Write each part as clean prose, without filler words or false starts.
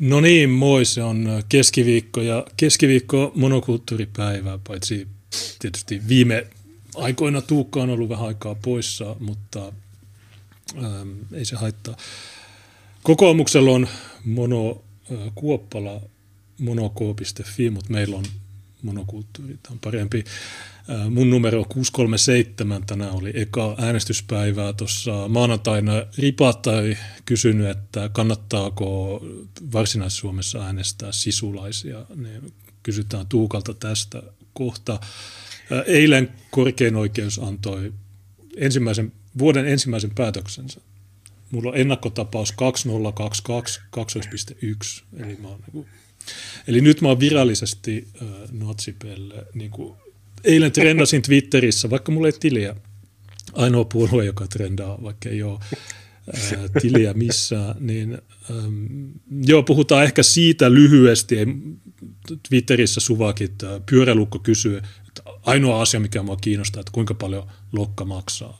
No niin, moi, se on keskiviikko ja keskiviikko monokulttuuripäivä, paitsi tietysti viime aikoina Tuukka on ollut vähän aikaa poissa, mutta ei se haittaa. Kokoomuksella on Kuoppala, monoK.fi, mutta meillä on monokulttuuri, tämä on parempi. Mun numero on 637, tänään oli eka äänestyspäivää. Tuossa maanantaina Ripattari kysynyt, että kannattaako Varsinais-Suomessa äänestää sisulaisia. Niin kysytään Tuukalta tästä kohta. Eilen korkein oikeus antoi vuoden ensimmäisen päätöksensä. Mulla on ennakkotapaus 2022 2.1, eli nyt mä oon virallisesti natsipelle. Niin eilen trendasin Twitterissä, vaikka mulla ei tiliä, ainoa puolue, joka trendaa, vaikka ei ole tiliä missään, niin puhutaan ehkä siitä lyhyesti. Twitterissä Suvakit pyörälukko kysyy, että ainoa asia, mikä mua kiinnostaa, että kuinka paljon lokka maksaa.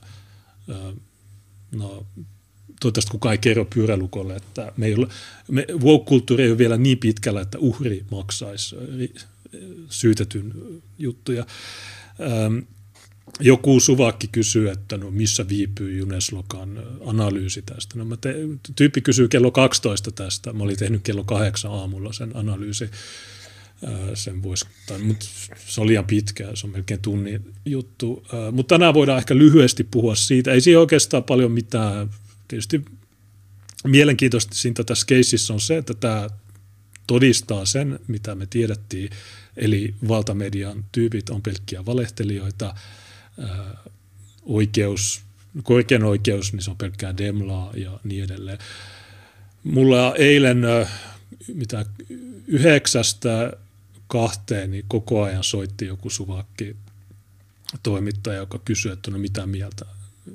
No, toivottavasti kukaan ei kerro pyörälukolle, että woke-kulttuuri ei ole vielä niin pitkällä, että uhri maksaisi syytetyn juttuja. Joku Suvakki kysyy, että no missä viipyy Juneslokan analyysi tästä. No tyyppi kysyy kello 12 tästä. Mä olin tehnyt kello 8 aamulla sen analyysi. Mutta se on liian pitkä, se on melkein tunnin juttu. Mutta tänään voidaan ehkä lyhyesti puhua siitä. Ei siinä oikeastaan paljon mitään. Tietysti mielenkiintoista siinä tässä keisissä on se, että tämä todistaa sen, mitä me tiedettiin, eli valtamedian tyypit on pelkkiä valehtelijoita, korkein oikeus, niin se on pelkkää demlaa ja niin edelleen. Mulla eilen 9:00–2:00 niin koko ajan soitti joku Suvakki toimittaja, joka kysyi, että no mitä mieltä.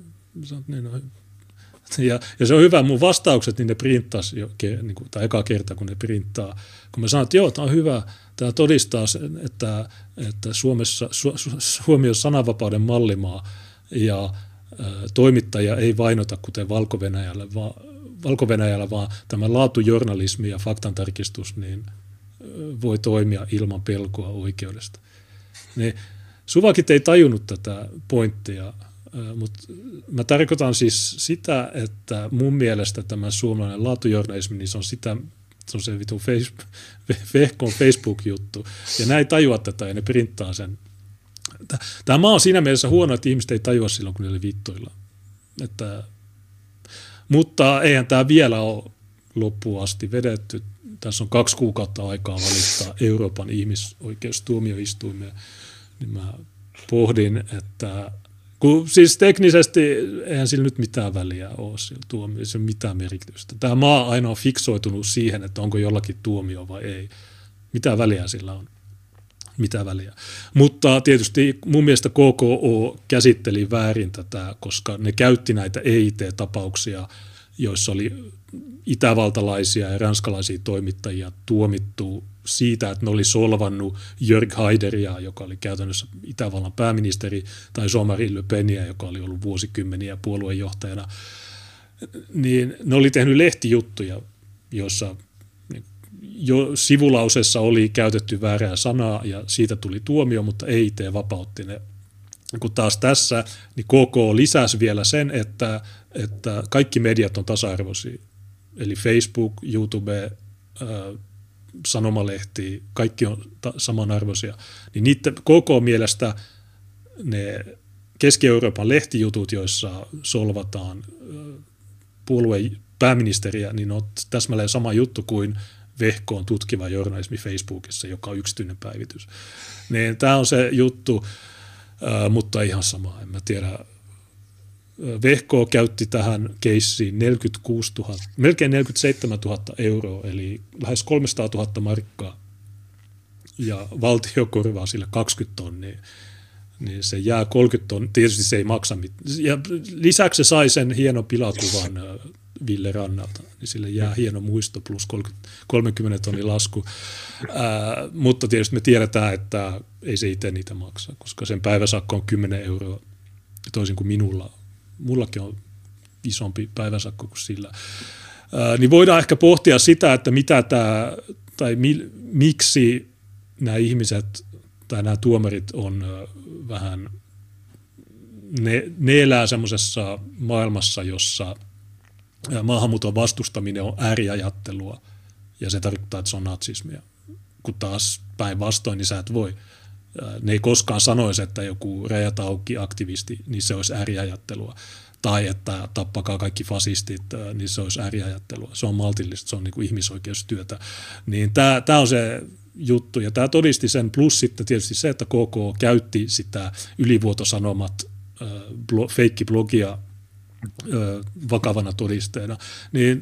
Ja se on hyvä, mun vastaukset, niin ne printtasi, tai eka kerta, kun ne printtaa. Kun mä sanon, että joo, tämä on hyvä, tämä todistaa sen, että Suomi on sananvapauden mallimaa ja toimittajia ei vainota kuten Valko-Venäjällä, vaan tämä laatujournalismi ja faktantarkistus niin voi toimia ilman pelkoa oikeudesta. Ne Suvakit ei tajunnut tätä pointtia. Mutta mä tarkoitan siis sitä, että mun mielestä tämä suomalainen laatujournalismi, niin se on se vitun vehkon Facebook-juttu. Ja ne ei tajua tätä ja ne printtaa sen. Tämä maa on siinä mielessä huono, että ihmiset ei tajua silloin, kun ne oli vittuilla. Mutta eihän tämä vielä ole loppuun asti vedetty. Tässä on 2 kuukautta aikaa valittaa Euroopan ihmisoikeustuomioistuimeen. Niin mä pohdin, että siis teknisesti eihän sillä nyt mitään väliä ole sillä tuomio, se on mitään merkitystä. Tämä maa on ainoa fiksoitunut siihen, että onko jollakin tuomio vai ei. Mitä väliä sillä on? Mitä väliä? Mutta tietysti mun mielestä KKO käsitteli väärin tätä, koska ne käytti näitä EIT-tapauksia, joissa oli itävaltalaisia ja ranskalaisia toimittajia tuomittu siitä, että ne oli solvannut Jörg Haideria, joka oli käytännössä Itävallan pääministeri, tai Jean-Marie Le Penia, joka oli ollut vuosikymmeniä puoluejohtajana. Niin ne oli tehnyt lehtijuttuja, joissa jo sivulauseessa oli käytetty väärää sanaa ja siitä tuli tuomio, mutta EIT vapautti ne. Kun taas tässä, niin KK lisäsi vielä sen, että kaikki mediat on tasa-arvoisia. Eli Facebook, YouTube, sanomalehti, kaikki on samanarvoisia. Niin niiden KK mielestä ne Keski-Euroopan lehtijutut, joissa solvataan puolueen pääministeriä, niin on täsmälleen sama juttu kuin Vehkoon tutkiva journalismi Facebookissa, joka on yksityinen päivitys. Niin tämä on se juttu, mutta ihan sama, en mä tiedä. Vehko käytti tähän keissiin 47 000 euroa, eli lähes 300 000 markkaa, ja valtio korvaa sille 20 tonnia, niin se jää 30 tonnia, tietysti se ei maksa mitään. Ja lisäksi se sai sen hienon pilakuvan Ville Rannalta, niin sille jää hieno muisto plus 30 tonnin lasku, mutta tietysti me tiedetään, että ei se itse niitä maksa, koska sen päiväsakko on 10 euroa, toisin kuin minulla. Mullakin on isompi päiväsakko kuin sillä. Niin voidaan ehkä pohtia sitä, että mitä tämä, tai miksi nämä ihmiset tai nämä tuomarit on vähän, ne elää semmoisessa maailmassa, jossa maahanmuuton vastustaminen on ääriajattelua, ja se tarkoittaa, että se on natsismia. Kun taas päinvastoin, niin sä et voi. Ne ei koskaan sanoisi, että joku rajat auki aktivisti, niin se olisi ääriajattelua. Tai että tappakaa kaikki fasistit, niin se olisi ääriajattelua. Se on maltillista, se on niin kuin ihmisoikeustyötä. Niin tämä on se juttu, ja tämä todisti sen, plus sitten tietysti se, että KK käytti sitä Ylivuotosanomat feikkiblogia vakavana todisteena. Niin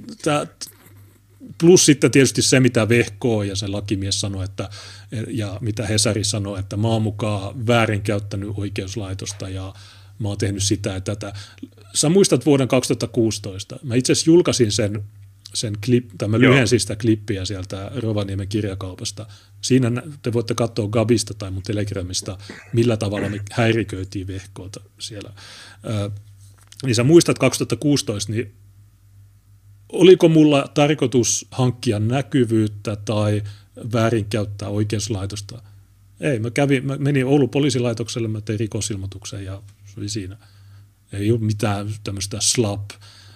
plus sitten tietysti se, mitä Vehko ja se lakimies sanoi, ja mitä Hesari sanoi, että mä oon mukaan väärinkäyttänyt oikeuslaitosta ja mä oon tehnyt sitä ja tätä. Sä muistat vuoden 2016. Mä itse asiassa julkaisin mä lyhensin sitä klippiä sieltä Rovaniemen kirjakaupasta. Siinä te voitte katsoa Gabista tai mun Telegramista, millä tavalla me häiriköitiin Vehkoota siellä. Niin sä muistat 2016, niin oliko mulla tarkoitus hankkia näkyvyyttä tai väärinkäyttää oikeuslaitosta? Ei, mä menin Oulun poliisilaitokselle, mä tein rikosilmoituksen ja se oli siinä. Ei ole mitään tämmöistä slap.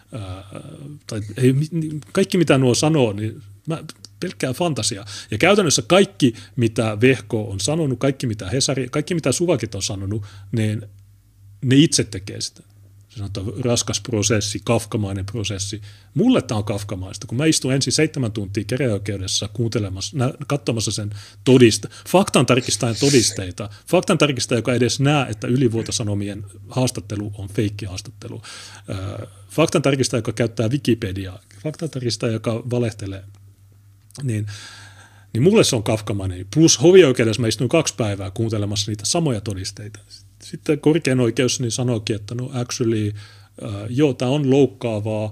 Tai ei, kaikki mitä nuo sanoo, niin pelkkää fantasiaa. Ja käytännössä kaikki, mitä Vehko on sanonut, kaikki mitä Hesari, kaikki mitä Suvakit on sanonut, niin ne itse tekee sitä. Se sanotaan raskas prosessi, kafkamainen prosessi. Mulle tämä on kafkamaista, kun mä istun ensin 7 tuntia käräjäoikeudessa katsomassa sen faktan tarkistajan todisteita. Faktan tarkistaja, joka edes näe, että Ylivuotosanomien haastattelu on feikkihaastattelu. Faktan tarkistaja, joka käyttää Wikipediaa. Faktan tarkistaja, joka valehtelee. Niin mulle se on kafkamainen. Plus hovioikeudessa mä istuin 2 päivää kuuntelemassa niitä samoja todisteita. Sitten korkein oikeus niin sanoikin, että no actually, joo, tämä on loukkaavaa,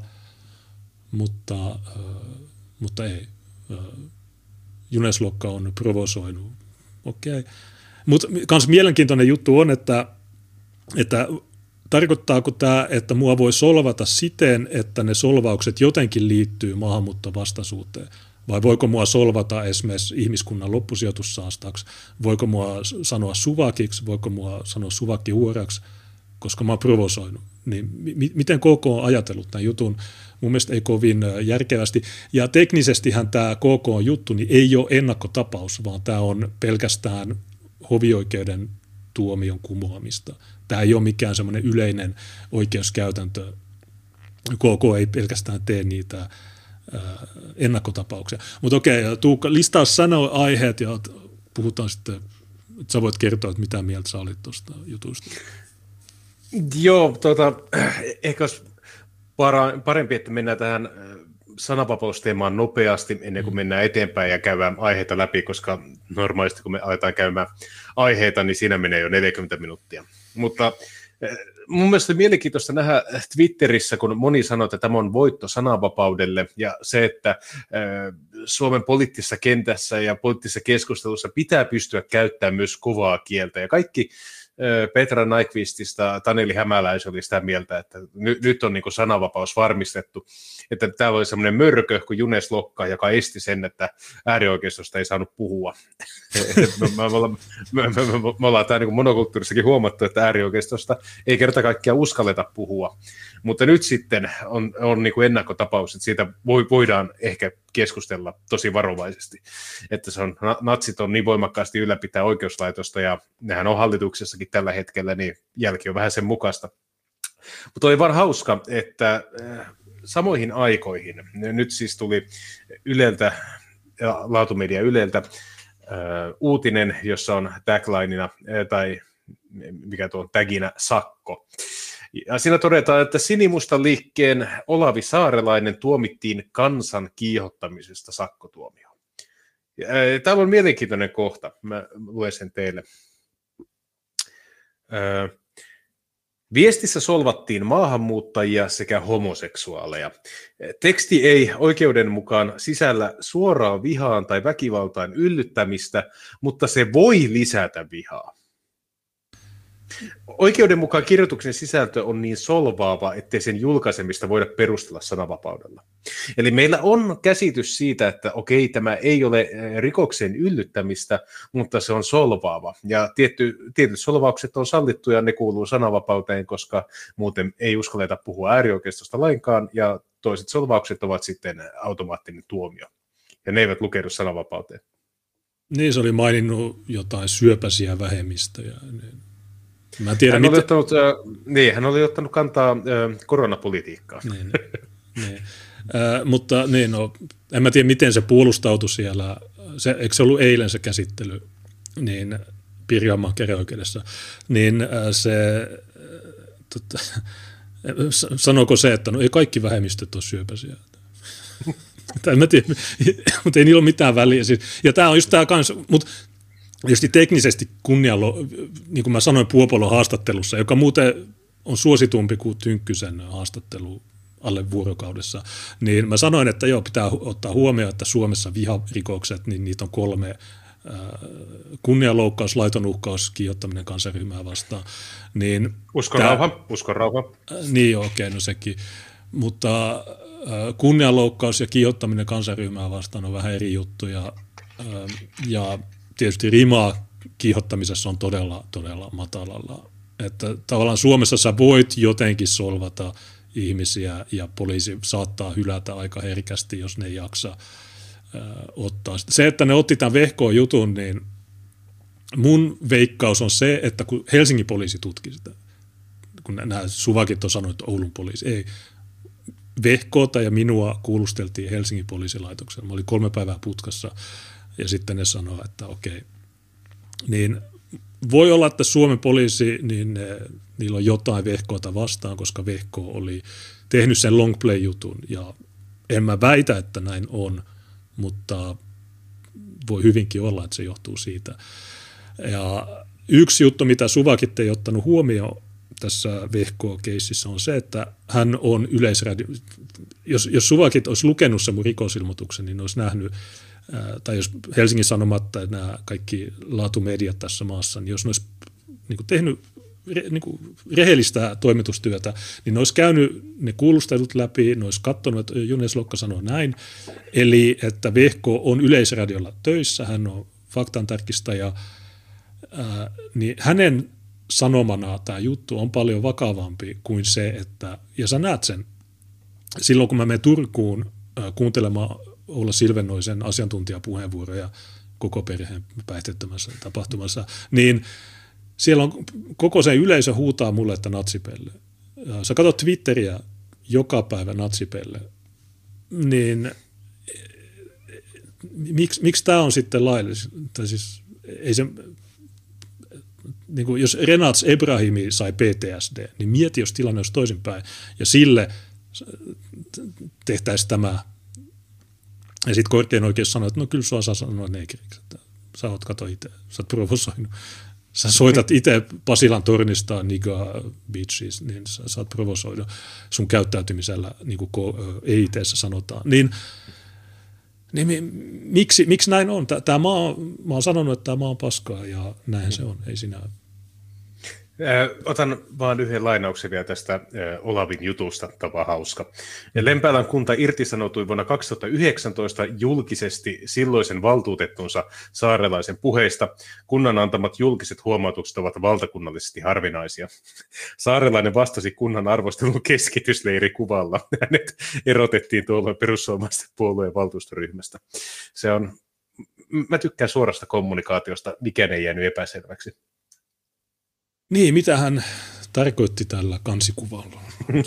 mutta ei. Juneslokka on provosoinut. Okei. Mutta myös mielenkiintoinen juttu on, että tarkoittaako tämä, että mua voi solvata siten, että ne solvaukset jotenkin liittyy maahanmuuttovastaisuuteen? Vai voiko mua solvata esimerkiksi ihmiskunnan loppusijoitussaastaksi? Voiko mua sanoa suvakiksi? Voiko mua sanoa suvakkihuoraksi? Koska mä oon provosoinut. Niin miten KK on ajatellut tämän jutun? Mun mielestä ei kovin järkevästi. Ja teknisestihän tämä KK-juttu niin ei ole ennakkotapaus, vaan tämä on pelkästään hovioikeuden tuomion kumoamista. Tämä ei ole mikään semmoinen yleinen oikeuskäytäntö. KK ei pelkästään tee niitä ennakkotapauksia. Mutta okei, Tuukka, listaa aiheet ja puhutaan sitten, että sä voit kertoa, että mitä mieltä sä olit tuosta jutusta. Joo, ehkä olisi parempi, että mennään tähän sananvapausteemaan nopeasti ennen kuin mennään eteenpäin ja käydään aiheita läpi, koska normaalisti kun me aletaan käymään aiheita, niin siinä menee jo 40 minuuttia. Mutta mun mielestä oli mielenkiintoista nähdä Twitterissä, kun moni sanoi, että tämä on voitto sananvapaudelle, ja se, että Suomen poliittisessa kentässä ja poliittisessa keskustelussa pitää pystyä käyttämään myös kovaa kieltä, ja kaikki Petra Nyqvistista Taneli Hämäläis oli sitä mieltä, että nyt on niin kuin sananvapaus varmistettu, että täällä oli semmoinen mörkö kuin Juneslokka, joka esti sen, että äärioikeistosta ei saanut puhua. Me ollaan tämä niin kuin monokulttuurissakin huomattu, että äärioikeistosta ei kerta kaikkiaan uskalleta puhua, mutta nyt sitten on niin kuin ennakkotapaus, että siitä voidaan ehkä keskustella tosi varovaisesti, että natsit on niin voimakkaasti ylläpitää oikeuslaitosta ja nehän on hallituksessakin tällä hetkellä, niin jälki on vähän sen mukaista. Mutta oli vaan hauska, että samoihin aikoihin, nyt siis tuli Yleltä, laatumedia Yleltä, uutinen, jossa on taglineina, tai mikä tuo on taginä, sakko. Ja siinä todetaan, että Sinimustan liikkeen Olavi Saarelainen tuomittiin kansan kiihottamisesta sakkotuomioon. Täällä on mielenkiintoinen kohta, mä luen sen teille. Viestissä solvattiin maahanmuuttajia sekä homoseksuaaleja. Teksti ei oikeuden mukaan sisällä suoraan vihaan tai väkivaltaan yllyttämistä, mutta se voi lisätä vihaa. Oikeuden mukaan kirjoituksen sisältö on niin solvaava, ettei sen julkaisemista voida perustella sananvapaudella. Eli meillä on käsitys siitä, että okei, tämä ei ole rikoksen yllyttämistä, mutta se on solvaava. Ja tietyt solvaukset on sallittu ja ne kuuluu sananvapauteen, koska muuten ei uskalleta puhua äärioikeistosta lainkaan, ja toiset solvaukset ovat sitten automaattinen tuomio. Ja ne eivät lukeudu sananvapauteen. Niin, se oli maininnut jotain syöpäisiä vähemmistöjä. Mä en tiedä, hän oli ottanut kantaa koronapolitiikkaan. Niin. Mutta en mä tiedä, miten se puolustautui siellä. Eikö se ollut eilen se käsittely niin Pirkanmaan käräjäoikeudessa? Niin sanoiko se, että ei kaikki vähemmistöt ole syöpäisiä? En mä tiedä, mutta ei niillä ole mitään väliä. Ja tämä on just tämä kanssa, mutta tietysti teknisesti niin kuin mä sanoin Puopolon haastattelussa, joka muuten on suositumpi kuin Tynkkysen haastattelu alle vuorokaudessa, niin mä sanoin, että joo, pitää ottaa huomioon, että Suomessa viharikokset, niin niitä on 3, kunnianloukkaus, laiton uhkaus, kiihottaminen kansanryhmää vastaan. Niin uskon rauha. Niin, okei, no sekin. Mutta kunnianloukkaus ja kiihottaminen kansanryhmää vastaan on vähän eri juttuja, ja tietysti rimaa kiihottamisessa on todella, todella matalalla. Että tavallaan Suomessa sä voit jotenkin solvata ihmisiä ja poliisi saattaa hylätä aika herkästi, jos ne ei jaksa ottaa. Se, että ne otti tämän Vehkoon jutun, niin mun veikkaus on se, että kun Helsingin poliisi tutki sitä, kun nämä suvakit on sanonut, että Oulun poliisi, ei. Vehkoota ja minua kuulusteltiin Helsingin poliisilaitoksella. Mä olin 3 päivää putkassa ja sitten ne sanoo, että okei. Niin voi olla, että Suomen poliisi, niin niillä on jotain Vehkoota vastaan, koska Vehko oli tehnyt sen long play-jutun ja en mä väitä, että näin on, mutta voi hyvinkin olla, että se johtuu siitä. Ja yksi juttu, mitä suvakit ei ottanut huomioon tässä Vehko-keississä on se, että hän on Yleisradio. Jos suvakit olisi lukenut sen mun rikosilmoituksen, niin olisi nähnyt, tai jos Helsingin Sanomat tai nämä kaikki laatumediat tässä maassa, niin jos ne olisi niin kuin tehnyt niin kuin rehellistä toimitustyötä, niin ne olisi käynyt ne kuulustelut läpi, ne olisi katsonut, että Junes Lokka sanoo näin, eli että Vehko on Yleisradiolla töissä, hän on faktantarkistaja, niin hänen sanomana tämä juttu on paljon vakavampi kuin se, että, ja sä näet sen, silloin kun mä menen Turkuun kuuntelemaan Oula Silvennoisen asiantuntijapuheenvuoroja koko perheen päihteettömässä tapahtumassa, niin siellä on koko se yleisö huutaa mulle, että natsipelle. Sä katsot Twitteriä joka päivä natsipelle, niin miksi tämä on sitten laillista? Siis ei se, niin kuin jos Renats Ebrahimi sai PTSD, niin mieti, jos tilanne olisi toisinpäin, ja sille tehtäisiin tämä. Ja sitten korkein oikeus sanoi, että no kyllä sua saa sanoa negriksi, että sä oot kato itse, sä oot provosoinut. Sä soitat itse Pasilan tornista Niga Beaches, niin sä oot provosoinut sun käyttäytymisellä, niin kuin EIT:ssä sanotaan. Niin miksi näin on? Mä oon sanonut, että tämä maa on paskaa, ja näin se on, ei sinä. Otan vaan yhden lainauksen vielä tästä Olavin jutusta, tapa hauska. Lempäälän kunta irtisanoutui vuonna 2019 julkisesti silloisen valtuutettunsa saarelaisen puheista. Kunnan antamat julkiset huomautukset ovat valtakunnallisesti harvinaisia. Saarelainen vastasi kunnan arvostelun keskitysleirikuvalla. Hänet erotettiin tuolloin perussuomalaisten puolueen valtuustoryhmästä. Mä tykkään suorasta kommunikaatiosta, mikään ei jäänyt epäselväksi. Niin, mitä hän tarkoitti tällä kansikuvalla?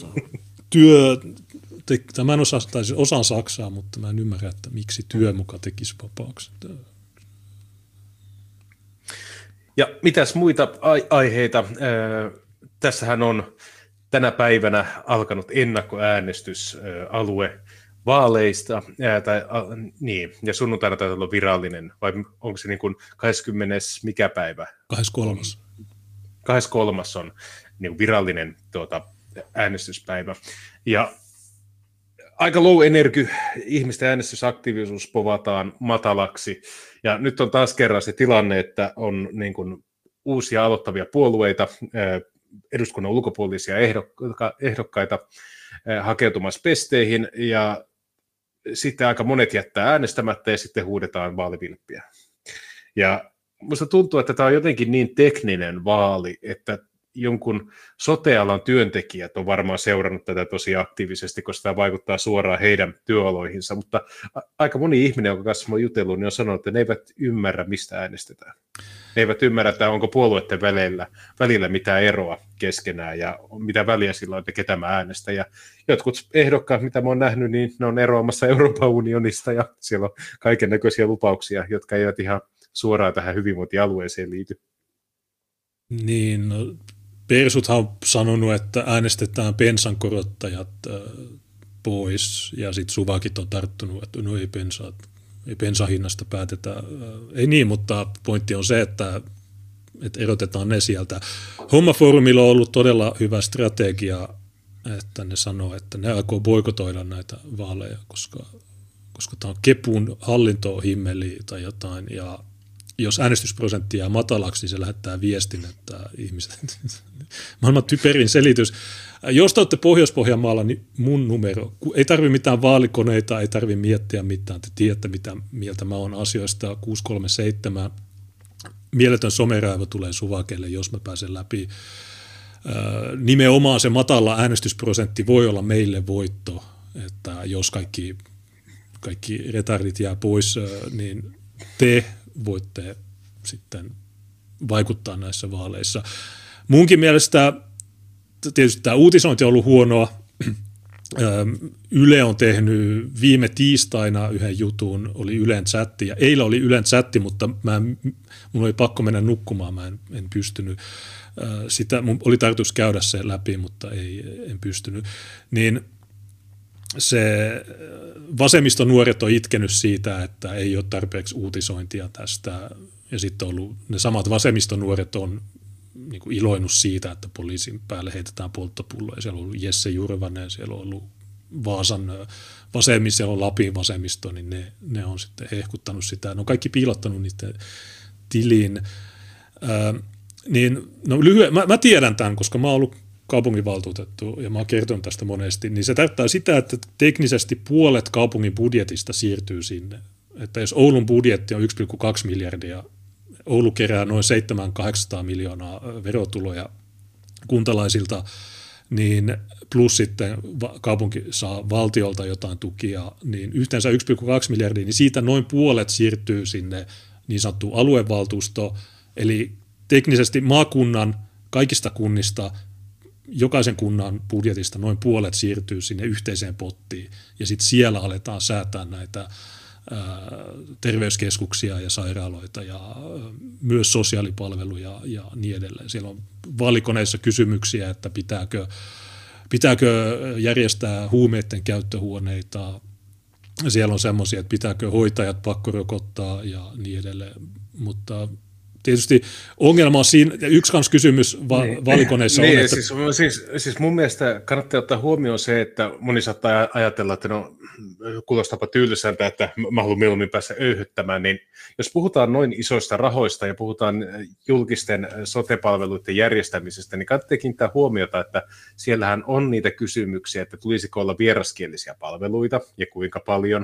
Mä en osaan saksaa, mutta mä en ymmärrä, että miksi työ muka tekisi vapaaksi. Ja mitäs muita aiheita? Tässähän on tänä päivänä alkanut ennakkoäänestys aluevaaleista, ja sunnuntaina taitaa olla virallinen, vai onko se niin kuin 20. mikä päivä? 23. 23. on niin virallinen äänestyspäivä. Ja aika low energy, ihmisten äänestysaktiivisuus povataan matalaksi. Ja nyt on taas kerran se tilanne, että on niin kuin uusia aloittavia puolueita, eduskunnan ulkopuolisia ehdokkaita hakeutumassa pesteihin, ja sitten aika monet jättää äänestämättä, ja sitten huudetaan vaalivilppiä. Ja musta tuntuu, että tämä on jotenkin niin tekninen vaali, että jonkun sote-alan työntekijät on varmaan seurannut tätä tosi aktiivisesti, koska tämä vaikuttaa suoraan heidän työoloihinsa, mutta aika moni ihminen, jonka kanssa olen jutellut, niin on sanonut, että ne eivät ymmärrä, mistä äänestetään. Ne eivät ymmärrä, että onko puolueiden välillä mitään eroa keskenään ja mitä väliä sillä on, että ketä mä äänestän. Ja jotkut ehdokkaat, mitä mä oon nähnyt, niin ne on eroamassa Euroopan unionista ja siellä on kaiken näköisiä lupauksia, jotka eivät ihan suoraan tähän hyvinvointialueeseen liity. Niin, no, persuthan on sanonut, että äänestetään bensankorottajat pois, ja sitten Suvakit on tarttunut, että no ei bensahinnasta päätetä. Ei niin, mutta pointti on se, että erotetaan ne sieltä. Hommafoorumilla on ollut todella hyvä strategia, että ne sanoo, että ne aikoo boikotoida näitä vaaleja, koska tämä on Kepun hallintohimmeli tai jotain, ja jos äänestysprosentti jää matalaksi, niin se lähettää viestin, että ihmiset, maailman typerin selitys. Jos te olette Pohjois-Pohjanmaalla, niin mun numero, ei tarvitse mitään vaalikoneita, ei tarvitse miettiä mitään, te tiedätte mitä mieltä mä oon asioista, 637, mieletön someraivo tulee Suvakelle, jos mä pääsen läpi. Nimenomaan se matala äänestysprosentti voi olla meille voitto, että jos kaikki retardit jää pois, niin te voitte sitten vaikuttaa näissä vaaleissa. Munkin mielestä tietysti tämä uutisointi on ollut huonoa. Yle on tehnyt viime tiistaina yhden jutun, oli Ylen chatti, ja eilen oli Ylen chatti, mutta mun oli pakko mennä nukkumaan, mä en pystynyt. Mun oli tarkoitus käydä se läpi, mutta en pystynyt. Niin se vasemmistonuoret on itkenyt siitä, että ei ole tarpeeksi uutisointia tästä, ja sitten on ollut, ne samat vasemmistonuoret on niin kuin iloinut siitä, että poliisin päälle heitetään polttopulloja. Siellä on ollut Jesse Jurvanen, siellä on ollut Vaasan vasemmisto, siellä on Lapin vasemmisto, niin ne on sitten hehkuttanut sitä. Ne on kaikki piilottanut niiden tiliin. Mä tiedän tämän, koska mä oon ollut kaupunginvaltuutettu ja mä oon kertonut tästä monesti, niin se tarkoittaa sitä, että teknisesti puolet kaupungin budjetista siirtyy sinne. Että jos Oulun budjetti on 1,2 miljardia, Oulu kerää noin 700-800 miljoonaa verotuloja kuntalaisilta, niin plus sitten kaupunki saa valtiolta jotain tukia, niin yhteensä 1,2 miljardia, niin siitä noin puolet siirtyy sinne niin sanottuun aluevaltuusto, eli teknisesti maakunnan kaikista kunnista, jokaisen kunnan budjetista noin puolet siirtyy sinne yhteiseen pottiin, ja sitten siellä aletaan säätää näitä terveyskeskuksia ja sairaaloita ja myös sosiaalipalveluja ja niin edelleen. Siellä on vaalikoneissa kysymyksiä, että pitääkö järjestää huumeiden käyttöhuoneita. Siellä on semmoisia, että pitääkö hoitajat pakkorokottaa ja niin edelleen, mutta tietysti ongelma on siinä, yksi kans kysymys vaalikoneissa on, että siis mun mielestä kannattaa ottaa huomioon se, että moni saattaa ajatella, että no kuulostaapa tylsältä, että mä haluan mieluummin päästä öyhyttämään, niin jos puhutaan noin isoista rahoista ja puhutaan julkisten sote-palveluiden järjestämisestä, niin kannattaa kiinnittää huomiota, että siellähän on niitä kysymyksiä, että tulisiko olla vieraskielisiä palveluita ja kuinka paljon,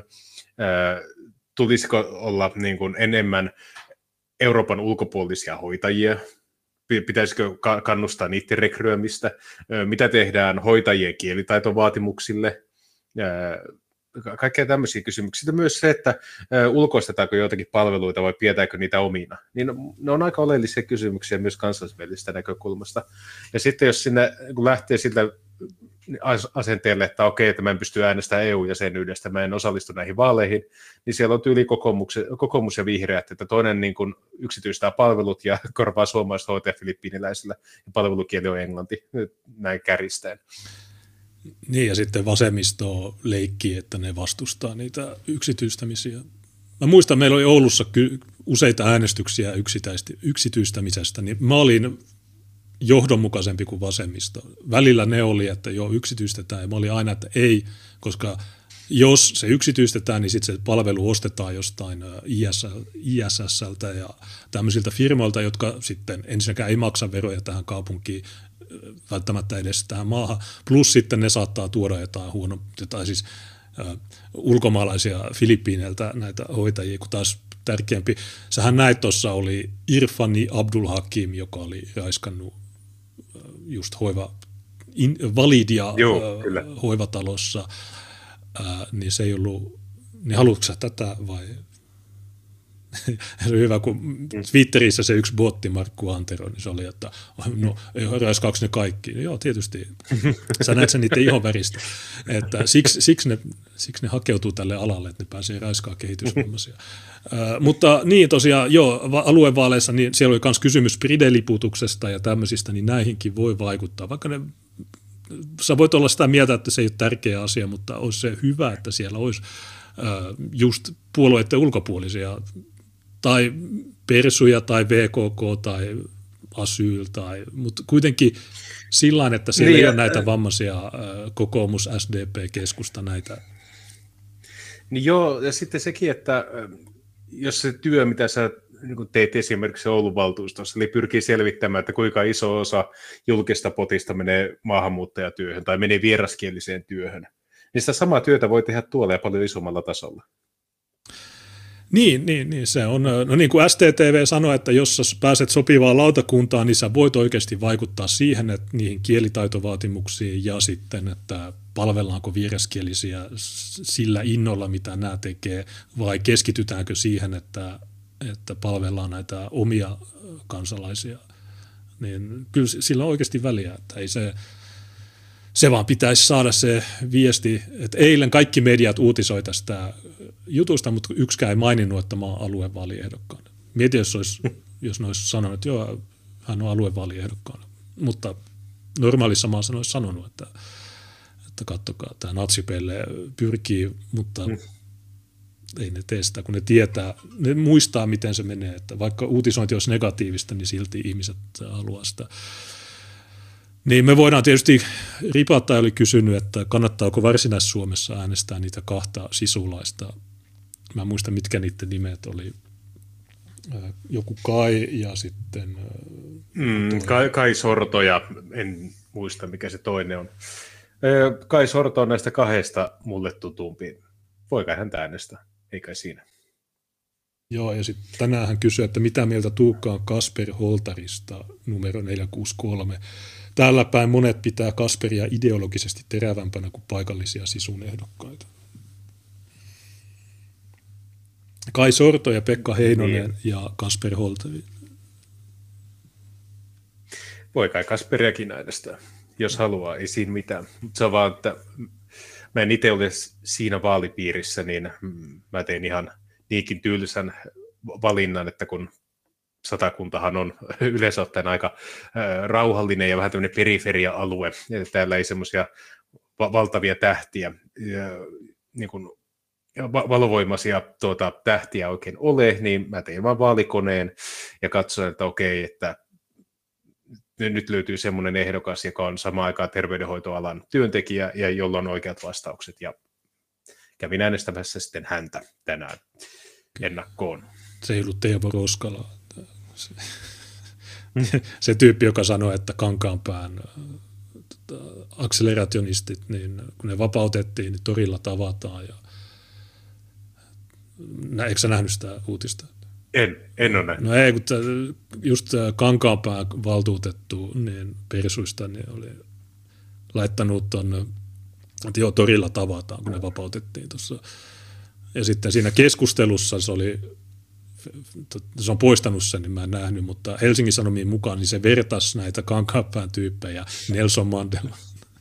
tulisiko olla niin kuin enemmän Euroopan ulkopuolisia hoitajia, pitäisikö kannustaa niiden rekryömistä, mitä tehdään hoitajien kielitaitovaatimuksille, kaikkea tämmöisiä kysymyksiä. Sitten myös se, että ulkoistetaanko joitakin palveluita vai pidetäänkö niitä omina, niin ne on aika oleellisia kysymyksiä myös kansallismielisestä näkökulmasta. Ja sitten jos sinne kun lähtee siltä asenteelle, että okei, että mä en pysty äänestämään EU-jäsenyydestä, mä en osallistu näihin vaaleihin, niin siellä on tyyli kokoomus ja vihreät, että toinen niin kuin yksityistää palvelut ja korvaa suomalaiset hoitajat filippiiniläisillä, ja palvelukieli on englanti, näin kärjistäen. Niin, ja sitten vasemmisto leikkii, että ne vastustaa niitä yksityistämisiä. Mä muistan, meillä oli Oulussa useita äänestyksiä yksityistämisestä, niin mä olin johdonmukaisempi kuin vasemmisto. Välillä ne oli, että joo, yksityistetään, ja mä olin aina, että ei, koska jos se yksityistetään, niin sitten se palvelu ostetaan jostain ISSltä ja tämmöisiltä firmoilta, jotka sitten ensinnäkään ei maksa veroja tähän kaupunkiin, välttämättä edes tähän maahan, plus sitten ne saattaa tuoda jotain siis ulkomaalaisia Filippiineiltä näitä hoitajia, kun taas tärkeämpi. Sähän näit tuossa oli Irfani Abdul Hakim, joka oli raiskannut just Validia hoivatalossa, niin se ei ollut, niin haluatko sä tätä vai? Se oli hyvä, kun Twitterissä se yksi botti, Markku Antero, niin se oli, että no, raiskaaks ne kaikki? No, joo, tietysti. Sä näet sen niiden ihon väristä. Että siksi ne hakeutuu tälle alalle, että ne pääsee raiskaa kehitysvammaisia. Mutta niin tosiaan, joo, aluevaaleissa niin siellä oli myös kysymys Pride-liputuksesta ja tämmöisistä, niin näihinkin voi vaikuttaa. Vaikka sä voit olla sitä mieltä, että se ei ole tärkeä asia, mutta olisi se hyvä, että siellä olisi just puolueiden ulkopuolisia tai Persuja tai VKK tai Asyl, mutta kuitenkin sillä että siellä ei ole näitä vammaisia kokoomus, SDP, keskusta, näitä. Niin joo, ja sitten sekin, että jos se työ, mitä sä niin teit esimerkiksi Oulun valtuustossa, eli pyrkii selvittämään, että kuinka iso osa julkista potista menee maahanmuuttajatyöhön tai menee vieraskieliseen työhön, niin sitä samaa työtä voi tehdä tuolla ja paljon isommalla tasolla. Niin, se on, no niin kuin STTV sanoi, että jos sä pääset sopivaan lautakuntaan, niin sä voit oikeasti vaikuttaa siihen, että niihin kielitaitovaatimuksiin ja sitten, että palvellaanko vieraskielisiä sillä innolla, mitä nämä tekee, vai keskitytäänkö siihen, että palvellaan näitä omia kansalaisia. Niin kyllä sillä on oikeasti väliä, että ei se vaan pitäisi saada se viesti, että eilen kaikki mediat uutisoi tästä jutusta, mutta yksikään ei maininnut, että mä oon aluevaaliehdokkaana. Mieti, jos ne olisi sanonut, että joo, hän on aluevaaliehdokkaana. Mutta normaalissa maassa ne olisi sanonut, että katsokaa, tämä natsipelle pyrkii, mutta ei ne tee sitä, kun ne tietää, ne muistaa, miten se menee. Että vaikka uutisointi olisi negatiivista, niin silti ihmiset haluaa sitä. Niin me voidaan tietysti, Ripatta oli kysynyt, että kannattaako Varsinais-Suomessa äänestää niitä kahta sisulaista. Mä en muista, mitkä niiden nimet oli. Joku Kai ja sitten... Kai Sorto ja en muista, mikä se toinen on. Kai Sorto on näistä kahdesta mulle tutumpi. Voiko häntä äänestää? Ei kai siinä. Joo, ja sitten tänään hän kysyi, että mitä mieltä Tuukka on Kasper Holtarista numero 463. Täällä päin monet pitää Kasperia ideologisesti terävämpänä kuin paikallisia sisun ehdokkaita. Kai Sorto ja Pekka Heinonen ja Kasper Holtari. Voi kai Kasperiakin äänestää, jos haluaa, ei siinä mitään. Mutta se on vaan, että mä en itse ole siinä vaalipiirissä, niin mä tein ihan niinkin tylsän valinnan, että kun Satakuntahan on yleensä ottaen aika rauhallinen ja vähän tämmöinen periferia-alue, ja täällä ei semmoisia valtavia tähtiä, niin kuin valovoimaisia tähtiä oikein ole, niin mä tein vaan vaalikoneen ja katsoin, että okei, että nyt löytyy semmoinen ehdokas, joka on samaan aikaan terveydenhoitoalan työntekijä ja jolla on oikeat vastaukset, ja kävin äänestämässä sitten häntä tänään ennakkoon. Se ei ollut Teivo Roskala. Se tyyppi, joka sanoi, että Kankaanpään akselerationistit, niin kun ne vapautettiin, niin torilla tavataan. Eikö sä nähnyt sitä uutista? En ole nähnyt. No ei, kun just Kankaanpään valtuutettu niin Persuista niin oli laittanut tuon, että joo, torilla tavataan, kun ne vapautettiin tuossa. Ja sitten siinä keskustelussa se on poistanut sen, niin mä en nähnyt, mutta Helsingin Sanomien mukaan niin se vertasi näitä Kankaanpään tyyppejä Nelson Mandela.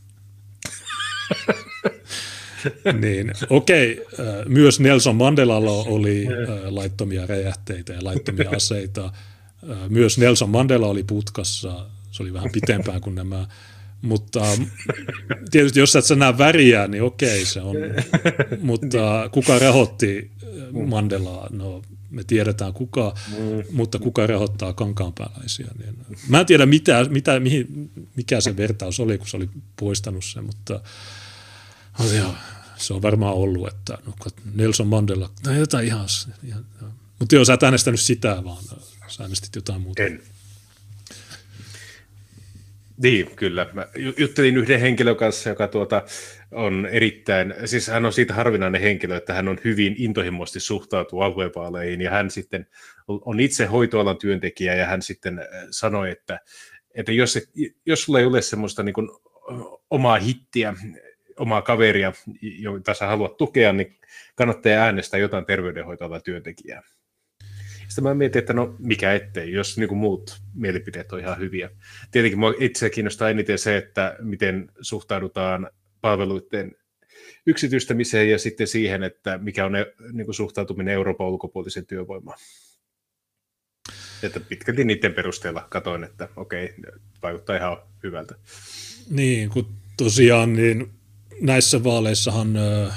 Niin, okei. Myös Nelson Mandelalla oli laittomia räjähteitä ja laittomia aseita. Myös Nelson Mandela oli putkassa. Se oli vähän pitempään kuin nämä. Mutta tietysti jos et sä näe väriä, niin okei se on. Mutta kuka rahoitti Mandelaa? No me tiedetään kuka, mutta kuka rahoittaa kankaanpääläisiä. Niin mä en tiedä mikä se vertaus oli, kun se oli poistanut sen, mutta joo, se on varmaan ollut, että Nelson Mandela, tai jotain ihan mutta joo, sä et äänestänyt sitä, vaan sä äänestit jotain muuta. En. Niin, kyllä. Mä juttelin yhden henkilön kanssa, joka on erittäin, siis hän on siitä harvinainen henkilö, että hän on hyvin intohimoisesti suhtautuu aluevaaleihin, ja hän sitten on itse hoitoalan työntekijä, ja hän sitten sanoi, että jos sulla ei ole semmoista niin kuin omaa hittiä, omaa kaveria, jota sä haluat tukea, niin kannattaa äänestää jotain terveydenhoitoalan työntekijää. Sitten mä mietin, että no mikä ettei, jos niin kuin muut mielipiteet on ihan hyviä. Tietenkin minua itse kiinnostaa eniten se, että miten suhtaudutaan palveluiden yksityistämiseen ja sitten siihen, että mikä on niin kuin suhtautuminen Euroopan ulkopuolisen työvoimaan. Että pitkälti niiden perusteella katoin, että okei, vaikuttaa ihan hyvältä. Niin, kun tosiaan niin näissä vaaleissahan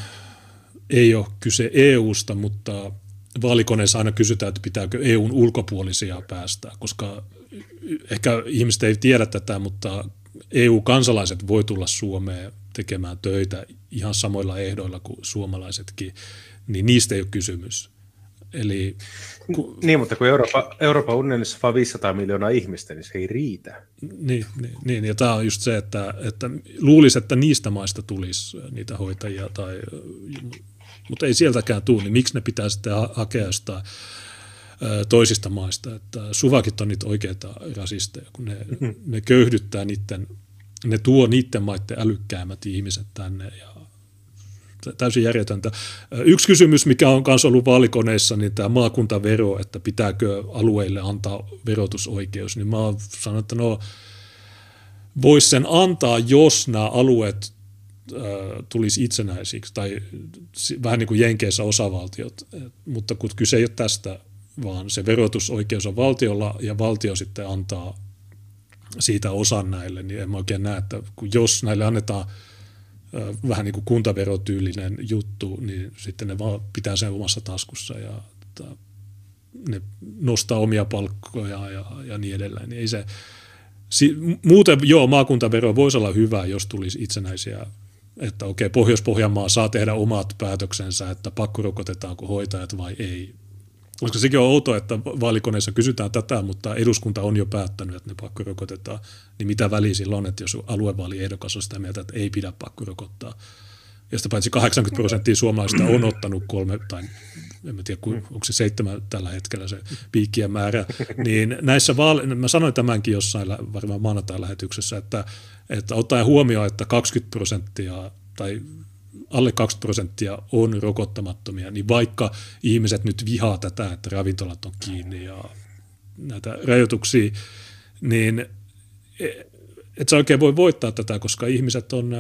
ei ole kyse EUsta, mutta vaalikoneessa aina kysytään, että pitääkö EUn ulkopuolisia päästää, koska ehkä ihmiset ei tiedä tätä, mutta EU-kansalaiset voi tulla Suomeen tekemään töitä ihan samoilla ehdoilla kuin suomalaisetkin, niin niistä ei ole kysymys. Eli, niin, mutta kun Euroopan unionissa vaan 500 miljoonaa ihmistä, niin se ei riitä. Niin ja tämä on just se, että luulisi, että niistä maista tulisi niitä hoitajia, mutta ei sieltäkään tule, niin miksi ne pitää sitten hakea jostain toisista maista, että suvakit on niitä oikeita rasisteja, kun ne köyhdyttää ne tuo niiden maiden älykkäämmät ihmiset tänne ja täysin järjetöntä. Yksi kysymys, mikä on myös ollut vaalikoneissa, niin tämä maakuntavero, että pitääkö alueille antaa verotusoikeus, niin mä oon sanonut, että no voisi sen antaa, jos nämä alueet tulisi itsenäisiksi tai vähän niin kuin Jenkeissä osavaltiot, mutta kun kyse ei ole tästä, vaan se verotusoikeus on valtiolla ja valtio sitten antaa siitä osan näille, niin en mä oikein näe, että jos näille annetaan vähän niin kuin kuntaverotyylinen juttu, niin sitten ne vaan pitää sen omassa taskussa ja ne nostaa omia palkkoja ja niin edelleen. Niin ei se, muuten joo, maakuntavero voisi olla hyvä, jos tulisi itsenäisiä, että okei, Pohjois-Pohjanmaa saa tehdä omat päätöksensä, että pakkorokotetaanko hoitajat vai ei. Koska sekin on outoa, että vaalikoneissa kysytään tätä, mutta eduskunta on jo päättänyt, että ne pakkorokotetaan. Niin mitä väliä sillä on, että jos aluevaaliehdokas on sitä mieltä, että ei pidä pakkorokottaa. Ja sitä paitsi 80% suomalaisista on ottanut 3, tai en tiedä, onko se 7 tällä hetkellä se piikkien määrä. Niin näissä mä sanoin tämänkin jossain varmaan maanantai-lähetyksessä, että ottaen huomioon, että 20% tai alle 20% on rokottamattomia, niin vaikka ihmiset nyt vihaa tätä, että ravintolat on kiinni ja näitä rajoituksia, niin et sä oikein voi voittaa tätä, koska ihmiset on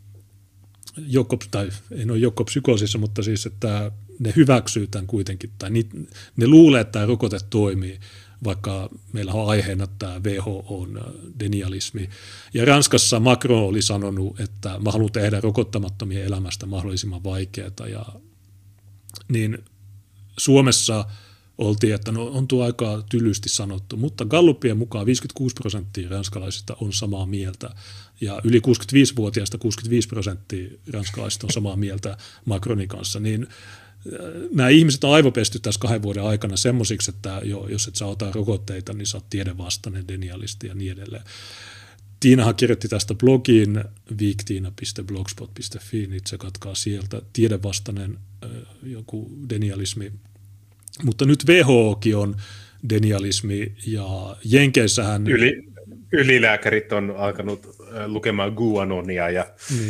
tai ei ole joko psykoosissa, mutta siis, että ne hyväksyy tämän kuitenkin, tai ne luulee, että tämä rokote toimii, vaikka meillä on aiheena tämä WHO:n denialismi. Ja Ranskassa Macron oli sanonut, että mä haluan tehdä rokottamattomien elämästä mahdollisimman vaikeaa. Ja niin Suomessa oltiin, että no on tuo aika tylysti sanottu, mutta Gallupien mukaan 56% ranskalaisista on samaa mieltä. Ja yli 65-vuotiaista 65% ranskalaisista on samaa mieltä Macronin kanssa, niin nämä ihmiset on aivopesty tässä 2 vuoden aikana semmoisiksi, että jos et saa ottaa rokotteita, niin sä oot tiedevastainen, denialisti ja niin edelleen. Tiinahan kirjoitti tästä blogiin viiktiina.blogspot.fi, niin se katkaa sieltä tiedevastainen joku denialismi. Mutta nyt WHOkin on denialismi ja Jenkeissähän ylilääkärit on alkanut lukemaan QAnonia ja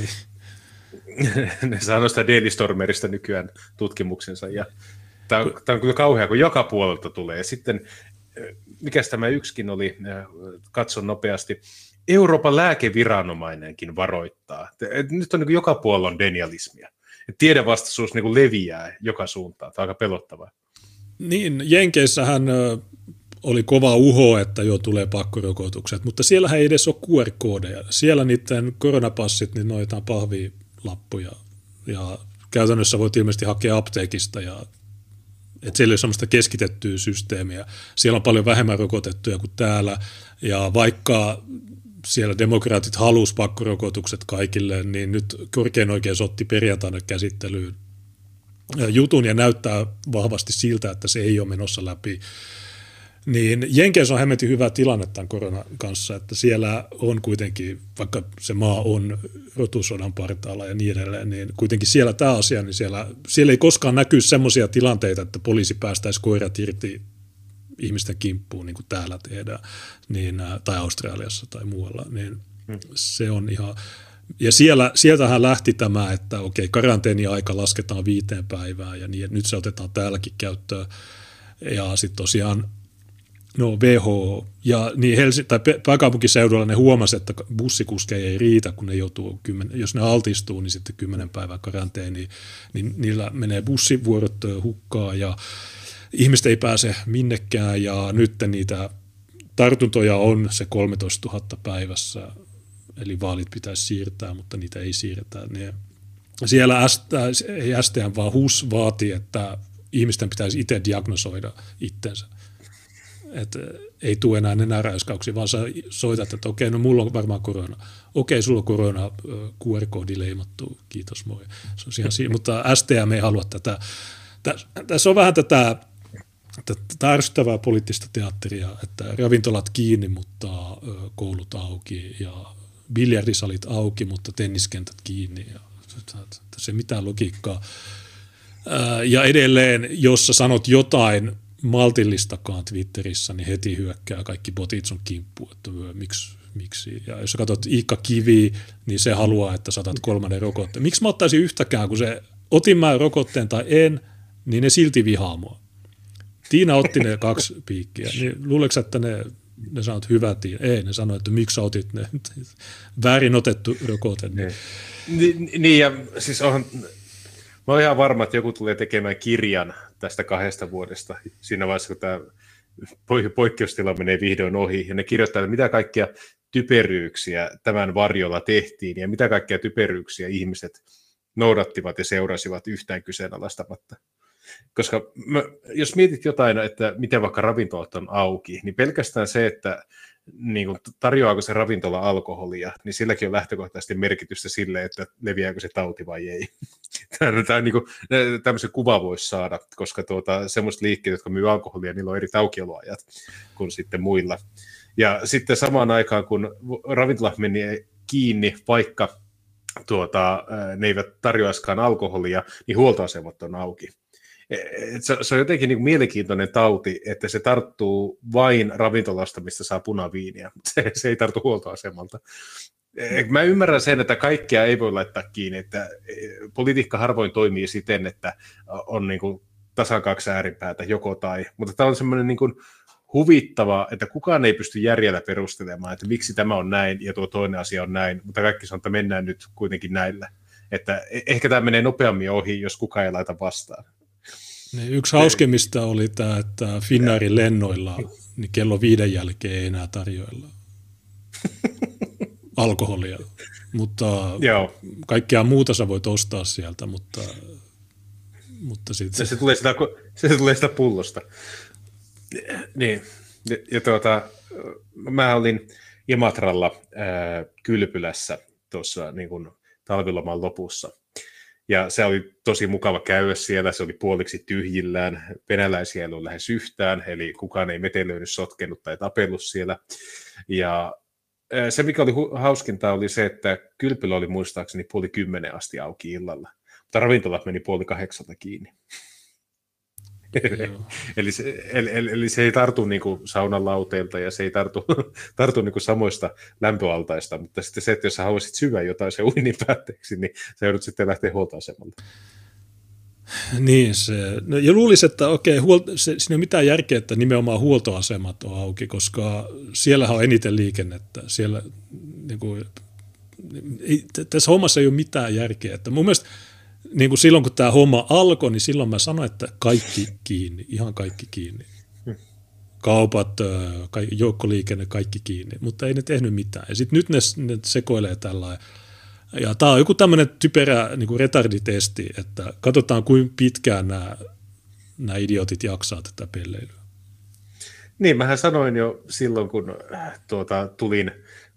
ne saa nostaa Daily Stormerista nykyään tutkimuksensa. Ja tämä on kyllä kauhea, kun joka puolelta tulee. Ja sitten, mikäs tämä yksikin oli, katson nopeasti, Euroopan lääkeviranomainenkin varoittaa. Nyt on niin kuin joka puolella on denialismia. Tiedevastaisuus niin kuin leviää joka suuntaan. Tämä on aika pelottavaa. Niin, Jenkeissähän oli kova uho, että jo tulee pakkorokotukset, mutta siellähän ei edes ole QR-koodeja. Siellä niiden koronapassit, niin noitaan pahvilappuja ja käytännössä voit ilmeisesti hakea apteekista ja että siellä ei ole sellaista keskitettyä systeemiä. Siellä on paljon vähemmän rokotettuja kuin täällä ja vaikka siellä demokraatit halusi pakkorokotukset kaikille, niin nyt korkein oikeus otti perjantaina käsittelyyn jutun ja näyttää vahvasti siltä, että se ei ole menossa läpi. Niin Jenkeissä on hemmetin hyvä tilanne tämän koronan kanssa, että siellä on kuitenkin, vaikka se maa on rotusodan partaalla ja niin edelleen, niin kuitenkin siellä tämä asia, niin siellä ei koskaan näkyy semmoisia tilanteita, että poliisi päästäisi koirat irti ihmisten kimppuun, niin kuin täällä tehdään, niin, tai Australiassa tai muualla, niin se on ihan... Ja sieltähän lähti tämä, että okei, karanteeni-aika lasketaan 5 päivään, ja niin, nyt se otetaan täälläkin käyttöön, ja sitten tosiaan WHO ja niin pääkaupunkiseudulla ne huomasi, että bussikuskeja ei riitä, kun ne joutuu jos ne altistuu, niin sitten 10 päivän karanteeniin, niin niillä menee bussivuorot hukkaan ja ihmiset ei pääse minnekään ja nyt niitä tartuntoja on se 13 000 päivässä, eli vaalit pitäisi siirtää, mutta niitä ei siirretä. Siellä ei STM, vaan HUS vaatii, että ihmisten pitäisi itse diagnosoida itsensä. Että ei tule enää nenäräyskauksia, vaan sä soitat, että okei, no mulla on varmaan korona. Okei, sulla on korona, QR-koodi leimattu, kiitos moi. Se on ihan mutta STM ei halua tätä. Tässä on vähän tätä ärsyttävää poliittista teatteria, että ravintolat kiinni, mutta koulut auki ja biljardisalit auki, mutta tenniskentät kiinni. Ja se ei mitään logiikkaa. Ja edelleen, jos sä sanot jotain maltillistakaan Twitterissä, niin heti hyökkää kaikki botit sun kimppuun, että miksi. Ja jos sä katsot Iikka Kivi, niin se haluaa, että saatat 3. rokotteen. Miksi mä ottaisin yhtäkään, kun otin mä rokotteen tai en, niin ne silti vihaa mua. Tiina otti ne 2 piikkiä. Niin luuleeko, että ne sanoo, että hyvä Tiina? Ei, ne sanoo, että miksi sä otit ne? Väärin otettu rokote. Niin ja siis mä oon ihan varma, että joku tulee tekemään kirjan tästä 2 vuodesta siinä vaiheessa, kun tämä poikkeustila menee vihdoin ohi, ja ne kirjoittaa, että mitä kaikkia typeryyksiä tämän varjolla tehtiin, ja mitä kaikkia typeryyksiä ihmiset noudattivat ja seurasivat yhtään kyseenalaistamatta. Koska jos mietit jotain, että miten vaikka ravintolat on auki, niin pelkästään se, että niin kuin, tarjoaako se ravintola alkoholia, niin silläkin on lähtökohtaisesti merkitystä sille, että leviääkö se tauti vai ei. Tämmöisen kuva voisi saada, koska semmoiset liikkeet, jotka myy alkoholia, niillä on eri aukioloajat kuin sitten muilla. Ja sitten samaan aikaan, kun ravintolat meni kiinni, vaikka ne eivät tarjoaiskaan alkoholia, niin huoltoasemat on auki. Se on jotenkin niin kuin mielenkiintoinen tauti, että se tarttuu vain ravintolasta, mistä saa punaviiniä. Se ei tartu huoltoasemalta. Mä ymmärrän sen, että kaikkea ei voi laittaa kiinni, että politiikka harvoin toimii siten, että on niin kuin tasan 2 ääripäätä, joko tai. Mutta tämä on semmoinen niin kuin huvittava, että kukaan ei pysty järjellä perustelemaan, että miksi tämä on näin ja tuo toinen asia on näin, mutta kaikki sanoo, että mennään nyt kuitenkin näillä. Että ehkä tämä menee nopeammin ohi, jos kukaan ei laita vastaan. Yksi hauskemmista oli tämä, että Finnairin lennoilla niin kello 5 jälkeen ei enää tarjoilla alkoholia, mutta kaikkea muuta sä voit ostaa sieltä, mutta sitten... Se tulee sitä pullosta. Niin, ja mä olin Imatralla Kylpylässä tuossa niin kuin talviloman lopussa. Ja se oli tosi mukava käydä siellä, se oli puoliksi tyhjillään, venäläisiä ei ollut lähes yhtään, eli kukaan ei metelöinyt, sotkenut tai tapellut siellä. Ja se, mikä oli hauskinta, oli se, että Kylpylä oli muistaakseni 9:30 asti auki illalla, mutta ravintolat meni 7:30 kiinni. Eli se ei tartu niin kuin saunan lauteilta ja se ei tartu niin kuin samoista lämpöaltaista, mutta sitten se, että jos sä haluaisit syödä jotain se uinin päätteeksi, niin sä joudut sitten lähteä huoltoasemalta. Niin, ja luulisin, että okei, siinä ei ole mitään järkeä, että nimenomaan huoltoasemat on auki, koska siellähän on eniten liikennettä. Siellä, niin kuin, tässä hommassa ei ole mitään järkeä. Että mun mielestä niin kuin silloin, kun tämä homma alkoi, niin silloin mä sanoin, että kaikki kiinni, ihan kaikki kiinni. Kaupat, joukkoliikenne, kaikki kiinni, mutta ei ne tehnyt mitään. Ja sitten nyt ne sekoilee tällä. Ja tämä on joku tämmöinen typerä niin kuin retarditesti, että katsotaan kuinka pitkään nämä idiotit jaksaa tätä pelleilyä. Niin, mähän sanoin jo silloin, kun tulin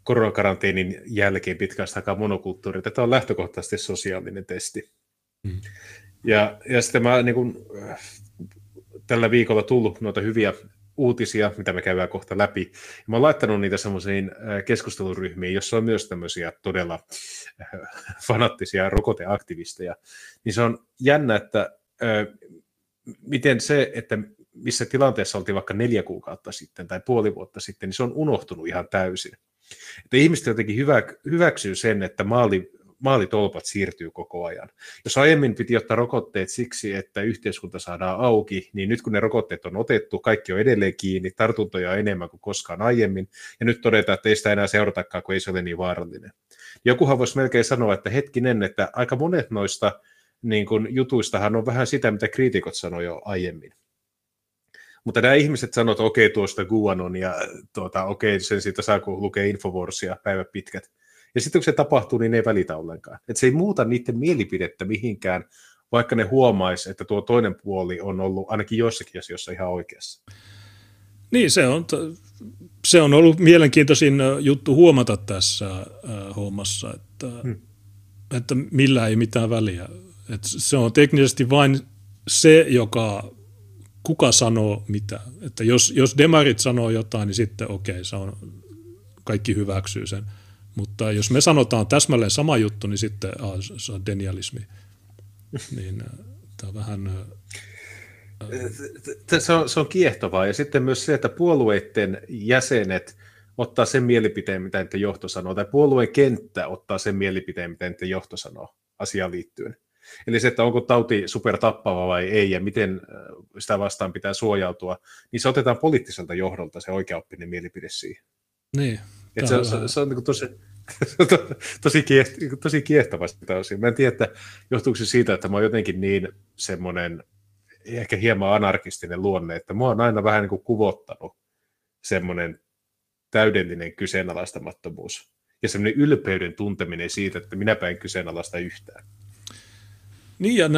koronakaranteenin jälkeen pitkästä aikaa monokulttuuri. Tämä on lähtökohtaisesti sosiaalinen testi. Ja sitten mä niin kuin, tällä viikolla tullut noita hyviä uutisia, mitä me käydään kohta läpi. Ja mä oon laittanut niitä semmoisiin keskusteluryhmiin, jossa on myös tämmöisiä todella fanattisia rokoteaktivisteja. Niin se on jännä, että miten se, että missä tilanteessa oltiin vaikka 4 kuukautta sitten tai puoli vuotta sitten, niin se on unohtunut ihan täysin. Että ihmiset jotenkin hyväksyy sen, että maalitolpat siirtyy koko ajan. Jos aiemmin piti ottaa rokotteet siksi, että yhteiskunta saadaan auki, niin nyt kun ne rokotteet on otettu, kaikki on edelleen kiinni, tartuntoja on enemmän kuin koskaan aiemmin, ja nyt todetaan, että ei sitä enää seuratakaan, kun ei se ole niin vaarallinen. Jokuhan voisi melkein sanoa, että hetkinen, että aika monet noista niin kun jutuistahan on vähän sitä, mitä kriitikot sanoi jo aiemmin. Mutta nämä ihmiset sanoo, että okei, tuosta QAnon ja okei, sen siitä saa, kun lukee Infowarsia päivät pitkät. Ja sitten kun se tapahtuu, niin ne ei välitä ollenkaan. Että se ei muuta niiden mielipidettä mihinkään, vaikka ne huomaisi, että tuo toinen puoli on ollut ainakin joissakin asioissa ihan oikeassa. Niin, se on ollut mielenkiintoisin juttu huomata tässä hommassa, että millä ei mitään väliä. Että se on teknisesti vain se, kuka sanoo mitä. Että jos demarit sanoo jotain, niin sitten okei, kaikki hyväksyy sen. Mutta jos me sanotaan täsmälleen sama juttu, niin sitten se on denialismi. Niin, tämä on vähän... Se on kiehtovaa. Ja sitten myös se, että puolueiden jäsenet ottaa sen mielipiteen, mitä niiden johto sanoo, tai puolueen kenttä ottaa sen mielipiteen, mitä niiden johto sanoo asiaan liittyen. Eli se, että onko tauti supertappava vai ei, ja miten sitä vastaan pitää suojautua, niin se otetaan poliittiselta johdolta se oikeaoppinen mielipide siihen. Niin. Se on niin tosi kiehtova sitä osin. Mä en tiedä, että johtuuko se siitä, että mä oon jotenkin niin semmoinen ehkä hieman anarkistinen luonne, että mä oon aina vähän niin kuin kuvottanut semmoinen täydellinen kyseenalaistamattomuus ja semmoinen ylpeyden tunteminen siitä, että minäpä en kyseenalaista yhtään. Niin ja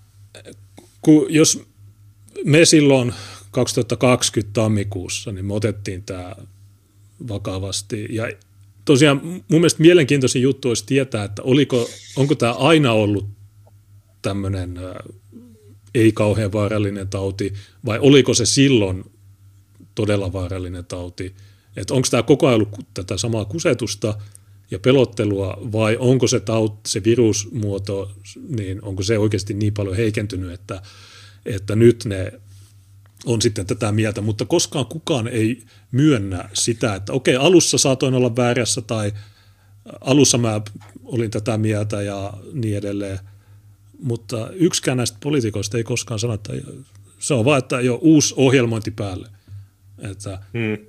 jos me silloin 2020 tammikuussa, niin me otettiin tämä vakavasti ja tosiaan mun mielestä mielenkiintoisin juttu olisi tietää, että onko tämä aina ollut tämmöinen ei kauhean vaarallinen tauti vai oliko se silloin todella vaarallinen tauti. Että onko tämä koko ajan ollut tätä samaa kusetusta ja pelottelua vai onko se virusmuoto, niin onko se oikeasti niin paljon heikentynyt, että nyt ne on sitten tätä mieltä, mutta koskaan kukaan ei myönnä sitä, että okei, alussa saatoin olla väärässä tai alussa mä olin tätä mieltä ja niin edelleen, mutta yksikään näistä poliitikoista ei koskaan sano, että se on vaan, että jo uusi ohjelmointi päälle. Että,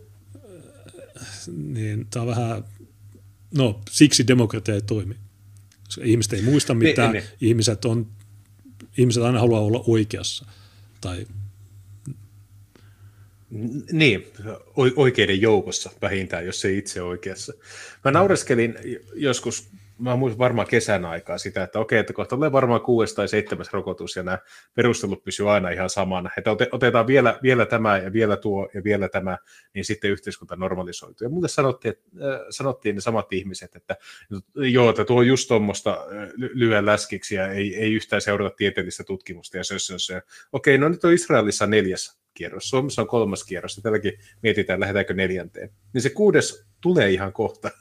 niin tämä on vähän, siksi demokratia ei toimi. Ihmiset ei muista mitään, ihmiset aina haluaa olla oikeassa tai niin, oikeiden joukossa vähintään, jos ei itse oikeassa. Mä naureskelin joskus, mä muistan varmaan kesän aikaa sitä, että okei, että kohta tulee varmaan 6 tai 7 rokotus, ja nämä perustelut pysyvät aina ihan samana. Että otetaan vielä tämä ja vielä tuo ja vielä tämä, niin sitten yhteiskunta normalisoituu. Ja mulle sanottiin ne samat ihmiset, että joo, että tuo on just tuommoista lyö läskiksi ja ei yhtään seurata tieteellistä tutkimusta ja sössössä. Okei, no nyt on Israelissa 4. kierros, Suomessa on 3. kierros, ja tälläkin mietitään, lähdetäänkö 4. Niin se 6. tulee ihan kohta.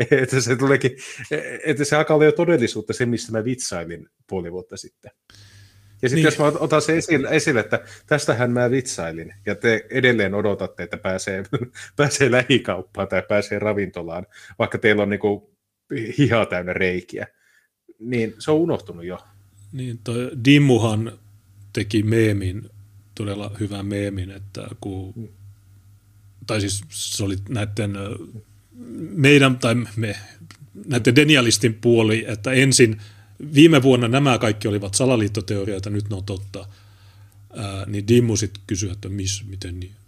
Että se alkaa olla jo todellisuutta se, missä mä vitsailin puoli vuotta sitten. Ja sitten jos mä otan se esille, että tästähän mä vitsailin, ja te edelleen odotatte, että pääsee lähikauppaan tai pääsee ravintolaan, vaikka teillä on niinku hihaa täynnä reikiä, niin se on unohtunut jo. Niin, toi Dimmuhan teki todella hyvän meemin, että tai siis se oli näiden näiden denialistin puoli, että ensin viime vuonna nämä kaikki olivat salaliittoteorioita, nyt ne on totta, niin Dimmu sitten kysyi, että miten niin?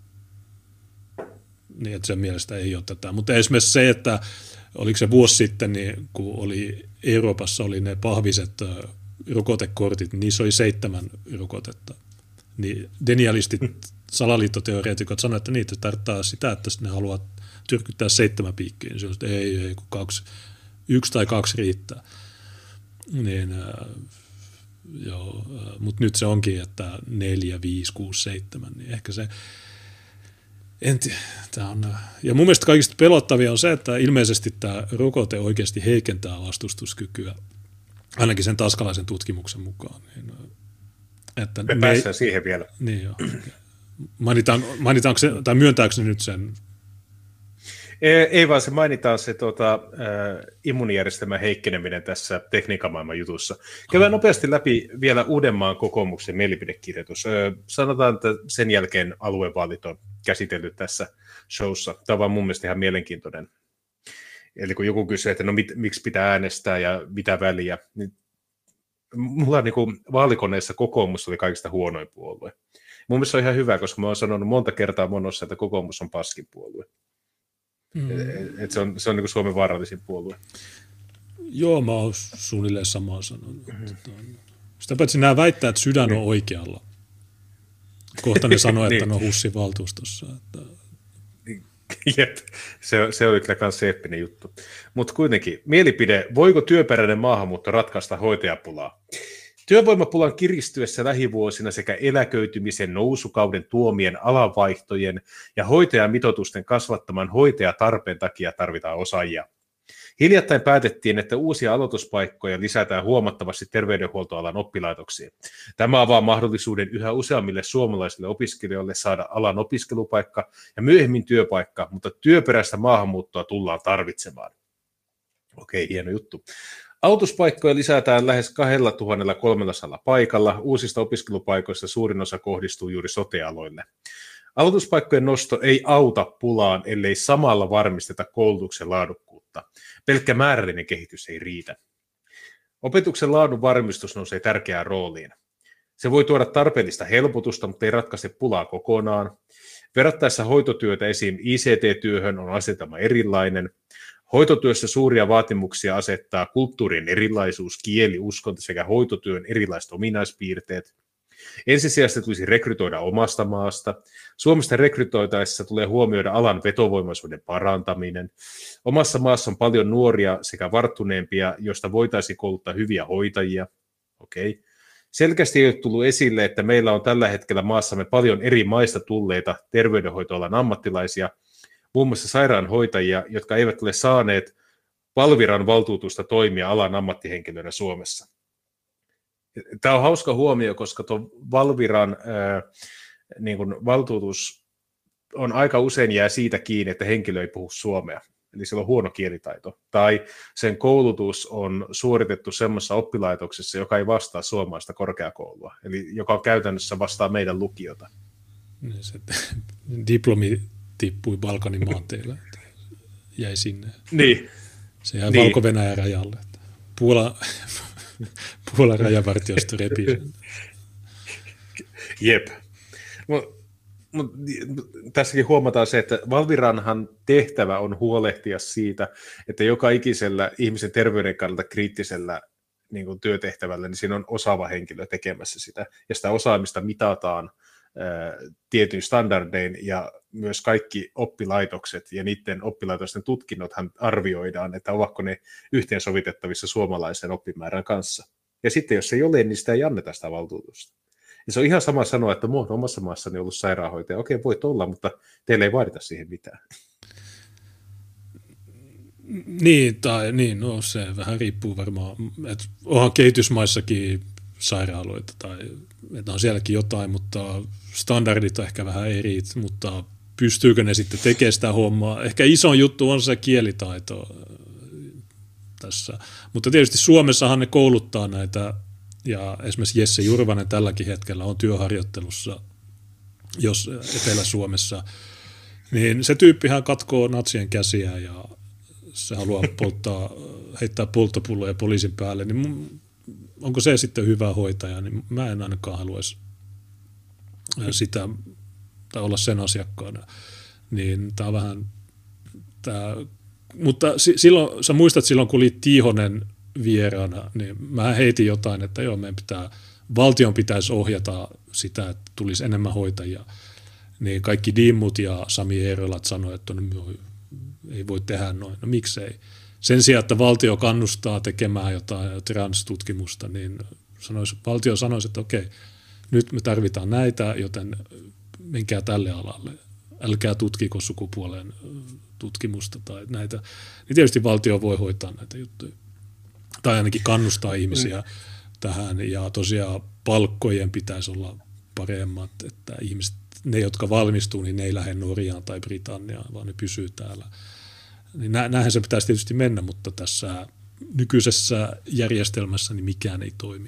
Niin, että sen mielestä ei ole tätä. Mutta esimerkiksi se, että oliko se vuosi sitten, niin kun Euroopassa oli ne pahviset rokotekortit, niin niissä oli 7 rokotetta. Niin denialistit, salaliittoteoreetikot sanoivat, että niitä tarkoittaa sitä, että ne haluaa tyrkyttää 7 piikkiä, niin se on, että ei, kun 1 tai 2 riittää. Niin, mutta nyt se onkin, että 4, 5, 6, 7, niin ehkä se, tämä on, ja mun mielestä kaikista pelottavia on se, että ilmeisesti tämä rokote oikeasti heikentää vastustuskykyä, ainakin sen tanskalaisen tutkimuksen mukaan. Niin, että me päästään siihen vielä. Niin joo. Mainitaanko se, tai myöntääkö se nyt sen? Ei vaan se mainitaan se immuunijärjestelmän heikkeneminen tässä tekniikan maailman jutussa. Käydään nopeasti läpi vielä Uudenmaan kokoomuksen mielipidekirjoitus. Sanotaan, että sen jälkeen aluevaalit on käsitelty tässä showssa. Tämä on vaan mun mielestä ihan mielenkiintoinen. Eli kun joku kysyy, että no miksi pitää äänestää ja mitä väliä, niin mulla niin kuin vaalikoneessa kokoomus oli kaikista huonoin puolue. Mun mielestä se on ihan hyvä, koska mä oon sanonut monta kertaa monossa, että kokoomus on paskin puolue. Et se on niin kuin Suomen vaarallisin puolue. Joo, mä oon suunnilleen samaa sanonut. Sitä paitsi nämä väittää, että sydän on oikealla. Kohta ne sanoo, että ne on HUSin valtuustossa. Jep, se oli kyllä myös eeppinen juttu. Mutta kuitenkin, mielipide, voiko työperäinen maahanmuutto ratkaista hoitajapulaa? Työvoimapulan kiristyessä lähivuosina sekä eläköitymisen nousukauden tuomien alanvaihtojen ja hoitajamitoitusten kasvattaman hoitajatarpeen takia tarvitaan osaajia. Hiljattain päätettiin, että uusia aloituspaikkoja lisätään huomattavasti terveydenhuoltoalan oppilaitoksiin. Tämä avaa mahdollisuuden yhä useammille suomalaisille opiskelijoille saada alan opiskelupaikka ja myöhemmin työpaikka, mutta työperäistä maahanmuuttoa tullaan tarvitsemaan. Okei, hieno juttu. Aloituspaikkoja lisätään lähes 2300 paikalla. Uusista opiskelupaikoista suurin osa kohdistuu juuri sote-aloille. Aloituspaikkojen nosto ei auta pulaan, ellei samalla varmisteta koulutuksen laadukkuutta. Pelkkä määrällinen kehitys ei riitä. Opetuksen laadun varmistus nousee tärkeään rooliin. Se voi tuoda tarpeellista helpotusta, mutta ei ratkaise pulaa kokonaan. Verrattaessa hoitotyötä esim. ICT-työhön on asetelma erilainen. Hoitotyössä suuria vaatimuksia asettaa kulttuurien erilaisuus, kieli, uskonto sekä hoitotyön erilaiset ominaispiirteet. Ensisijaisesti tulisi rekrytoida omasta maasta. Suomesta rekrytoitaessa tulee huomioida alan vetovoimaisuuden parantaminen. Omassa maassa on paljon nuoria sekä varttuneempia, joista voitaisiin kouluttaa hyviä hoitajia. Okei. Selkeästi ei ole tullut esille, että meillä on tällä hetkellä maassamme paljon eri maista tulleita terveydenhoitoalan ammattilaisia, muun muassa sairaanhoitajia, jotka eivät ole saaneet Valviran valtuutusta toimia alan ammattihenkilönä Suomessa. Tämä on hauska huomio, koska tuo Valviran niin kuin valtuutus on aika usein jää siitä kiinni, että henkilö ei puhu suomea. Eli sillä on huono kielitaito. Tai sen koulutus on suoritettu semmoisessa oppilaitoksessa, joka ei vastaa suomalaista korkeakoulua. Eli joka käytännössä vastaa meidän lukiota. Se diplomi tippui Balkanin maanteille. Jäi sinne. Niin. Se jäi Valko-Venäjän rajalle. Puolan rajavartiosta repii. Jep. Tässäkin huomataan se, että Valviranhan tehtävä on huolehtia siitä, että joka ikisellä ihmisen terveyden kannalta kriittisellä niin kuin työtehtävällä, niin siinä on osaava henkilö tekemässä sitä. Ja sitä osaamista mitataan tietyin standardein, ja myös kaikki oppilaitokset ja niiden oppilaitosten tutkinnothan arvioidaan, että ovatko ne yhteensovitettavissa suomalaisen oppimäärän kanssa. Ja sitten jos ei ole, niin sitä ei anneta sitä valtuutusta. Ja se on ihan sama sanoa, että minä olen omassa maassani ollut sairaanhoitaja. Okei, voit olla, mutta teille ei vaadita siihen mitään. Niin, no se vähän riippuu varmaan. Että onhan kehitysmaissakin sairaaloita, tai että on sielläkin jotain, mutta standardit on ehkä vähän eri, mutta pystyykö ne sitten tekemään sitä hommaa? Ehkä iso juttu on se kielitaito tässä. Mutta tietysti Suomessahan ne kouluttaa näitä, ja esimerkiksi Jesse Jurvanen tälläkin hetkellä on työharjoittelussa, jos Etelä-Suomessa, niin se tyyppihän katkoo natsien käsiä ja se haluaa heittää polttopulloja poliisin päälle, niin onko se sitten hyvä hoitaja, niin mä en ainakaan haluaisi sitä tai olla sen asiakkaana. Niin tämä on vähän, mutta silloin, sä muistat silloin, kun oli Tiihonen vieraana, niin mä heitin jotain, että joo, valtion pitäisi ohjata sitä, että tulisi enemmän hoitajia. Niin kaikki Dimmut ja Sami Eerolat sanoivat, että ei voi tehdä noin. No miksei? Sen sijaan, että valtio kannustaa tekemään jotain trans-tutkimusta, niin valtio sanoisi, että okei, nyt me tarvitaan näitä, joten menkää tälle alalle. Älkää tutkiko sukupuolen tutkimusta tai näitä. Niin tietysti valtio voi hoitaa näitä juttuja. Tai ainakin kannustaa ihmisiä tähän. Ja tosiaan palkkojen pitäisi olla paremmat, että ihmiset, ne jotka valmistuu, niin ne ei lähde Norjaan tai Britanniaan, vaan ne pysyy täällä. Niin näinhän se pitäisi tietysti mennä, mutta tässä nykyisessä järjestelmässä niin mikään ei toimi.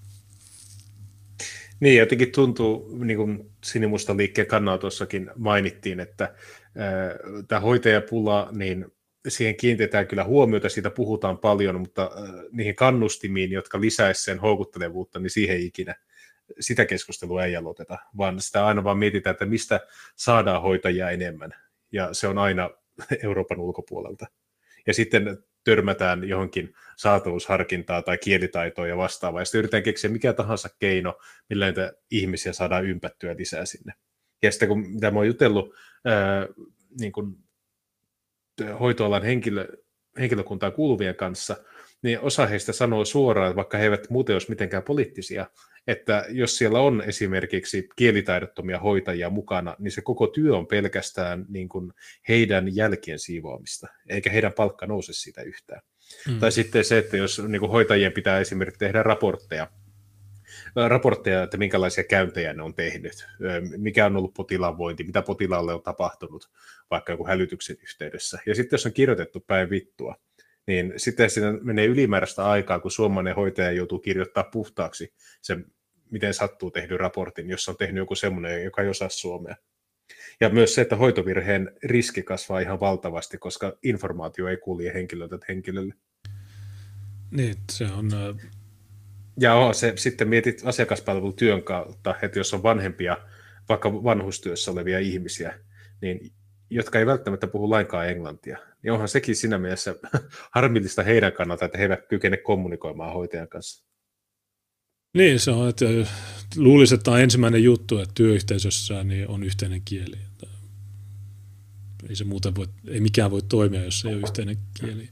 Niin, jotenkin tuntuu, niin kuin Sinimustan liikkeen kannanotussakin mainittiin, että tämä hoitajapula, niin siihen kiinnitetään kyllä huomiota, siitä puhutaan paljon, mutta niihin kannustimiin, jotka lisäisivät sen houkuttelevuutta, niin siihen ei ikinä sitä keskustelua ei aloiteta, vaan sitä aina vaan mietitään, että mistä saadaan hoitajia enemmän, ja se on aina Euroopan ulkopuolelta. Ja sitten törmätään johonkin saatavuusharkintaa tai kielitaitoa ja vastaavaa, ja sitten yritetään keksiä mikä tahansa keino, millä näitä ihmisiä saadaan ympättyä lisää sinne. Ja sitten kun mitä mä oon jutellut niin kun hoitoalan henkilökuntaan kuuluvien kanssa, niin osa heistä sanoo suoraan, että vaikka he eivät muuten olisi mitenkään poliittisia, että jos siellä on esimerkiksi kielitaidottomia hoitajia mukana, niin se koko työ on pelkästään niin kuin heidän jälkien siivoamista, eikä heidän palkka nouse siitä yhtään. Tai sitten se, että jos niin kuin hoitajien pitää esimerkiksi tehdä raportteja, että minkälaisia käyntejä ne on tehnyt, mikä on ollut potilaan vointi, mitä potilaalle on tapahtunut vaikka joku hälytyksen yhteydessä. Ja sitten jos on kirjoitettu päin vittua, niin sitten siinä menee ylimääräistä aikaa, kun suomalainen hoitaja joutuu kirjoittaa puhtaaksi sen, miten sattuu tehdyn raportin, jos on tehnyt joku semmoinen, joka ei osaa suomea. Ja myös se, että hoitovirheen riski kasvaa ihan valtavasti, koska informaatio ei kulje henkilöltä henkilölle. Niin, se on... Ja se, sitten mietit asiakaspalvelutyön kautta, että jos on vanhempia, vaikka vanhustyössä olevia ihmisiä, niin jotka ei välttämättä puhu lainkaan englantia, niin onhan sekin siinä mielessä harmillista heidän kannalta, että he eivät kykene kommunikoimaan hoitajan kanssa. Niin, se on, että luulisin, että on ensimmäinen juttu, että työyhteisössä niin on yhteinen kieli. Ei se muuten voi, ei mikään voi toimia, jos ei ole yhteinen kieli.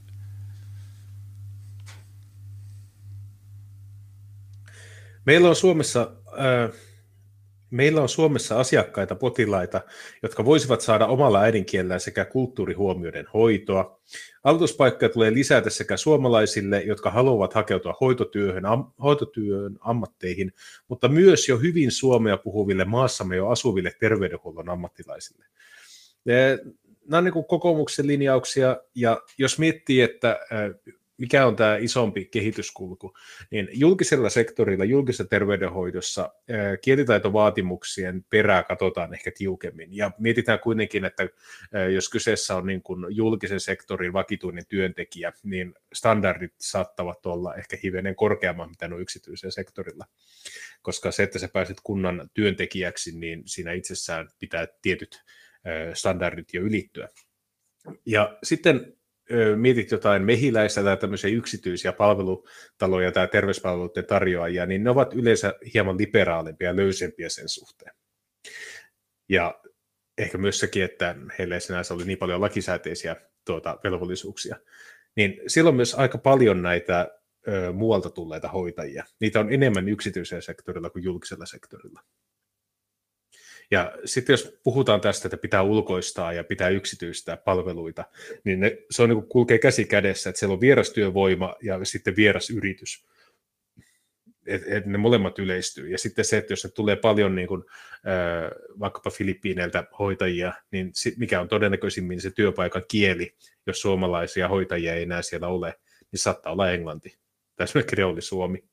Meillä on Suomessa asiakkaita, potilaita, jotka voisivat saada omalla äidinkielellään sekä kulttuurihuomioiden hoitoa. Aloituspaikkoja tulee lisätä sekä suomalaisille, jotka haluavat hakeutua hoitotyön ammatteihin, mutta myös jo hyvin suomea puhuville maassamme jo asuville terveydenhuollon ammattilaisille. Nämä on niin kuin kokoomuksen linjauksia, ja jos miettii, että mikä on tämä isompi kehityskulku, niin julkisella sektorilla, julkisessa terveydenhoidossa kielitaitovaatimuksien perää katsotaan ehkä tiukemmin. Ja mietitään kuitenkin, että jos kyseessä on niin kuin julkisen sektorin vakituinen työntekijä, niin standardit saattavat olla ehkä hivenen korkeamman, mitä on yksityisellä sektorilla. Koska se, että sä pääset kunnan työntekijäksi, niin siinä itsessään pitää tietyt standardit jo ylittyä. Ja sitten mietit jotain Mehiläistä tai tämmöisiä yksityisiä palvelutaloja tai terveyspalveluiden tarjoajia, niin ne ovat yleensä hieman liberaalimpia ja löysempiä sen suhteen. Ja ehkä myös sekin, että heillä ei sinänsä oli niin paljon lakisääteisiä velvollisuuksia. Niin silloin myös aika paljon näitä muualta tulleita hoitajia. Niitä on enemmän yksityisellä sektorilla kuin julkisella sektorilla. Ja sitten jos puhutaan tästä, että pitää ulkoistaa ja pitää yksityistää palveluita, niin se on niin kuin kulkee käsi kädessä, että siellä on vierastyövoima ja sitten vierasyritys. Et ne molemmat yleistyy. Ja sitten se, että jos ne tulee paljon niin kuin, vaikkapa Filippiineiltä hoitajia, niin mikä on todennäköisimmin se työpaikan kieli, jos suomalaisia hoitajia ei enää siellä ole, niin saattaa olla englanti. Tai esimerkiksi kreolisuomi.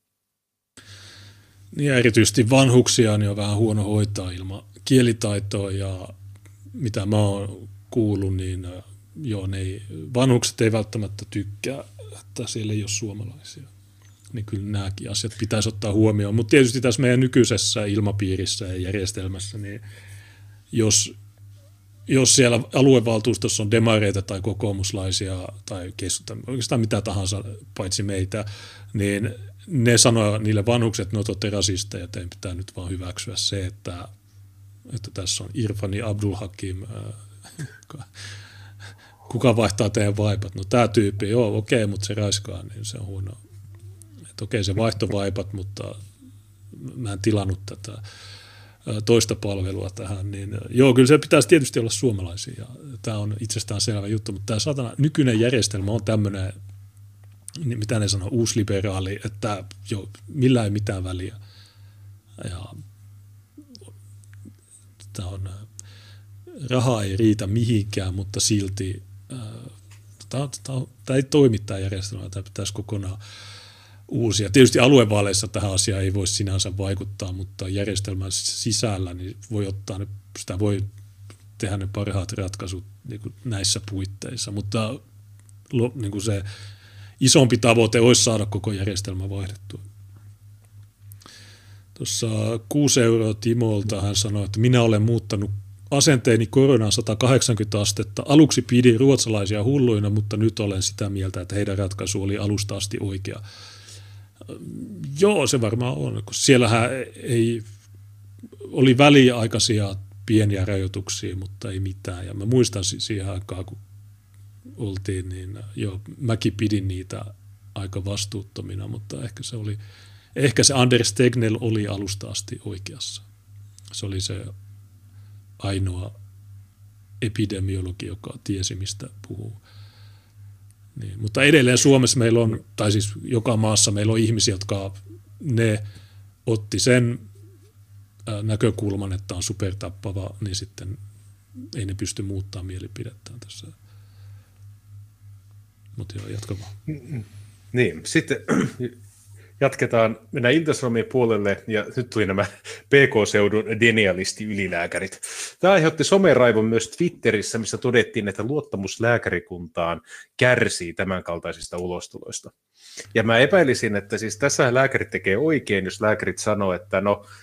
Ja erityisesti vanhuksia niin on vähän huono hoitaa ilman kielitaitoa, ja mitä mä oon kuullut, niin vanhukset ei välttämättä tykkää, että siellä ei ole suomalaisia. Niin kyllä nämäkin asiat pitäisi ottaa huomioon. Mutta tietysti tässä meidän nykyisessä ilmapiirissä ja järjestelmässä, niin jos siellä aluevaltuustossa on demareita tai kokoomuslaisia tai oikeastaan mitä tahansa paitsi meitä, niin ne sanoo niille vanhukset, että ne olette rasisteja, että teidän pitää nyt vaan hyväksyä se, että tässä on Irfani Abdulhakim kuka vaihtaa teidän vaipat? No tämä tyyppi, joo, okei, mutta se raiskaa, niin se on huono. Että okei, se vaihto vaipat, mutta mä en tilannut tätä toista palvelua tähän, niin joo, kyllä se pitäisi tietysti olla suomalaisia, ja tämä on itsestään selvä juttu, mutta tämä satana nykyinen järjestelmä on tämmöinen, mitä ne sanoo, uusliberaali, että joo, millään ei mitään väliä. Ja raha ei riitä mihinkään, mutta silti tämä ei toimi tämä järjestelmä, tämä pitäisi kokonaan uusia. Tietysti aluevaaleissa tähän asiaan ei voi sinänsä vaikuttaa, mutta järjestelmän sisällä niin sitä voi tehdä ne parhaat ratkaisut niin kuin näissä puitteissa, mutta niin kuin se isompi tavoite olisi saada koko järjestelmä vaihdettua. Tuossa 6 euroa Timolta hän sanoi, että minä olen muuttanut asenteeni koronaan 180 astetta. Aluksi pidin ruotsalaisia hulluina, mutta nyt olen sitä mieltä, että heidän ratkaisu oli alusta asti oikea. Joo, se varmaan on, kun siellähän oli väliaikaisia pieniä rajoituksia, mutta ei mitään. Ja mä muistan siihen aikaan, kun oltiin, niin joo, mäkin pidin niitä aika vastuuttomina, mutta ehkä se Anders Tegnell oli alusta asti oikeassa. Se oli se ainoa epidemiologi, joka tiesi, mistä puhuu. Niin, mutta edelleen Suomessa meillä on, tai siis joka maassa meillä on ihmisiä, jotka ne otti sen näkökulman, että on supertappava, niin sitten ei ne pysty muuttamaan mielipidettään tässä. Mutta joo, jatka vaan. Niin, sitten jatketaan, mennään Ilta-Sanomien puolelle, ja nyt tuli nämä PK-seudun denialisti-ylilääkärit. Tämä aiheutti someraivon myös Twitterissä, missä todettiin, että luottamus lääkärikuntaan kärsii tämänkaltaisista ulostuloista. Ja mä epäilisin, että siis tässä lääkärit tekee oikein, jos lääkärit sanoo, että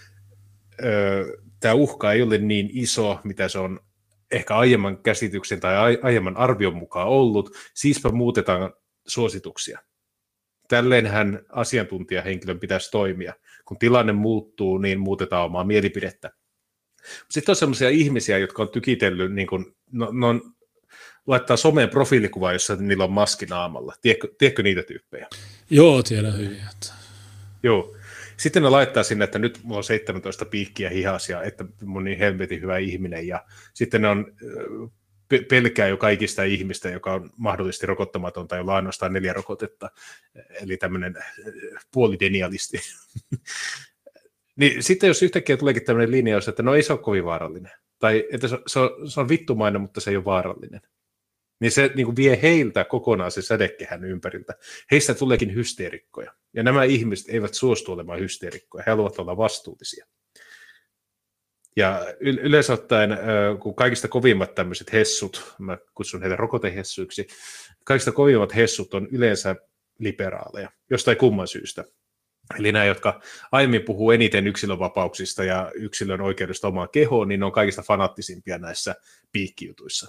tämä uhka ei ole niin iso, mitä se on ehkä aiemman käsityksen tai aiemman arvion mukaan ollut, siispä muutetaan suosituksia. Tälleenhän asiantuntijahenkilön pitäisi toimia. Kun tilanne muuttuu, niin muutetaan omaa mielipidettä. Sitten on sellaisia ihmisiä, jotka on tykitellyt, niin kun, laittaa someen profiilikuvaa, jossa niillä on maski naamalla. Tiedätkö niitä tyyppejä? Joo, tiedän hyvin. Joo. Sitten ne laittaa sinne, että nyt mulla on 17 piikkiä hihasia, että mun on niin helvetin hyvä ihminen. Ja sitten ne on pelkää jo kaikista ihmistä, joka on mahdollisesti rokottamatonta, jolla on ainoastaan 4 rokotetta, eli tämmöinen puolidenialisti. Niin sitten jos yhtäkkiä tuleekin tämmöinen linjaus, että no ei se ole kovin vaarallinen, tai että se on vittumainen, mutta se ei ole vaarallinen, niin se niin kuin vie heiltä kokonaan se sädekehän ympäriltä. Heistä tuleekin hysteerikkoja, ja nämä ihmiset eivät suostu olemaan hysteerikkoja, he haluavat olla vastuullisia. Ja yleensä ottaen, kun kaikista kovimmat tämmöiset hessut, mä kutsun heitä rokotehessuiksi, kaikista kovimmat hessut on yleensä liberaaleja, jostain kumman syystä. Eli nämä, jotka aiemmin puhuu eniten yksilönvapauksista ja yksilön oikeudesta omaan kehoon, niin ne on kaikista fanaattisimpia näissä piikkijutuissa.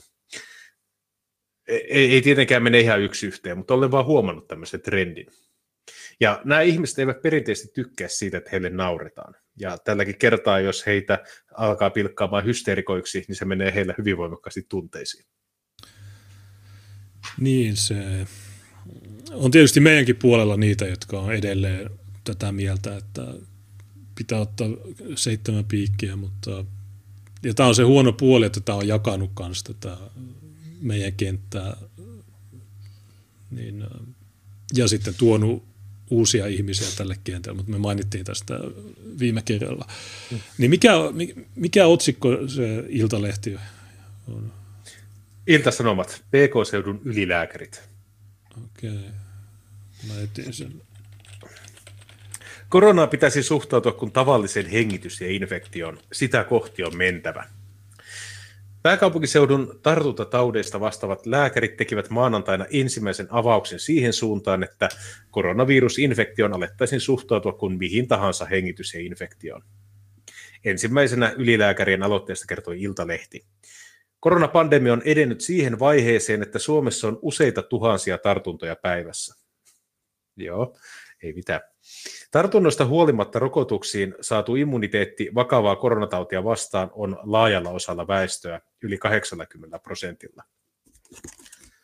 Ei tietenkään mene ihan yksi yhteen, mutta olen vaan huomannut tämmöisen trendin. Ja nämä ihmiset eivät perinteisesti tykkää siitä, että heille nauretaan. Ja tälläkin kertaa, jos heitä alkaa pilkkaamaan hysteerikoiksi, niin se menee heillä hyvin voimakkaasti tunteisiin. Niin, se on tietysti meidänkin puolella niitä, jotka on edelleen tätä mieltä, että pitää ottaa 7 piikkiä, mutta ja tämä on se huono puoli, että tämä on jakanut kanssa tätä meidän kenttää niin, ja sitten tuonut uusia ihmisiä tälle kentälle, mutta me mainittiin tästä viime kerralla. Niin mikä otsikko se Iltalehti on? Ilta-Sanomat, PK-seudun ylilääkärit. Okei, mä etin sen. Koronaan pitäisi suhtautua kuin tavalliseen hengitys- ja infektioon. Sitä kohti on mentävä. Pääkaupunkiseudun tartuntataudeista vastaavat lääkärit tekivät maanantaina ensimmäisen avauksen siihen suuntaan, että koronavirusinfektioon alettaisiin suhtautua kuin mihin tahansa hengitys- ja infektioon. Ensimmäisenä ylilääkärien aloitteesta kertoi Iltalehti. Koronapandemia on edennyt siihen vaiheeseen, että Suomessa on useita tuhansia tartuntoja päivässä. Joo, ei mitään. Tartunnoista huolimatta rokotuksiin saatu immuniteetti vakavaa koronatautia vastaan on laajalla osalla väestöä yli 80%.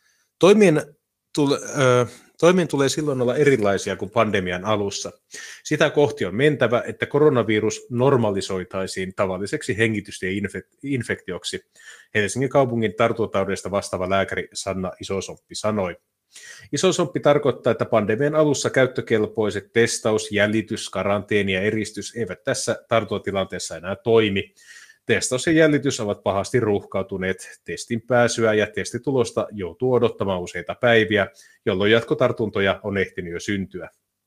Toimien tulee silloin olla erilaisia kuin pandemian alussa. Sitä kohti on mentävä, että koronavirus normalisoitaisiin tavalliseksi hengitystieinfektioksi, Helsingin kaupungin tartuntataudeista vastaava lääkäri Sanna Isosomppi sanoi. Isosomppi tarkoittaa, että pandemian alussa käyttökelpoiset testaus, jäljitys, karanteeni ja eristys eivät tässä tartuntatilanteessa enää toimi. Testaus ja jäljitys ovat pahasti ruuhkautuneet, testin pääsyä ja testitulosta joutuu odottamaan useita päiviä, jolloin jatkotartuntoja on ehtinyt jo syntyä.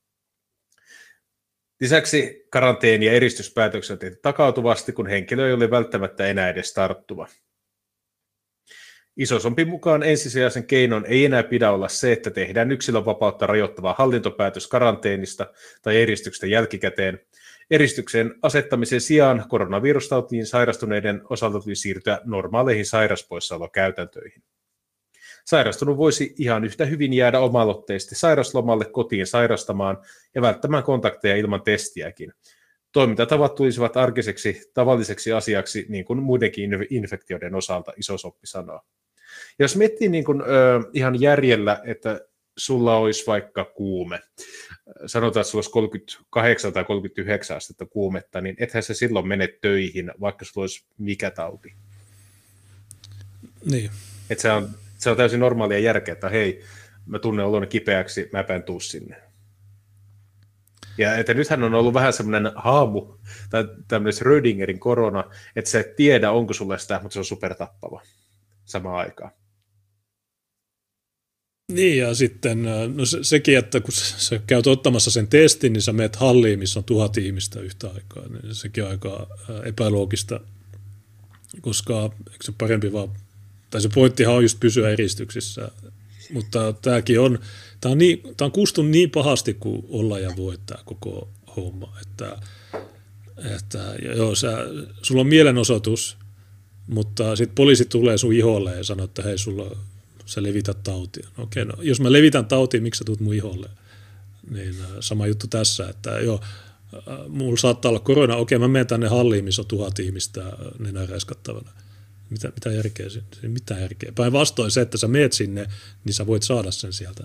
Lisäksi karanteeni- ja eristyspäätökset on tehty takautuvasti, kun henkilö ei ole välttämättä enää edes tarttuva. Isosompin mukaan ensisijaisen keinon ei enää pidä olla se, että tehdään yksilönvapautta rajoittava hallintopäätös karanteenista tai eristyksestä jälkikäteen. Eristyksen asettamisen sijaan koronavirustautiin sairastuneiden osalta tulisi siirtyä normaaleihin sairaspoissaolokäytäntöihin. Sairastunut voisi ihan yhtä hyvin jäädä oma-aloitteisesti sairaslomalle kotiin sairastamaan ja välttämään kontakteja ilman testiäkin. Toimintatavat tulisivat arkiseksi tavalliseksi asiaksi niin kuin muidenkin infektioiden osalta, Isosoppi sanoo. Ja jos miettii niin kuin, ihan järjellä, että sulla olisi vaikka kuume, sanotaan, että sulla olisi 38 tai 39 astetta kuumetta, niin ethän se silloin mene töihin, vaikka sulla olisi mikä tauti. Niin. Että se on täysin normaalia järkeä, että hei, mä tunnen oloni kipeäksi, mä en tuu sinne. Ja että nythän on ollut vähän semmoinen haamu, tai tämmöinen Schrödingerin korona, että sä et tiedä, onko sulle sitä, mutta se on supertappava samaan aikaan. Niin, ja sitten no sekin, että kun sä käyt ottamassa sen testin, niin sä menet halliin, missä on 1000 ihmistä yhtä aikaa, niin sekin on aika epäloogista, koska eikö se parempi vaan, tai se pointtihan on just pysyä eristyksissä, mutta tämäkin on, tämä on kustunut niin pahasti kuin olla ja voi tämä koko homma, että joo, sulla on mielenosoitus, mutta sitten poliisi tulee sun iholle ja sanoo, että hei, sä levität tautia. No okei, no, jos mä levitän tautia, miksi sä tulet mun iholle? Niin sama juttu tässä, että joo, mulla saattaa olla korona, okei, mä menen tänne halliin, missä on 1000 ihmistä nenän räiskattavana. Mitä järkeä siinä? Mitään järkeä. Päinvastoin se, että sä meet sinne, niin sä voit saada sen sieltä.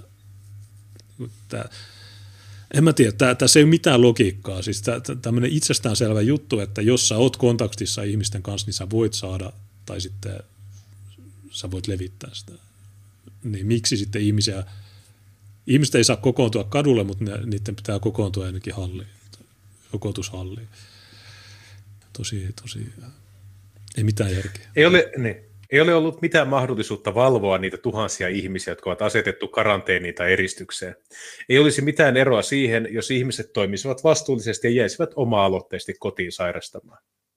En mä tiedä, tässä ei ole mitään logiikkaa. Siis tämmöinen itsestäänselvä juttu, että jos sä oot kontaktissa ihmisten kanssa, niin sä voit saada, tai sitten sä voit levittää sitä. Niin miksi sitten ihmiset ei saa kokoontua kadulle, mutta niiden pitää kokoontua ainakin halliin, rokotushalliin. Tosi, ei mitään järkeä. Ei ole ollut mitään mahdollisuutta valvoa niitä tuhansia ihmisiä, jotka ovat asetettu karanteeniin tai eristykseen. Ei olisi mitään eroa siihen, jos ihmiset toimisivat vastuullisesti ja jäisivät oma-aloitteisesti kotiin sairastamaan.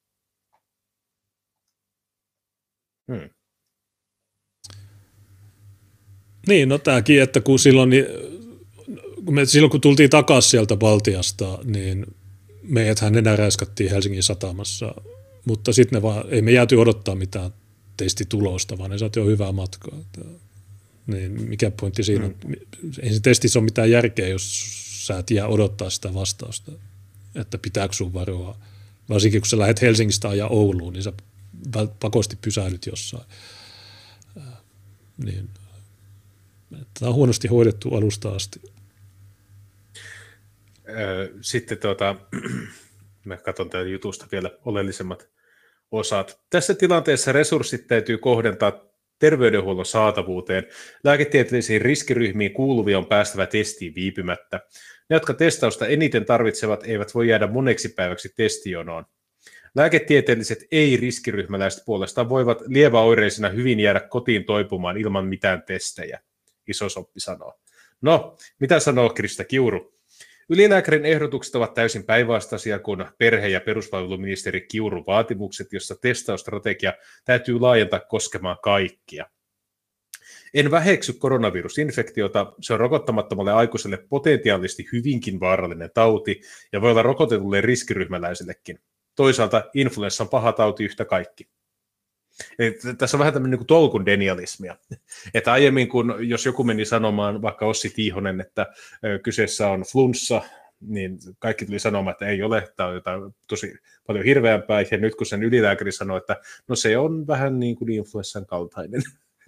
Niin, no tämäkin, että kun silloin kun tultiin takaisin sieltä Baltiasta, niin meidäthän enää räiskattiin Helsingin satamassa, mutta sitten ei me jääty odottaa mitään testitulosta, vaan ne saatiin jo hyvää matkaa. Niin, mikä pointti siinä on? Ei se testissä ole mitään järkeä, jos sä et jää odottaa sitä vastausta, että pitääkö sun varoa. Varsinkin kun sä lähdet Helsingistä ajaa Ouluun, niin sä pakosti pysähdyt jossain. Niin, tämä on huonosti hoidettu alusta asti. Sitten mä katson täältä jutusta vielä oleellisemmat osat. Tässä tilanteessa resurssit täytyy kohdentaa terveydenhuollon saatavuuteen. Lääketieteellisiin riskiryhmiin kuuluvia on päästävä testiin viipymättä. Ne, jotka testausta eniten tarvitsevat, eivät voi jäädä moneksi päiväksi testijonoon. Lääketieteelliset ei-riskiryhmäläiset puolestaan voivat lieväoireisina hyvin jäädä kotiin toipumaan ilman mitään testejä, Isosoppi sanoo. No, mitä sanoo Krista Kiuru? Ylilääkärin ehdotukset ovat täysin päinvastaisia kuin perhe- ja peruspalveluministeri Kiurun vaatimukset, jossa testaustrategia täytyy laajentaa koskemaan kaikkia. En väheksy koronavirusinfektiota, se on rokottamattomalle aikuiselle potentiaalisesti hyvinkin vaarallinen tauti ja voi olla rokotetulle riskiryhmäläisellekin. Toisaalta influenssan paha tauti yhtä kaikki. Eli tässä on vähän tämmöinen niin tolkun denialismia. Että aiemmin, kun jos joku meni sanomaan, vaikka Ossi Tiihonen, että kyseessä on flunssa, niin kaikki tuli sanomaan, että ei ole, tämä on jotain tosi paljon hirveämpää, ja nyt kun sen ylilääkäri sanoi, että no se on vähän niin kuin influenssan kaltainen,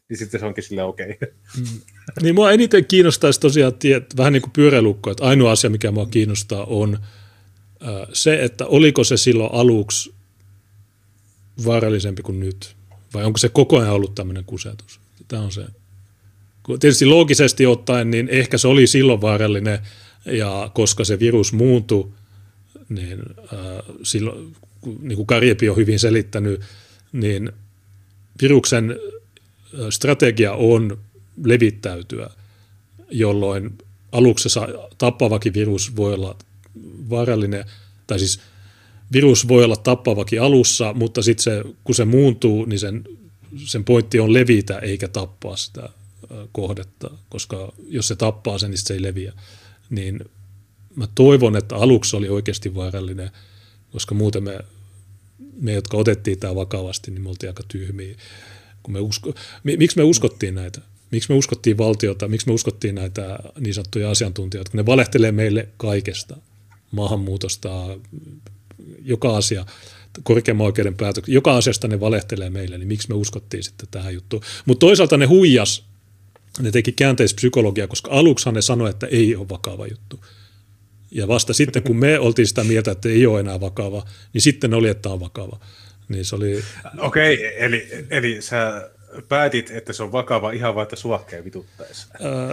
niin sitten se onkin silleen okei. Niin mua eniten kiinnostaisi tosiaan, vähän niin kuin pyöräilukko, että ainoa asia, mikä mua kiinnostaa, on se, että oliko se silloin aluksi vaarallisempi kuin nyt, vai onko se koko ajan ollut tämmöinen kusetus. Tämä on se. Tietysti loogisesti ottaen, niin ehkä se oli silloin vaarallinen, ja koska se virus muuntui, niin silloin, niin kuin Karjepi on hyvin selittänyt, niin viruksen strategia on levittäytyä, jolloin aluksi tappavakin virus voi olla vaarallinen, tai siis virus voi olla tappavakin alussa, mutta sitten kun se muuntuu, niin sen pointti on levitä eikä tappaa sitä kohdetta, koska jos se tappaa sen, niin se ei leviä. Niin mä toivon, että aluksi oli oikeasti vaarallinen, koska muuten me jotka otettiin tämä vakavasti, niin me oltiin aika tyhmiä. Miksi me uskottiin näitä? Miksi me uskottiin valtiota? Miksi me uskottiin näitä niin sanottuja asiantuntijoita? Kun ne valehtelee meille kaikesta, maahanmuutosta, joka asia, korkeamman oikeuden päätöksiä, joka asiasta ne valehtelee meille, niin miksi me uskottiin sitten tähän juttuun? Mutta toisaalta ne huijas, ne teki käänteispsykologiaa, koska aluksihan ne sanoi, että ei ole vakava juttu. Ja vasta sitten, kun me oltiin sitä mieltä, että ei ole enää vakava, niin sitten oli, että on vakava. Niin se oli... Okei, eli sä päätit, että se on vakava ihan vaan, että suahkeen vituttaessa.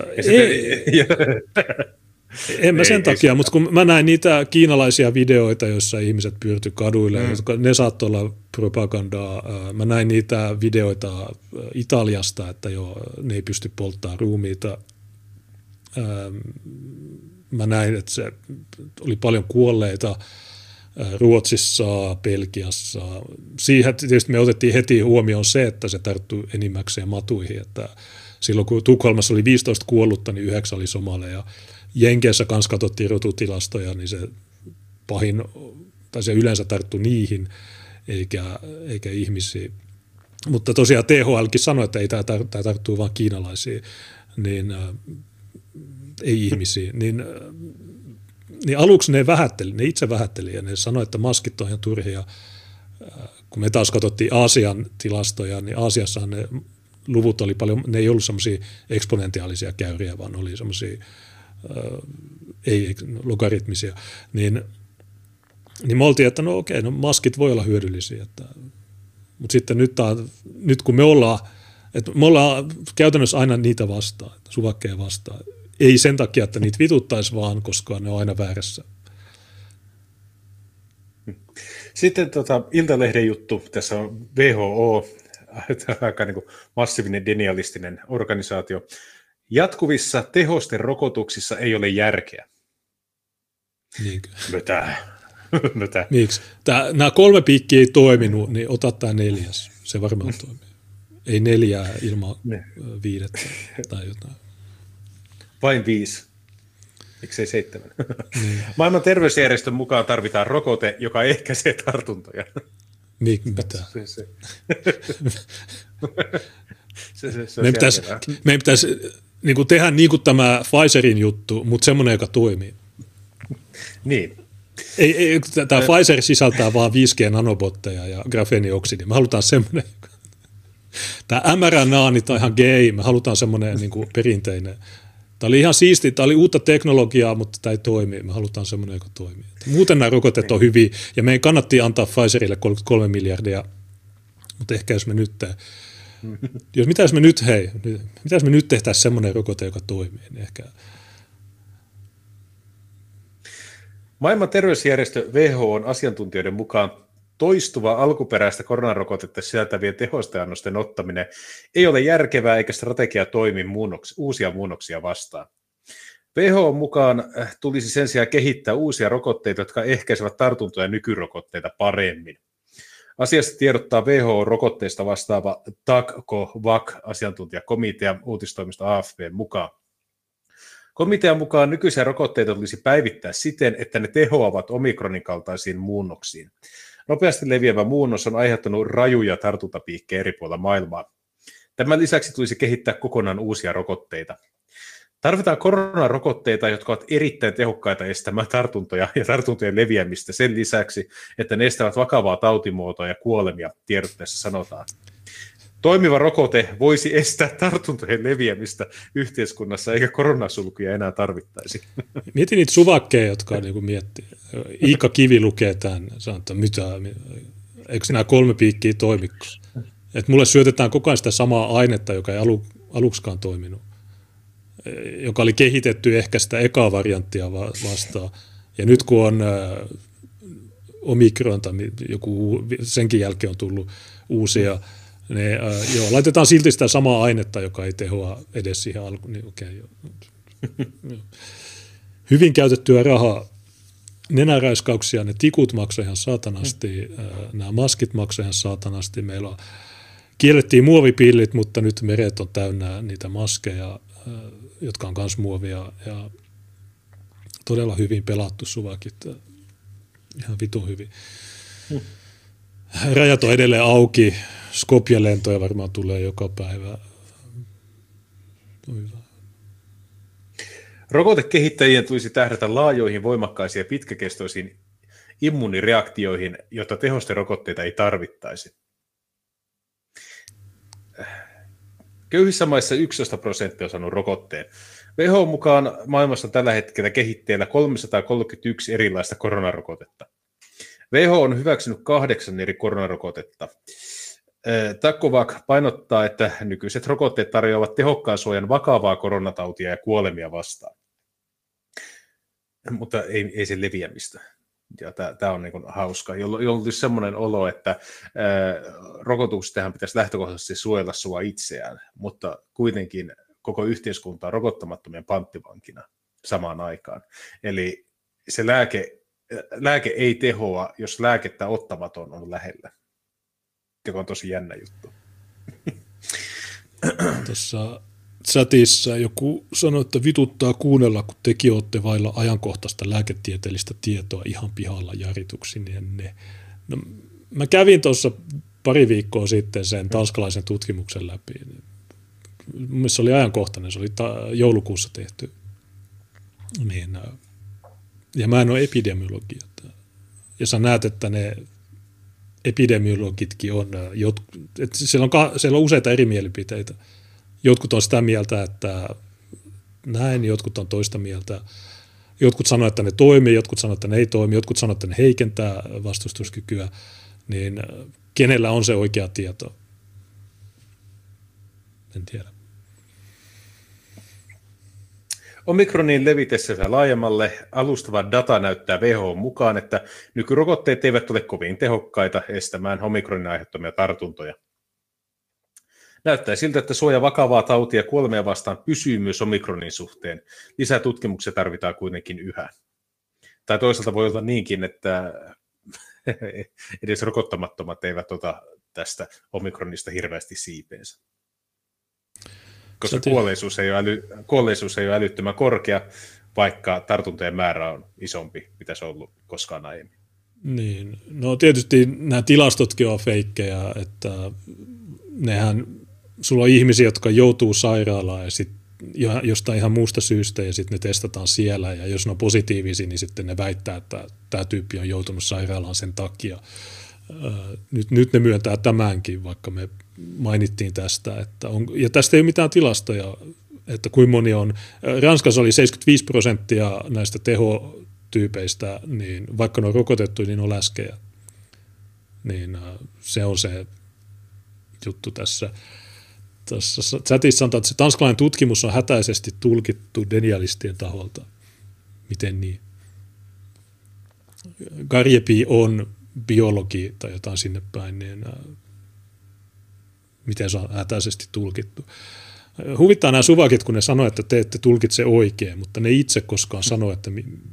En mä sen takia, mutta kun mä näin niitä kiinalaisia videoita, joissa ihmiset pyörtyi kaduille, jotka ne saattoi olla propagandaa. Mä näin niitä videoita Italiasta, että ne ei pysty polttamaan ruumiita. Mä näin, että se oli paljon kuolleita Ruotsissa, Belgiassa. Siihen tietysti me otettiin heti huomioon se, että se tarttui enimmäkseen matuihin. Että silloin kun Tukholmassa oli 15 kuollutta, niin 9 oli somaleja. Jenkeissä kanssa katsottiin rotutilastoja, niin se pahin, tai se yleensä tarttui niihin, eikä ihmisiin. Mutta tosiaan THLkin sanoi, että ei tämä tarttuu vaan kiinalaisiin, niin ei ihmisiin. Niin aluksi ne itse vähätteli ja ne sanoi, että maskit on ihan turhia. Kun me taas katsottiin Aasian tilastoja, niin Aasiassa ne luvut oli paljon, ne ei ollut semmoisia eksponentiaalisia käyriä, vaan oli semmoisia ei logaritmisia, niin me oltiin, että no okei, no maskit voi olla hyödyllisiä, mutta sitten nyt kun me ollaan käytännössä aina niitä vastaan, suvakkeja vastaan, ei sen takia, että niitä vituttaisi vaan, koska ne on aina väärässä. Sitten Iltalehden juttu, tässä on WHO, aika niin kuin massiivinen denialistinen organisaatio. Jatkuvissa tehosten rokotuksissa ei ole järkeä. Niinkö? Mötä. Miksi? Nämä 3 piikkiä ei toiminut, niin ota tämä 4. Se varmaan toimii. Ei 4 ilman 5 tai jotain. Vain 5. Miksei 7? Niin. Maailman terveysjärjestön mukaan tarvitaan rokote, joka ehkäisee tartuntoja. Mitä? Meidän pitäisi niin kuin tehdä niin kuin tämä Pfizerin juttu, mutta semmoinen, joka toimii. Niin. Tämä Pfizer sisältää vaan 5G-nanobotteja ja grafeenioksidia. Me halutaan semmoinen. Tämä mRNA niin on ihan gay. Me halutaan semmoinen niin kuin perinteinen. Tämä oli ihan siisti. Tämä oli uutta teknologiaa, mutta tämä ei toimi. Me halutaan semmoinen, joka toimii. Muuten nämä rokotteet on hyviä. Ja meidän kannattiin antaa Pfizerille 33 miljardia. Mutta ehkä jos me nyt... Mitä jos me nyt tehtäisiin semmoinen rokote, joka toimii, niin ehkä... Maailman terveysjärjestö WHO:n asiantuntijoiden mukaan toistuva alkuperäistä koronarokotetta sisältävien tehosteannosten ottaminen ei ole järkevää eikä strategia toimi uusia muunnoksia vastaan. WHO:n mukaan tulisi sen sijaan kehittää uusia rokotteita, jotka ehkäisevät tartuntoja nykyrokotteita paremmin. Asiasta tiedottaa WHO-rokotteista vastaava TAC-COVAC-asiantuntijakomitea uutistoimisto AFP:n mukaan. Komitean mukaan nykyisiä rokotteita tulisi päivittää siten, että ne tehoavat omikronin kaltaisiin muunnoksiin. Nopeasti leviävä muunnos on aiheuttanut rajuja tartuntapiikkejä eri puolilla maailmaa. Tämän lisäksi tulisi kehittää kokonaan uusia rokotteita. Tarvitaan koronarokotteita, jotka ovat erittäin tehokkaita estämään tartuntoja ja tartuntojen leviämistä sen lisäksi, että ne estävät vakavaa tautimuotoa ja kuolemia, tiedotteessa sanotaan. Toimiva rokote voisi estää tartuntojen leviämistä yhteiskunnassa, eikä koronasulkuja enää tarvittaisi. Mietin niitä suvakkeja, jotka niin miettii. Iikka Kivi lukee tämän, sanoo, että eikö nämä 3 piikkiä toimiko? Että mulle syötetään koko ajan sitä samaa ainetta, joka ei aluksikaan toiminut, joka oli kehitetty ehkä sitä ekaa varianttia vastaan. Ja nyt kun on Omikron tai joku senkin jälkeen on tullut uusia, ne, laitetaan silti sitä samaa ainetta, joka ei tehoa edes siihen alkuun. Niin, okay, hyvin käytettyä rahaa. Nenäräiskauksia, ne tikut maksoi ihan saatanasti, nämä maskit maksoi ihan saatanasti. Meillä kiellettiin muovipillit, mutta nyt meret on täynnä niitä maskeja, jotka on myös muovia. Ja todella hyvin pelattu suvakit. Ihan vitun hyvin. Rajat on edelleen auki. Skopjen lentoja varmaan tulee joka päivä. Hyvä. Rokotekehittäjien tulisi tähdätä laajoihin, voimakkaisiin ja pitkäkestoisiin immuunireaktioihin, jotta tehosterokotteita ei tarvittaisi. Köyhissä maissa 11% on saanut rokotteen. WHO mukaan maailmassa on tällä hetkellä kehitteillä 331 erilaista koronarokotetta. WHO on hyväksynyt 8 eri koronarokotetta. Takovak painottaa, että nykyiset rokotteet tarjoavat tehokkaan suojan vakavaa koronatautia ja kuolemia vastaan. Mutta ei sen leviämistä. Ja tämä on niin hauska. Jolloin olisi semmoinen olo, että rokotuksistahan pitäisi lähtökohtaisesti suojella sua itseään, mutta kuitenkin koko yhteiskunta on rokottamattomien panttivankina samaan aikaan. Eli se lääke ei tehoa, jos lääkettä ottamaton on lähellä. Joka on tosi jännä juttu. Tuossa chatissa joku sanoi, että vituttaa kuunnella, kun tekin olette vailla ajankohtaista lääketieteellistä tietoa ihan pihalla jarituksinenne. No, mä kävin tuossa pari viikkoa sitten sen tanskalaisen tutkimuksen läpi. Mun mielestä se oli ajankohtainen, se oli joulukuussa tehty. Niin, ja mä en ole epidemiologi. Ja sä näet, että ne epidemiologitkin on, että siellä on useita eri mielipiteitä. Jotkut on sitä mieltä, että näin, jotkut on toista mieltä. Jotkut sanoo, että ne toimii, jotkut sanoo, että ne ei toimi, jotkut sanoo, että ne heikentää vastustuskykyä. Niin kenellä on se oikea tieto? En tiedä. Omikronin levitessä laajemmalle alustava data näyttää WHO mukaan, että nykyrokotteet eivät ole kovin tehokkaita estämään omikronin aiheuttamia tartuntoja. Näyttää siltä, että suoja vakavaa tautia ja kuolemia vastaan pysyy myös omikronin suhteen. Lisää tutkimuksia tarvitaan kuitenkin yhä. Tai toisaalta voi olla niinkin, että edes rokottamattomat eivät ota tästä omikronista hirveästi siipeensä. Koska kuolleisuus ei ole älyttömän korkea, vaikka tartuntojen määrä on isompi, mitä se on ollut koskaan aiemmin. Niin, no tietysti nämä tilastotkin on feikkejä, että sulla on ihmisiä, jotka joutuu sairaalaan ja sitten jostain ihan muusta syystä ja sitten ne testataan siellä ja jos ne on positiivisia, niin sitten ne väittää, että tämä tyyppi on joutunut sairaalaan sen takia. Nyt ne myöntää tämänkin, vaikka me mainittiin tästä, ja tästä ei ole mitään tilastoja, että kuinka moni on. Ranskassa oli 75% näistä tehotyypeistä, niin vaikka ne on rokotettu, niin on läskejä. Niin se on se juttu tässä. Tässä chatissa sanotaan, että se tanskalainen tutkimus on hätäisesti tulkittu denialistien taholta. Miten niin? Garjepi on biologi tai jotain sinne päin, niin miten se on hätäisesti tulkittu. Huvittaa nämä suvakit, kun ne sanoo, että te ette tulkitse oikein, mutta ne itse koskaan sanoo, että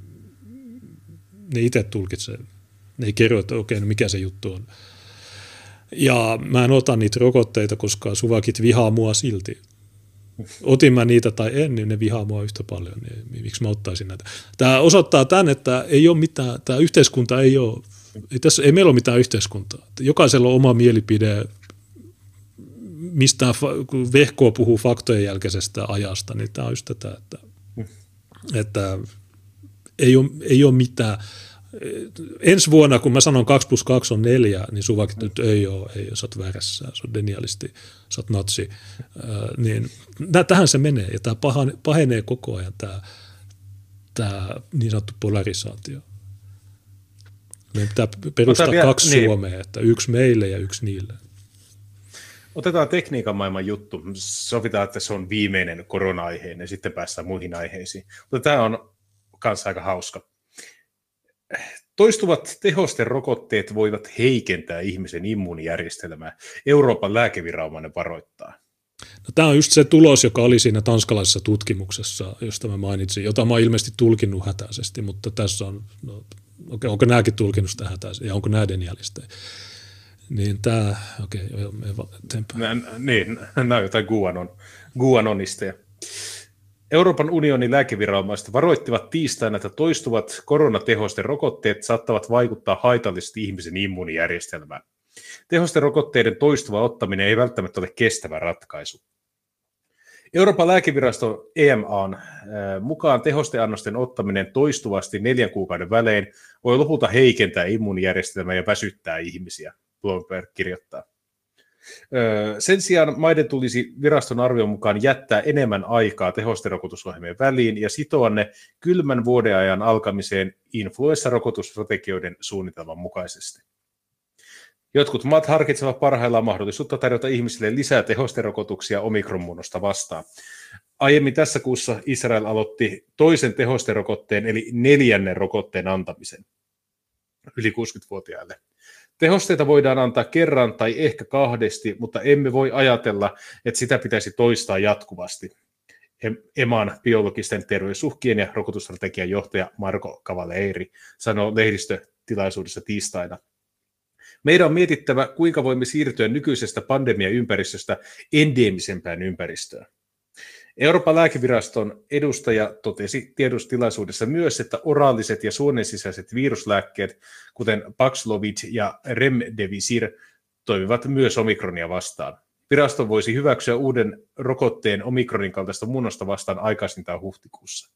ne itse tulkitsee. Ne ei kerro, että okei, no mikä se juttu on. Ja mä en ota niitä rokotteita, koska suvakit vihaa mua silti. Otin mä niitä tai en, niin ne vihaa mua yhtä paljon. Niin miksi mä ottaisin näitä? Tämä osoittaa tämän, että ei ole mitään, tämä yhteiskunta ei ole, ei meillä ole mitään yhteiskuntaa. Jokaisella on oma mielipide, mistä kun Vehko puhuu faktojen jälkeisestä ajasta, niin tämä on just tätä, että ei ole mitään. ensi vuonna, kun mä sanon 2+2 on 4, niin Suvakit nyt ei ole, sä oot väärässä, sä oot denialisti, sä oot natsi. Niin, tähän se menee, ja tämä pahenee koko ajan, tämä niin sanottu polarisaatio. Meidän pitää perustaa kaksi Suomea, että yksi meille ja yksi niille. Otetaan tekniikan maailman juttu. Sovitaan, että se on viimeinen korona-aiheinen, ja sitten päästään muihin aiheisiin. Mutta tämä on kanssa aika hauska. Toistuvat tehosterokotteet voivat heikentää ihmisen immuunijärjestelmää. Euroopan lääkeviranomainen varoittaa. No, tämä on just se tulos, joka oli siinä tanskalaisessa tutkimuksessa, josta mä mainitsin, jota mä oon ilmeisesti tulkinnut hätäisesti, mutta tässä on, onko nämäkin tulkinnut sitä hätäisesti, ja onko nämä denialista? Niin tämä, Niin, nämä on jotain guanonisteja. Euroopan unionin lääkeviranomaiset varoittivat tiistaina, että toistuvat koronatehosten rokotteet saattavat vaikuttaa haitallisesti ihmisen immuunijärjestelmään. Tehosten rokotteiden toistuva ottaminen ei välttämättä ole kestävä ratkaisu. Euroopan lääkevirasto EMA:n mukaan tehosteannosten ottaminen toistuvasti 4 kuukauden välein voi lopulta heikentää immuunijärjestelmää ja väsyttää ihmisiä, Bloomberg kirjoittaa. Sen sijaan maiden tulisi viraston arvion mukaan jättää enemmän aikaa tehosterokotusohjelmien väliin ja sitoa ne kylmän vuodenajan alkamiseen influenssarokotusstrategioiden suunnitelman mukaisesti. Jotkut maat harkitsevat parhaillaan mahdollisuutta tarjota ihmisille lisää tehosterokotuksia omikronmuunnosta vastaan. Aiemmin tässä kuussa Israel aloitti toisen tehosterokotteen eli 4. rokotteen antamisen yli 60-vuotiaille. Tehosteita voidaan antaa kerran tai ehkä 2, mutta emme voi ajatella, että sitä pitäisi toistaa jatkuvasti. EMAn biologisten terveysuhkien ja rokotusstrategian johtaja Marko Cavalieri sanoi lehdistötilaisuudessa tiistaina. Meidän on mietittävä, kuinka voimme siirtyä nykyisestä pandemiaympäristöstä endeemisempään ympäristöön. Euroopan lääkeviraston edustaja totesi tiedotustilaisuudessa myös, että oraaliset ja suonensisäiset viruslääkkeet, kuten Paxlovid ja Remdesivir, toimivat myös omikronia vastaan. Virasto voisi hyväksyä uuden rokotteen omikronin kaltaista muunnosta vastaan aikaisintaan huhtikuussa.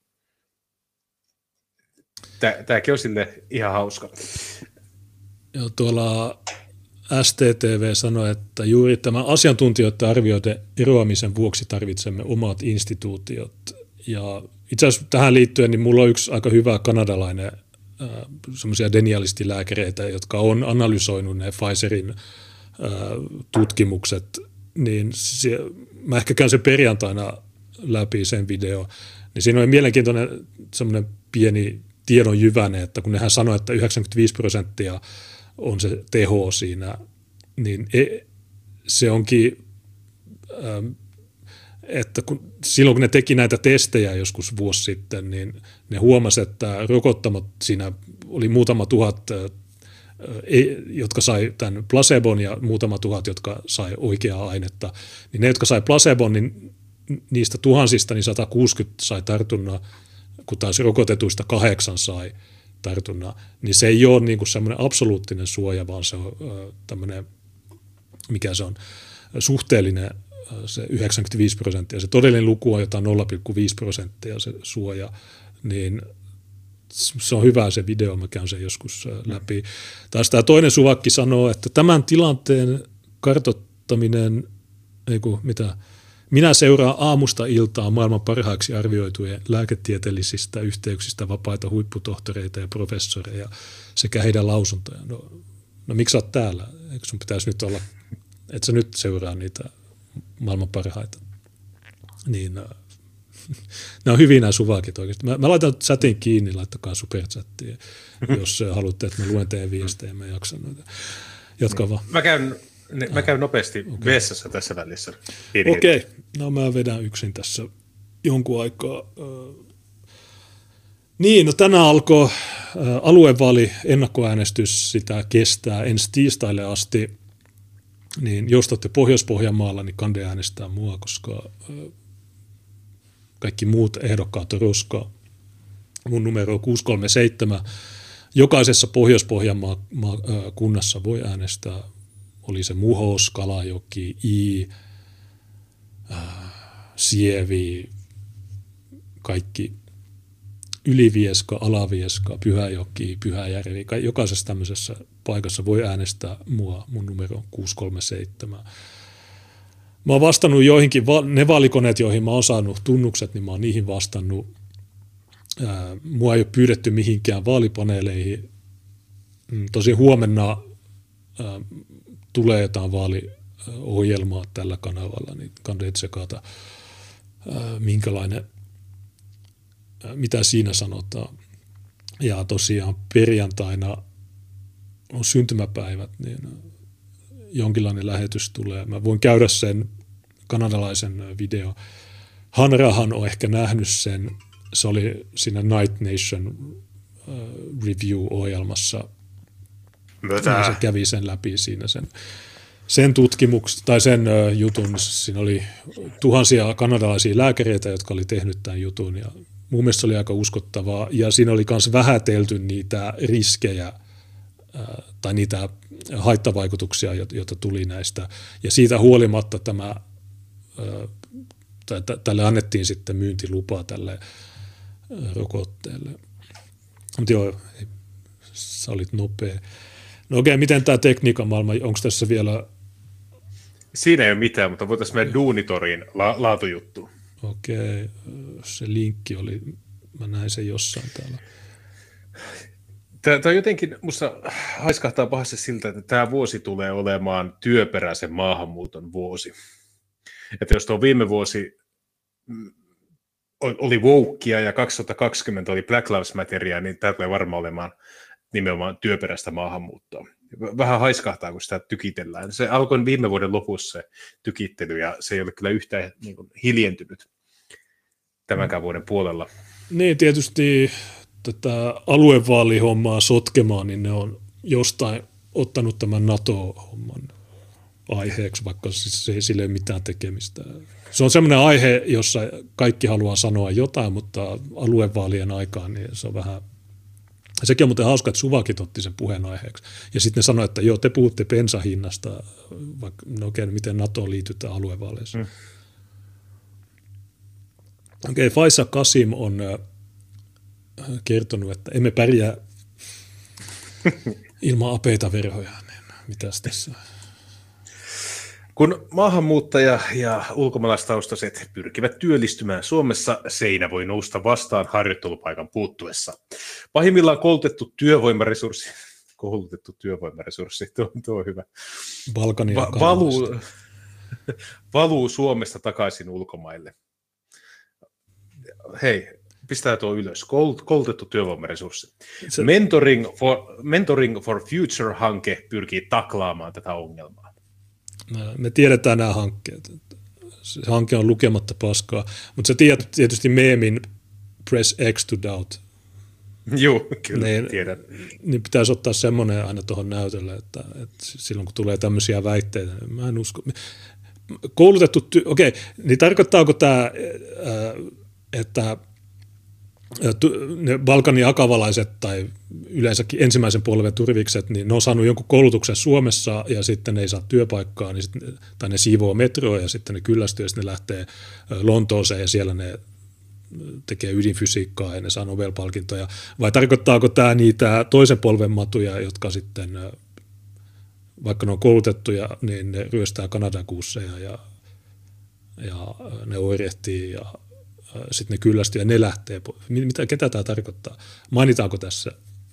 Tämäkin on sille ihan hauska. Joo, tuolla STTV sanoi, että juuri tämän asiantuntijoiden arvioiden eroamisen vuoksi tarvitsemme omat instituutiot. Ja itse asiassa tähän liittyen niin mulla on yksi aika hyvä kanadalainen semmoisia denialistilääkäreitä, jotka on analysoinut ne Pfizerin tutkimukset, niin mä ehkä käyn sen perjantaina läpi sen video, niin siinä on mielenkiintoinen semmoinen pieni tiedon jyväne, että kun nehän sanoi, että 95% on se teho siinä, niin se onkin, että silloin kun ne teki näitä testejä joskus vuosi sitten, niin ne huomasi, että rokottamat siinä oli muutama tuhat, jotka sai tämän placebon ja muutama tuhat, jotka sai oikeaa ainetta, niin ne, jotka sai placebon, niin niistä tuhansista niin 160 sai tartunnan, kun taas rokotetuista 8 sai tartunnan, niin se ei ole niin kuin semmoinen absoluuttinen suoja, vaan se on tämmöinen, mikä se on, suhteellinen se 95%, se todellinen luku on jotain 0,5% se suoja, niin se on hyvä se video, mä käyn sen joskus läpi. Taas tämä toinen suvakki sanoo, että tämän tilanteen kartoittaminen, minä seuraan aamusta iltaan maailman parhaaksi arvioitujen lääketieteellisistä yhteyksistä vapaita huipputohtoreita ja professoreja sekä heidän lausuntojaan. No miksi sä oot täällä? Eikö sun pitäisi nyt olla, että sä nyt seuraa niitä maailman parhaita? Niin, nämä on hyviä nämä suvakit oikeasti. Mä laitan chatin kiinni, laittakaa superchattiin, jos haluatte, että mä luen teidän viestejä, mä jaksan noita. Jatka vaan. Mä käyn nopeasti vessassa tässä välissä. Okei. No mä vedän yksin tässä jonkun aikaa. Niin, no tänään alkoi aluevaali ennakkoäänestys, sitä kestää ensi tiistaille asti. Niin jos olette Pohjois-Pohjanmaalla, niin kande äänestää mua, koska kaikki muut ehdokkaat on roskaa. Mun numero on 637. Jokaisessa Pohjois-Pohjanmaan kunnassa voi äänestää. Oli se Muhos, Kalajoki, Sievi, kaikki Ylivieska, Alavieska, Pyhäjoki, Pyhäjärvi, jokaisessa tämmöisessä paikassa voi äänestää mua, mun numero on 637. Mä oon vastannut joihinkin, ne vaalikoneet, joihin mä oon saanut tunnukset, niin mä oon niihin vastannut. Mua ei ole pyydetty mihinkään vaalipaneeleihin. Tosin huomenna tulee jotain vaaliohjelmaa tällä kanavalla, niin kannattaa tsekata, minkälainen, mitä siinä sanotaan. Ja tosiaan perjantaina on syntymäpäivät, niin jonkinlainen lähetys tulee. Mä voin käydä sen kanadalaisen video. Hanrahan on ehkä nähnyt sen. Se oli siinä Night Nation Review-ohjelmassa. Se kävi sen läpi siinä sen tutkimuksen tai sen jutun. Siinä oli tuhansia kanadalaisia lääkäreitä, jotka oli tehnyt tämän jutun. Ja mun mielestä se oli aika uskottavaa. Ja siinä oli myös vähätelty niitä riskejä tai niitä haittavaikutuksia, joita tuli näistä. Ja siitä huolimatta tälle annettiin sitten myyntilupa tälle rokotteelle. Mutta joo, sä olit nopea. No okei, miten tämä tekniikan maailma, onko tässä vielä? Siinä ei ole mitään, mutta voitaisiin mennä Duunitoriin laatujuttuun. Okei, se linkki oli, mä näin sen jossain täällä. Tämä jotenkin, musta haiskahtaa pahasti siltä, että tämä vuosi tulee olemaan työperäisen maahanmuuton vuosi. Että jos tuo viime vuosi oli wokea ja 2020 oli Black Lives Matteria, niin tämä tulee varmaan olemaan nimenomaan työperäistä maahanmuuttoa. Vähän haiskahtaa, kun sitä tykitellään. Se alkoi viime vuoden lopussa se tykittely, ja se ei ole kyllä yhtään niin kuin hiljentynyt tämänkään vuoden puolella. Niin, tietysti tätä aluevaalihommaa sotkemaan, niin ne on jostain ottanut tämän NATO-homman aiheeksi, vaikka sillä ei ole mitään tekemistä. Se on semmoinen aihe, jossa kaikki haluaa sanoa jotain, mutta aluevaalien aikaan niin se on vähän. Sekin on muuten hauska, että Suvakit otti sen puheenaiheeksi. Ja sitten ne sanoi, että joo, te puhutte bensahinnasta, vaikka no okei, miten NATOon liitytään aluevaaleissa. Okei, Faisa Kasim on kertonut, että emme pärjää ilman apeita verhoja. Niin mitäs tässä? Kun maahanmuuttaja ja ulkomaalaistaustaiset pyrkivät työllistymään Suomessa, seinä voi nousta vastaan harjoittelupaikan puuttuessa. Pahimmillaan koulutettu työvoimaresurssi, tuo on hyvä, valuu Suomesta takaisin ulkomaille. Hei, pistää tuo ylös, koulutettu työvoimaresurssi. Mentoring for Future-hanke pyrkii taklaamaan tätä ongelmaa. Me tiedetään nämä hankkeet. Se hanke on lukematta paskaa, mutta sä tiedät tietysti meemin press X to doubt. Joo, kyllä tiedän. Niin pitäisi ottaa semmoinen aina tuohon näytölle, että silloin kun tulee tämmöisiä väitteitä, niin mä en usko. Koulutettu niin tarkoittaako tämä, että ne Balkanin akavalaiset tai yleensäkin ensimmäisen polven turvikset, niin ne on saanut jonkun koulutuksen Suomessa ja sitten ne ei saa työpaikkaa, niin tai ne siivoo metroa ja sitten ne kyllästyy ja sitten ne lähtee Lontooseen ja siellä ne tekee ydinfysiikkaa ja ne saa Nobel-palkintoja. Vai tarkoittaako tämä niitä toisen polven matuja, jotka sitten, vaikka ne on koulutettuja, niin ne ryöstää Kanadan kuusseja ja ne oirehtii ja sitten ne kyllästyy ja ne lähtee. Ketä tämä tarkoittaa? Mainitaanko tässä?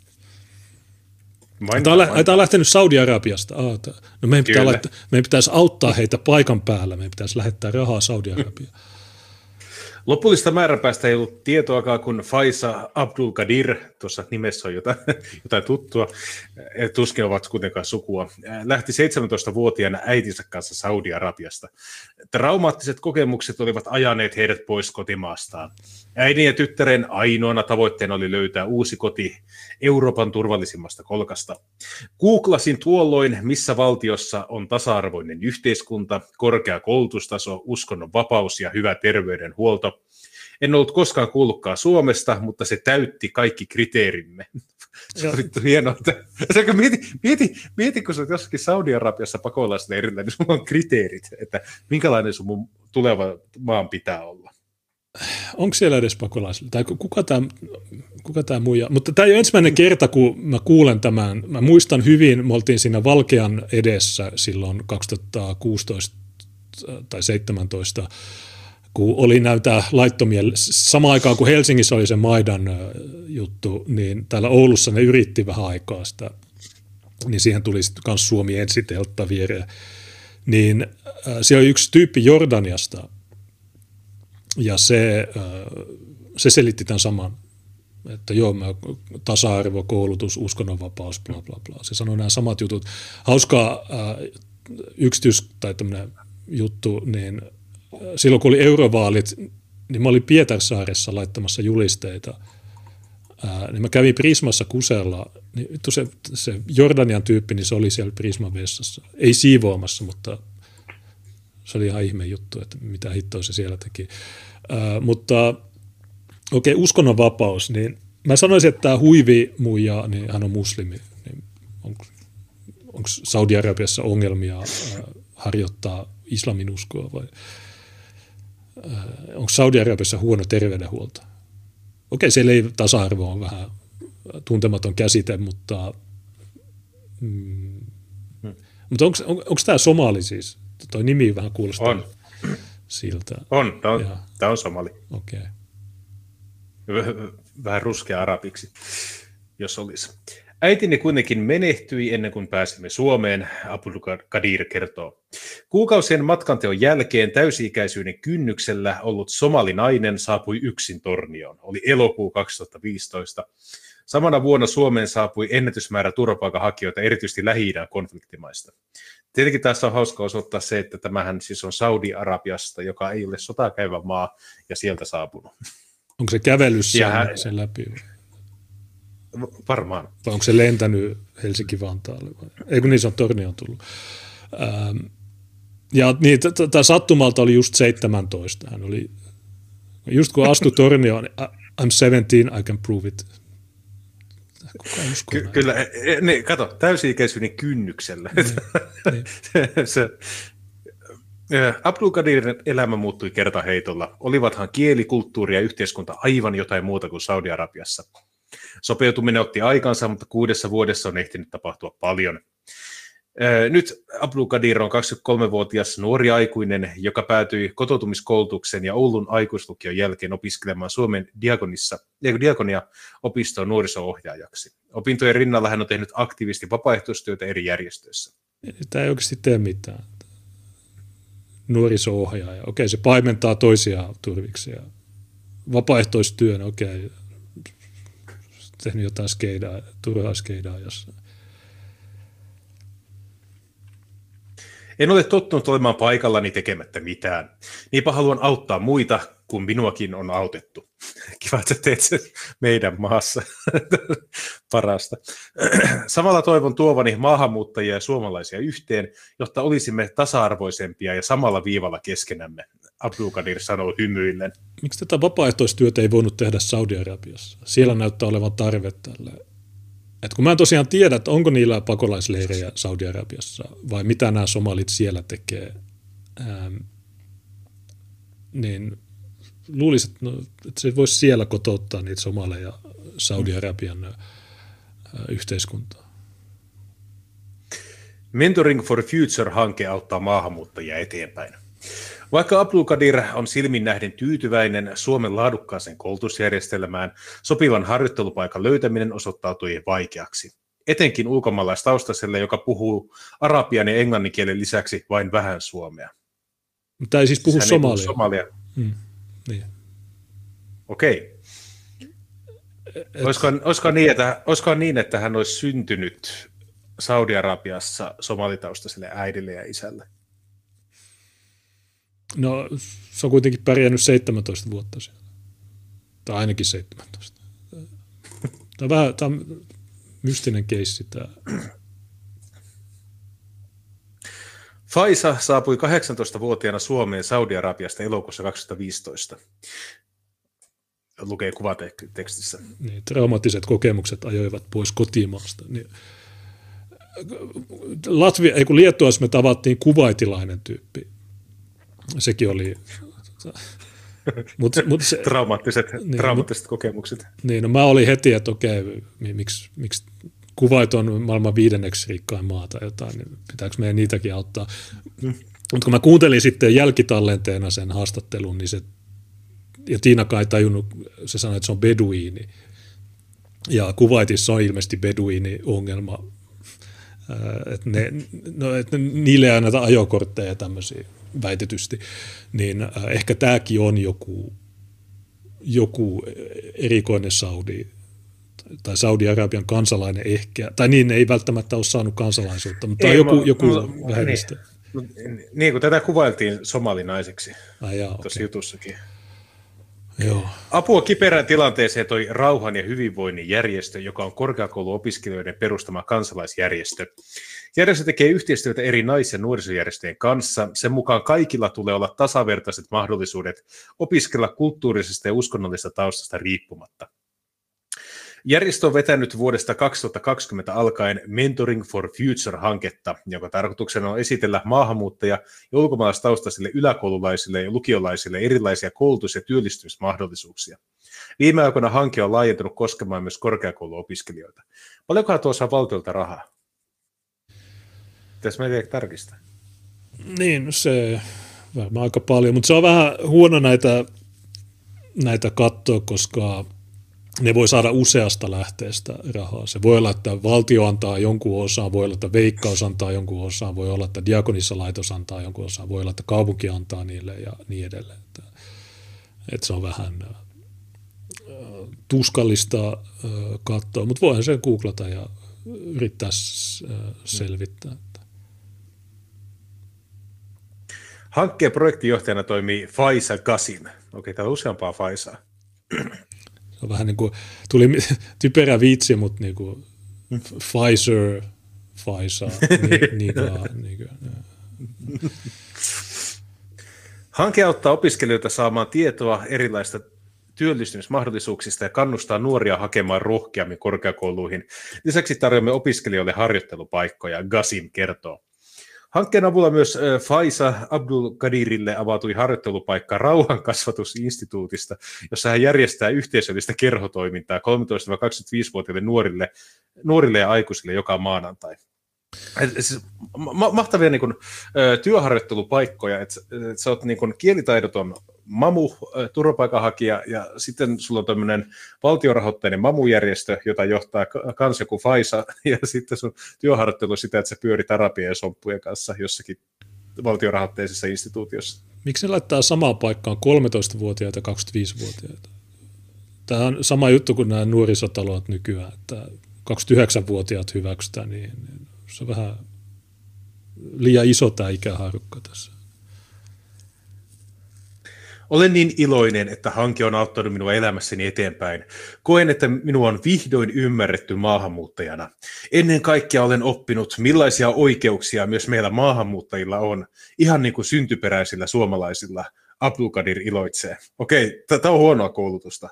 Tämä on lähtenyt Saudi-Arabiasta. No meidän pitäisi auttaa heitä paikan päällä. Meidän pitäisi lähettää rahaa Saudi-Arabiaan. Lopullista määränpäästä ei ollut tietoakaan, kun Faisa Abdul Qadir, tuossa nimessä on jotain tuttua, tuskin ovat kuitenkaan sukua, lähti 17-vuotiaana äitinsä kanssa Saudi-Arabiasta. Traumaattiset kokemukset olivat ajaneet heidät pois kotimaastaan. Äidin ja tyttären ainoana tavoitteena oli löytää uusi koti Euroopan turvallisimmasta kolkasta. Googlasin tuolloin, missä valtiossa on tasa-arvoinen yhteiskunta, korkea koulutustaso, uskonnon vapaus ja hyvä terveydenhuolto. En ollut koskaan kuullutkaan Suomesta, mutta se täytti kaikki kriteerimme. Se on vittu hienoa. Mieti, kun sä oot jossakin Saudi-Arabiassa pakolaisleirillä, niin sulla on kriteerit, että minkälainen sun mun tuleva maan pitää olla. onko siellä edes pakolaisille? Tai kuka tämä muija? Mutta tämä ei ole ensimmäinen kerta, kun mä kuulen tämän. Mä muistan hyvin, me oltiin siinä Valkean edessä silloin 2016 tai 2017, kun oli näitä laittomia, samaan aikaan kuin Helsingissä oli se Maidan juttu, niin täällä Oulussa ne yritti vähän aikaa sitä, niin siihen tuli sitten myös Suomi ensiteltta viereen. Niin siellä oli yksi tyyppi Jordaniasta, ja se selitti tämän saman, että joo, tasa-arvo, koulutus, uskonnonvapaus, bla bla bla. Se sanoi nämä samat jutut. Hauskaa tai tämmöinen juttu, niin silloin kun oli eurovaalit, niin mä olin Pietarsaaressa laittamassa julisteita. Niin mä kävin Prismassa kusella, niin se Jordanian tyyppi, niin se oli siellä Prisman vessassa. Ei siivoamassa, mutta se oli ihan ihme juttu, että mitä hittoa se siellä teki. Mutta okei, uskonnonvapaus, niin mä sanoisin, että tämä huivi-muija, niin hän on muslimi. Niin onko Saudi-Arabiassa ongelmia harjoittaa islamin uskoa vai onko Saudi-Arabiassa huono terveydenhuolto? Okei, siellä ei tasa-arvo on vähän tuntematon käsite, mutta onko tämä somali siis? Tuo nimi vähän kuulostaa on siltä. Tämä on somali. Okei. Vähän ruskea arabiksi, jos olisi. Äitini kuitenkin menehtyi ennen kuin pääsimme Suomeen, Abdul Qadir kertoo. Kuukausien matkanteon jälkeen täysi-ikäisyyden kynnyksellä ollut somalinainen saapui yksin Tornioon. Oli elokuu 2015. Samana vuonna Suomeen saapui ennätysmäärä turvapaikanhakijoita, erityisesti Lähi-idän konfliktimaista. Tietenkin tässä on hauska osoittaa se, että tämähän siis on Saudi-Arabiasta, joka ei ole sotaa käyvä maa, ja sieltä saapunut. Onko se kävellyt sen läpi? Varmaan. Vai onko se lentänyt Helsinki-Vantaalle? Eikö niin, se on Tornioon tullut. Ja niin, tämä sattumalta oli just 17. Hän oli, just kun astui Tornioon, I'm 17, I can prove it. Kyllä, niin, kato, täysi-ikäisyyden kynnyksellä. Niin. Abdul Qadirin elämä muuttui kertaheitolla. Olivathan kieli, kulttuuri ja yhteiskunta aivan jotain muuta kuin Saudi-Arabiassa. Sopeutuminen otti aikansa, mutta 6 vuodessa on ehtinyt tapahtua paljon. Nyt Abdul Qadir on 23-vuotias nuori aikuinen, joka päätyi kotoutumiskoulutuksen ja Oulun aikuislukion jälkeen opiskelemaan Suomen Diakonia-opistoon nuoriso-ohjaajaksi. Opintojen rinnalla hän on tehnyt aktiivisesti vapaaehtoistyötä eri järjestöissä. Tämä ei oikeasti tee mitään. Nuoriso-ohjaaja. Okei, se paimentaa toisia turviksi. Vapaaehtoistyön, okei. Tehnyt jotain turhaa skeidaa jossain. En ole tottunut olemaan paikallani tekemättä mitään. Niinpä haluan auttaa muita, kun minuakin on autettu. Kiva, että teet sen meidän maassa. Parasta. Samalla toivon tuovani maahanmuuttajia ja suomalaisia yhteen, jotta olisimme tasa-arvoisempia ja samalla viivalla keskenämme, Abdul Qadir sanoi hymyillen. Miksi tätä vapaaehtoistyötä ei voinut tehdä Saudi-Arabiassa? Siellä näyttää olevan tarve tälle. Et kun mä en tosiaan tiedä, että onko niillä pakolaisleirejä Saudi-Arabiassa vai mitä nämä somalit siellä tekee, niin luulisin, että se voisi siellä kotouttaa niitä somaleja Saudi-Arabian yhteiskuntaan. Mentoring for Future-hanke auttaa maahanmuuttajia eteenpäin. Vaikka Abdul Qadir on silmin nähden tyytyväinen Suomen laadukkaaseen koulutusjärjestelmään, sopivan harjoittelupaikan löytäminen osoittautui vaikeaksi. Etenkin ulkomaalaistaustaiselle, joka puhuu arabian ja englannin kielen lisäksi vain vähän suomea. Mutta ei siis puhu somalia. Niin. Okei. Olisiko niin, että hän olisi syntynyt Saudi-Arabiassa somalitaustaiselle äidille ja isälle? No, se on kuitenkin pärjännyt 17 vuotta siellä. Tai ainakin 17. Tämä on mystinen keissi tämä. Faisa saapui 18-vuotiaana Suomeen Saudi-Arabiasta elokuussa 2015. Lukee kuvatekstissä. Niin, traumaattiset kokemukset ajoivat pois kotimaasta. Niin, Liettuassa me tavattiin kuvaitilainen tyyppi. Sekin oli traumaattiset kokemukset. Niin, no mä olin heti, että okei, miksi Kuwait on maailman 5. rikkain maa tai jotain, niin pitääkö meidän niitäkin auttaa. Mutta kun mä kuuntelin sitten jälkitallenteena sen haastattelun, niin ja Tiinakaan ei tajunnut, se sanoi, että se on beduiini. Ja Kuwaitissa on ilmeisesti beduiini-ongelma, että niille ei anneta ajokortteja ja tämmöisiä väitetysti, niin ehkä tämäkin on joku erikoinen Saudi tai Saudi-Arabian kansalainen ehkä, tai niin ei välttämättä ole saanut kansalaisuutta, mutta joku vähemmistö. Niin kuin tätä kuvailtiin somalinaiseksi tuossa jutussakin. Joo. Apua kiperään tilanteeseen toi Rauhan ja hyvinvoinnin järjestö, joka on korkeakouluopiskelijoiden perustama kansalaisjärjestö. Järjestö tekee yhteistyötä eri nais- ja nuorisojärjestöjen kanssa. Sen mukaan kaikilla tulee olla tasavertaiset mahdollisuudet opiskella kulttuurisesta ja uskonnollisesta taustasta riippumatta. Järjestö on vetänyt vuodesta 2020 alkaen Mentoring for Future-hanketta, jonka tarkoituksena on esitellä maahanmuuttaja- ja ulkomaalaistaustaisille yläkoululaisille ja lukiolaisille erilaisia koulutus- ja työllistymismahdollisuuksia. Viime aikoina hanke on laajentunut koskemaan myös korkeakouluopiskelijoita. Paljonkohan tuo saa valtiolta rahaa? Pitäisi meidän tarkistaa. Niin, se varmaan aika paljon, mutta se on vähän huono näitä katsoa, koska ne voi saada useasta lähteestä rahaa. Se voi olla, että valtio antaa jonkun osan, voi olla, että Veikkaus antaa jonkun osan, voi olla, että Diakonissalaitos antaa jonkun osan, voi olla, että kaupunki antaa niille ja niin edelleen. Että se on vähän tuskallista katsoa, mutta voihan sen googlata ja yrittää selvittää. Hankkeen projektijohtajana toimii Faisa Qasim. Okei, täällä on useampaa Faisaa. Se on vähän niin kuin, tuli typerä vitsi, mutta niin kuin Pfizer, Hanke auttaa opiskelijoita saamaan tietoa erilaista työllistymismahdollisuuksista ja kannustaa nuoria hakemaan rohkeammin korkeakouluihin. Lisäksi tarjoamme opiskelijoille harjoittelupaikkoja, Qasim kertoo. Hankkeen avulla myös Faisa Abdul Qadirille avautui harjoittelupaikka Rauhankasvatusinstituutista, jossa hän järjestää yhteisöllistä kerhotoimintaa 13-25-vuotiaille nuorille ja aikuisille joka maanantai. Siis mahtavia niin kuin, työharjoittelupaikkoja, että sä oot niin kuin kielitaidoton mamu, turvapaikanhakija, ja sitten sulla on tämmöinen valtiorahoitteinen mamujärjestö, jota johtaa kans joku Faisa, ja sitten sun työharjoittelu sitä, että sä pyörit arabien ja somppujen kanssa jossakin valtiorahoitteisessa instituutiossa. Miksi ne laittaa samaan paikkaan 13-vuotiaita ja 25-vuotiaita? Tämä on sama juttu kuin nämä nuorisotalot nykyään, että 29-vuotiaat hyväksytään, niin se on vähän liian iso tämä ikäharukka tässä. Olen niin iloinen, että hanke on auttanut minua elämässäni eteenpäin. Koen, että minua on vihdoin ymmärretty maahanmuuttajana. Ennen kaikkea olen oppinut, millaisia oikeuksia myös meillä maahanmuuttajilla on, ihan niin kuin syntyperäisillä suomalaisilla. Abdul Qadir iloitsee. Okei, tämä on huonoa koulutusta.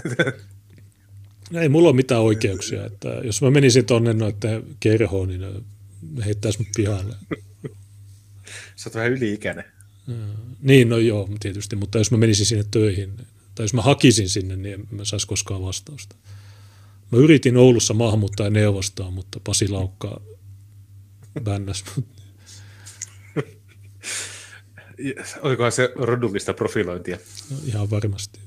Ei mulla ole mitään oikeuksia. Että jos mä menisin tuonne noiden kerhoon, niin ne heittäisi mut pihalle. Sä oot vähän yli-ikäinen. Niin, no joo, tietysti, mutta jos mä menisin sinne töihin, tai jos mä hakisin sinne, niin en mä saisi koskaan vastausta. Mä yritin Oulussa maahanmuuttajaneuvostoa, mutta Pasi Laukka bännäs. Olikohan se rodullista profilointia? No, ihan varmasti.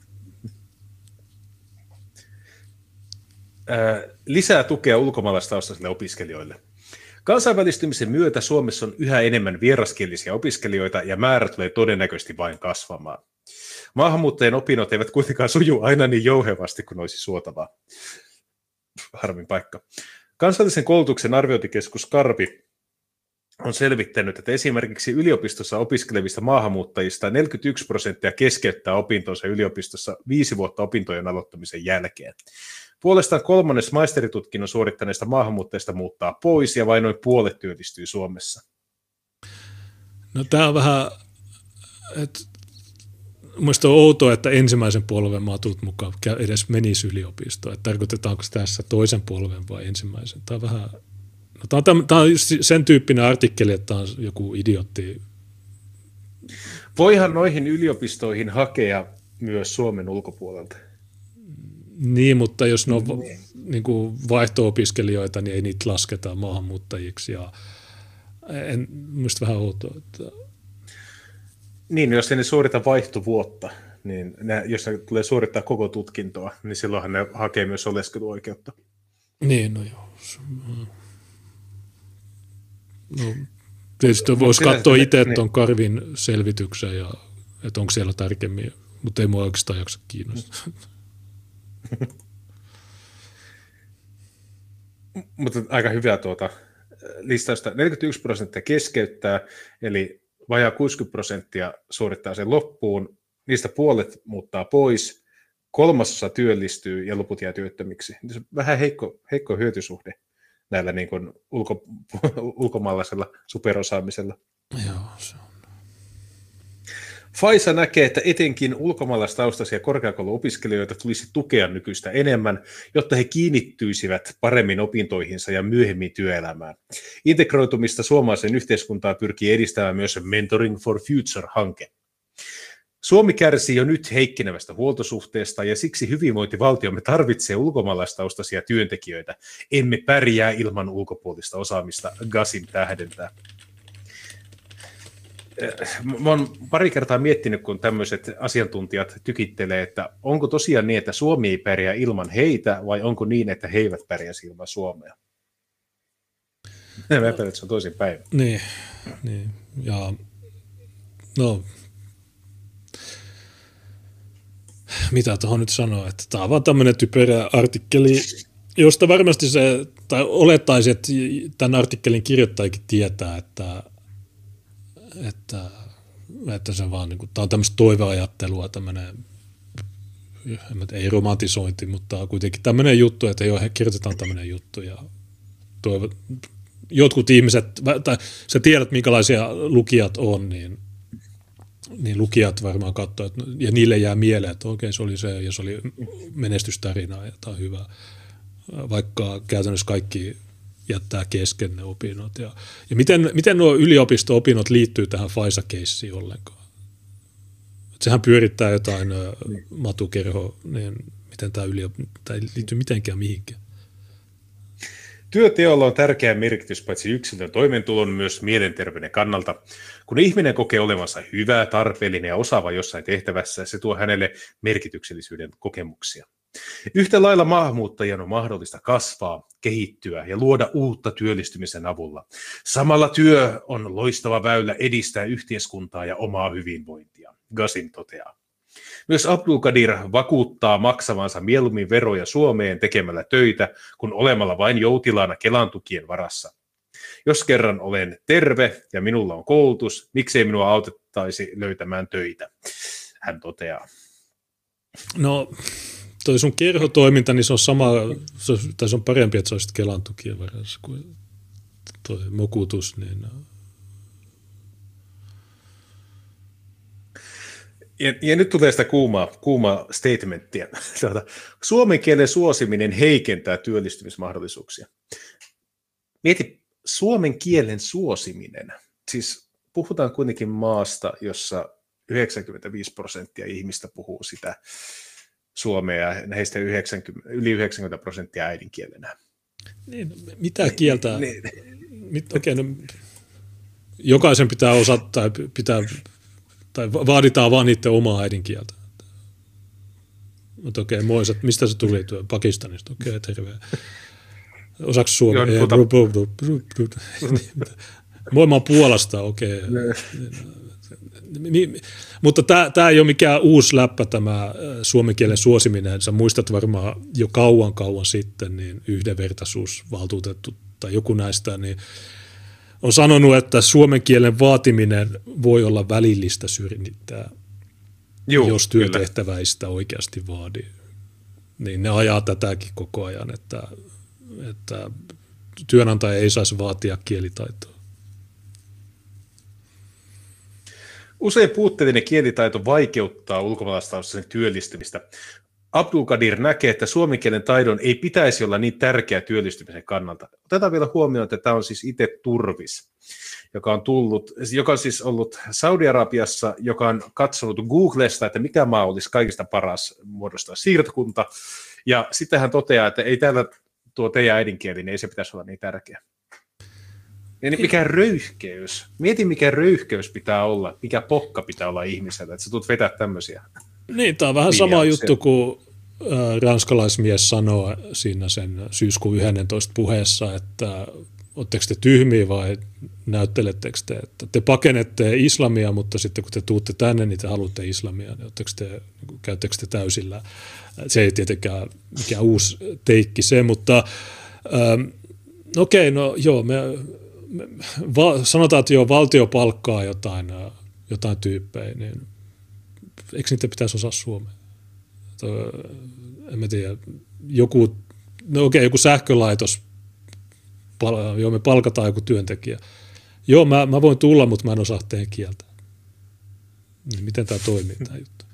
Lisää tukea ulkomaalaistaustaisille opiskelijoille. Kansainvälistymisen myötä Suomessa on yhä enemmän vieraskielisiä opiskelijoita ja määrä tulee todennäköisesti vain kasvamaan. Maahanmuuttajien opinnot eivät kuitenkaan suju aina niin jouhevasti kuin olisi suotavaa. Harmin paikka. Kansallisen koulutuksen arviointikeskus Karpi on selvittänyt, että esimerkiksi yliopistossa opiskelevista maahanmuuttajista 41% keskeyttää opintonsa yliopistossa 5 vuotta opintojen aloittamisen jälkeen. Puolestaan 3. maisteritutkinnon suorittaneista maahanmuuttajista muuttaa pois ja vain noin puolet työllistyy Suomessa. No tämä on vähän, mielestäni on outoa, että ensimmäisen polven maatut mukaan edes menisi yliopistoon. Että tarkoitetaanko tässä toisen polven vai ensimmäisen? Tämä on vähän, no tämä on sen tyyppinen artikkeli, että tämä on joku idiotti Voihan noihin yliopistoihin hakea myös Suomen ulkopuolelta. Niin, mutta jos ne on niin kuin vaihto-opiskelijoita, niin ei niitä lasketa maahanmuuttajiksi. Ja mielestäni vähän outoa. Että... Niin, jos ne suorita vaihtovuotta, niin jos ne tulee suorittaa koko tutkintoa, niin silloinhan ne hakee myös oleskeluoikeutta. Niin, no joo. No, tietysti voisi katsoa itse tuon Karvin selvityksen, ja, että onko siellä tarkemmin, mutta ei mua oikeastaan jaksa kiinnostaa. Mutta aika hyvä listausta. 41% keskeyttää, eli vajaa 60% suorittaa sen loppuun. Niistä puolet muuttaa pois, 1/3 työllistyy ja loput jää työttömiksi. Se on vähän heikko hyötysuhde näillä niin kuin ulkomaalaisella superosaamisella. Joo, se on. Faisa näkee, että etenkin ulkomaalaistaustaisia korkeakouluopiskelijoita tulisi tukea nykyistä enemmän, jotta he kiinnittyisivät paremmin opintoihinsa ja myöhemmin työelämään. Integroitumista suomalaiseen yhteiskuntaan pyrkii edistämään myös Mentoring for Future-hanke. Suomi kärsii jo nyt heikkenevästä huoltosuhteesta ja siksi hyvinvointivaltiomme tarvitsee ulkomaalaistaustaisia työntekijöitä. Emme pärjää ilman ulkopuolista osaamista, Gasim tähdentää. Mä oon pari kertaa miettinyt, kun tämmöiset asiantuntijat tykittelee, että onko tosiaan niin, että Suomi ei pärjää ilman heitä, vai onko niin, että he eivät pärjäisi ilman Suomea? Mä epäilen, että se on toisin päin. Niin. Ja no, mitä tuohon nyt sanoa, että tämä on vaan tämmöinen typerä artikkeli, josta varmasti se, tai olettaisi, että tämän artikkelin kirjoittajakin tietää, että se vaan, niin kuin, tämä on tämmöistä toiveajattelua, tämmöinen, ei romantisointi, mutta kuitenkin tämmöinen juttu, että joo, he kirjoitetaan tämmöinen juttu ja jotkut ihmiset, tai sä tiedät minkälaisia lukijat on, niin lukijat varmaan katsoo, ja niille jää mieleen, että okei, se oli se, ja se oli menestystarina, ja tämä on hyvä, vaikka käytännössä kaikki jättää kesken ne opinnot. Ja miten nuo yliopisto-opinnot liittyy tähän Faisa-keissiin ollenkaan? Et sehän pyörittää jotain matukerhoa, niin miten tämä ei liity mitenkään mihinkään. Työteolla on tärkeä merkitys paitsi yksilön toimeentulon myös mielenterveyden kannalta. Kun ihminen kokee olevansa hyvä, tarpeellinen ja osaava jossain tehtävässä, se tuo hänelle merkityksellisyyden kokemuksia. Yhtä lailla maahanmuuttajan on mahdollista kasvaa, kehittyä ja luoda uutta työllistymisen avulla. Samalla työ on loistava väylä edistää yhteiskuntaa ja omaa hyvinvointia, Gasim toteaa. Myös Abdulkadir vakuuttaa maksavansa mieluummin veroja Suomeen tekemällä töitä, kuin olemalla vain joutilaana Kelan tukien varassa. Jos kerran olen terve ja minulla on koulutus, miksei minua autettaisi löytämään töitä, hän toteaa. No, toi sun kerhotoiminta, niin se on sama, tai se on parempi, että se olisi Kelan tukien varassa kuin toi mokutus, niin... Ja nyt tulee sitä kuumaa statementtia. Suomen kielen suosiminen heikentää työllistymismahdollisuuksia. Mieti, suomen kielen suosiminen. Siis puhutaan kuitenkin maasta, jossa 95% ihmistä puhuu sitä suomea ja heistä yli 90% äidinkielenä. Niin, mitä kieltä? Okay, no, jokaisen pitää osata tai vaaditaan vaan niiden omaa äidinkieltä. Mutta okei, moiset, mistä se tuli? Pakistanista, okei, terve. Osaako suomea? Moi, mä oon Puolasta, okei. Mutta tämä ei ole mikään uusi läppä, tämä suomen kielen suosiminen. Sä muistat varmaan jo kauan sitten, niin yhdenvertaisuusvaltuutettu tai joku näistä, niin on sanonut, että suomen kielen vaatiminen voi olla välillistä syrjintää, jos työtehtävä ei sitä oikeasti vaadi. Niin ne ajaa tätäkin koko ajan, että työnantaja ei saisi vaatia kielitaitoa. Usein puutteellinen kielitaito vaikeuttaa ulkomaalaistaustaisen työllistymistä. Abdulkadir näkee, että suomen kielen taidon ei pitäisi olla niin tärkeä työllistymisen kannalta. Otetaan vielä huomioon, että tämä on siis itse Turvis, joka on siis ollut Saudi-Arabiassa, joka on katsonut Googlesta, että mikä maa olisi kaikista paras muodostaa siirtokunta, ja sitten hän toteaa, että ei täällä tuo teidän äidinkieli, niin ei se pitäisi olla niin tärkeä. Ja mikä röyhkeys. Mieti, mikä röyhkeys pitää olla, mikä pokka pitää olla ihmisellä, että sä tulet vetää tämmöisiä. Niin, tämä on vähän sama juttu kuin ranskalaismies sanoo siinä sen syyskuun 11 puheessa, että oletteko te tyhmiä vai näyttelettekö te, että te pakenette islamia, mutta sitten kun te tuutte tänne, niin te haluatte islamia, niin käyttekö te täysillä. Se ei tietenkään mikään uusi teikki se, mutta okei, no joo, sanotaan, että joo, valtio palkkaa jotain tyyppejä, niin eikö niitä pitäisi osaa suomea? En mä tiedä, joku sähkölaitos, joo, me palkataan joku työntekijä. Joo, mä voin tulla, mutta mä en osaa tehdä kieltä. Miten tämä toimii, tämä juttu?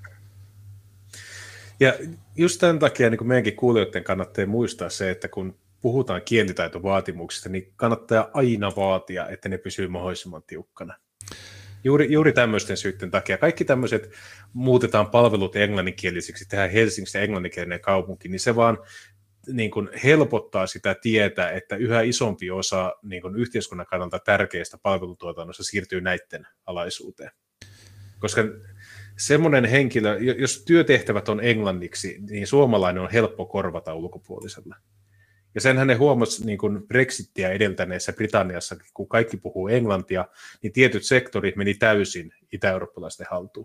Ja just tämän takia niin meidänkin kuulijoiden kannattaa muistaa se, että kun puhutaan kielitaitovaatimuksista, niin kannattaa aina vaatia, että ne pysyy mahdollisimman tiukkana. Juuri tämmöisten syytten takia. Kaikki tämmöiset muutetaan palvelut englanninkielisiksi, tehdään Helsingistä englanninkielinen kaupunki, niin se vaan niin kuin helpottaa sitä tietä, että yhä isompi osa niin kuin yhteiskunnan kannalta tärkeistä palvelutuotannosta siirtyy näiden alaisuuteen. Koska semmoinen henkilö, jos työtehtävät on englanniksi, niin suomalainen on helppo korvata ulkopuolisella. Ja senhän ne huomasi niin kuin Brexittiä edeltäneessä Britanniassa, kun kaikki puhuu englantia, niin tietyt sektorit meni täysin itä-eurooppalaisten haltuun.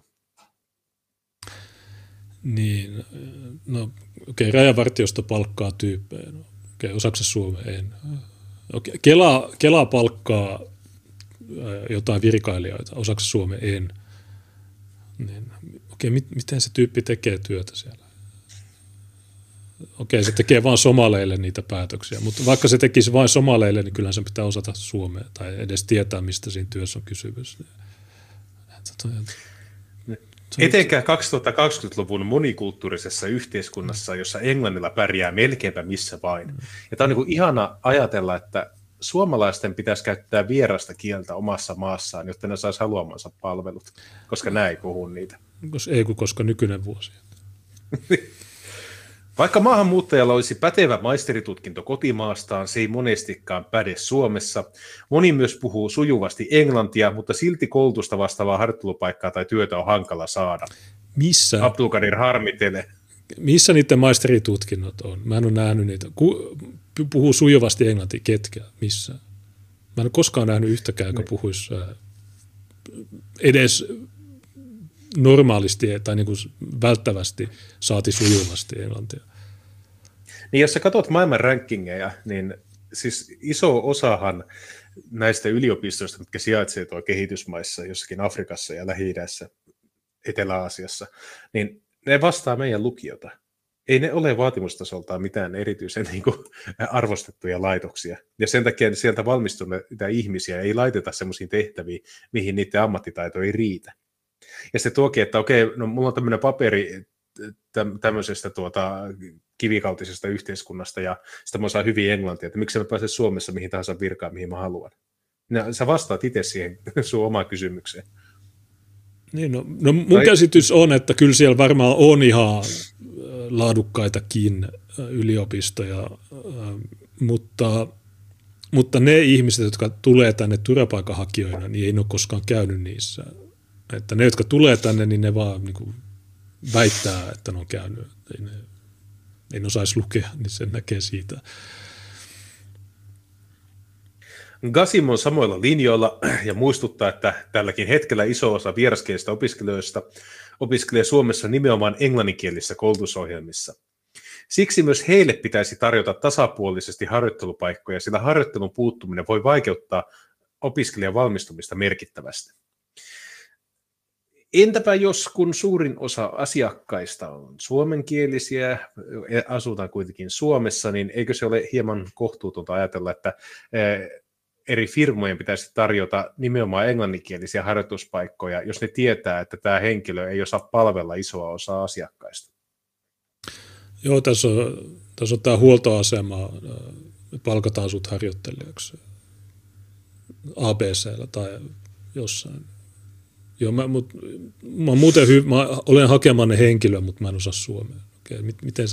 Niin, no okei, rajavartiosta palkkaa tyyppejä. No, okei, osaako se Suomeen? En. Okei, Kela palkkaa jotain virkailijoita, osaako se Suomeen? En. Niin, okei, miten se tyyppi tekee työtä siellä? Okei, se tekee vain somaleille niitä päätöksiä, mutta vaikka se tekisi vain somaleille, niin kyllähän sen pitää osata suomea tai edes tietää, mistä siinä työssä on kysymys. Etenkään 2020-luvun monikulttuurisessa yhteiskunnassa, jossa englannilla pärjää melkeinpä missä vain. Ja tämä on niin kuin ihana ajatella, että suomalaisten pitäisi käyttää vierasta kieltä omassa maassaan, jotta ne saisi haluamansa palvelut, koska nämä ei puhu niitä. Koska nykyinen vuosi. Vaikka maahanmuuttajalla olisi pätevä maisteritutkinto kotimaastaan, se ei monestikaan päde Suomessa. Moni myös puhuu sujuvasti englantia, mutta silti koulutusta vastaavaa harjoittelupaikkaa tai työtä on hankala saada. Missä? Abdulkadir harmittelee. Missä niiden maisteritutkinnot on? Mä en ole nähnyt niitä. Puhuu sujuvasti englantia, ketkä? Missä? Mä en ole koskaan nähnyt yhtäkään, joka puhuisi edes normaalisti tai niin kuin välttävästi saati sujuvasti englantia. Niin jos sä katsot maailman rankingeja, niin siis iso osahan näistä yliopistoista, mitkä sijaitsee tuolla kehitysmaissa, jossakin Afrikassa ja Lähi-idässä, Etelä-Aasiassa, niin ne vastaa meidän lukiota. Ei ne ole vaatimustasoltaan mitään erityisen niin kuin arvostettuja laitoksia. Ja sen takia sieltä valmistuneita ihmisiä ei laiteta semmoisiin tehtäviin, mihin niiden ammattitaito ei riitä. Ja se tuokin, että okei, no mulla on tämmöinen paperi tämmöisestä kivikautisesta yhteiskunnasta, ja sitä mä osaan hyvin englantia, että miksi mä pääsen Suomessa mihin tahansa virkaan, mihin mä haluan. Sä vastaat itse siihen sun omaan kysymykseen. Niin, no mun käsitys on, että kyllä siellä varmaan on ihan laadukkaitakin yliopistoja, mutta ne ihmiset, jotka tulee tänne turvapaikanhakijoina, niin ei ole koskaan käynyt niissä. Että ne, jotka tulee tänne, niin ne vaan niin kuin väittää, että ne on käynyt. Ei ne osaisi lukea, niin sen näkee siitä. Gasim on samoilla linjoilla ja muistuttaa, että tälläkin hetkellä iso osa vieraskielisistä opiskelijoista opiskelee Suomessa nimenomaan englanninkielisissä koulutusohjelmissa. Siksi myös heille pitäisi tarjota tasapuolisesti harjoittelupaikkoja, sillä harjoittelun puuttuminen voi vaikeuttaa opiskelijan valmistumista merkittävästi. Entäpä jos, kun suurin osa asiakkaista on suomenkielisiä, asutaan kuitenkin Suomessa, niin eikö se ole hieman kohtuutonta ajatella, että eri firmojen pitäisi tarjota nimenomaan englanninkielisiä harjoituspaikkoja, jos ne tietää, että tämä henkilö ei osaa palvella isoa osaa asiakkaista? Joo, tässä on tämä huoltoasema, palkataan sut harjoittelijaksi ABC:llä tai jossain. Joo, mä olen hakemanne henkilö, mutta mä en osaa suomea. Okei, miten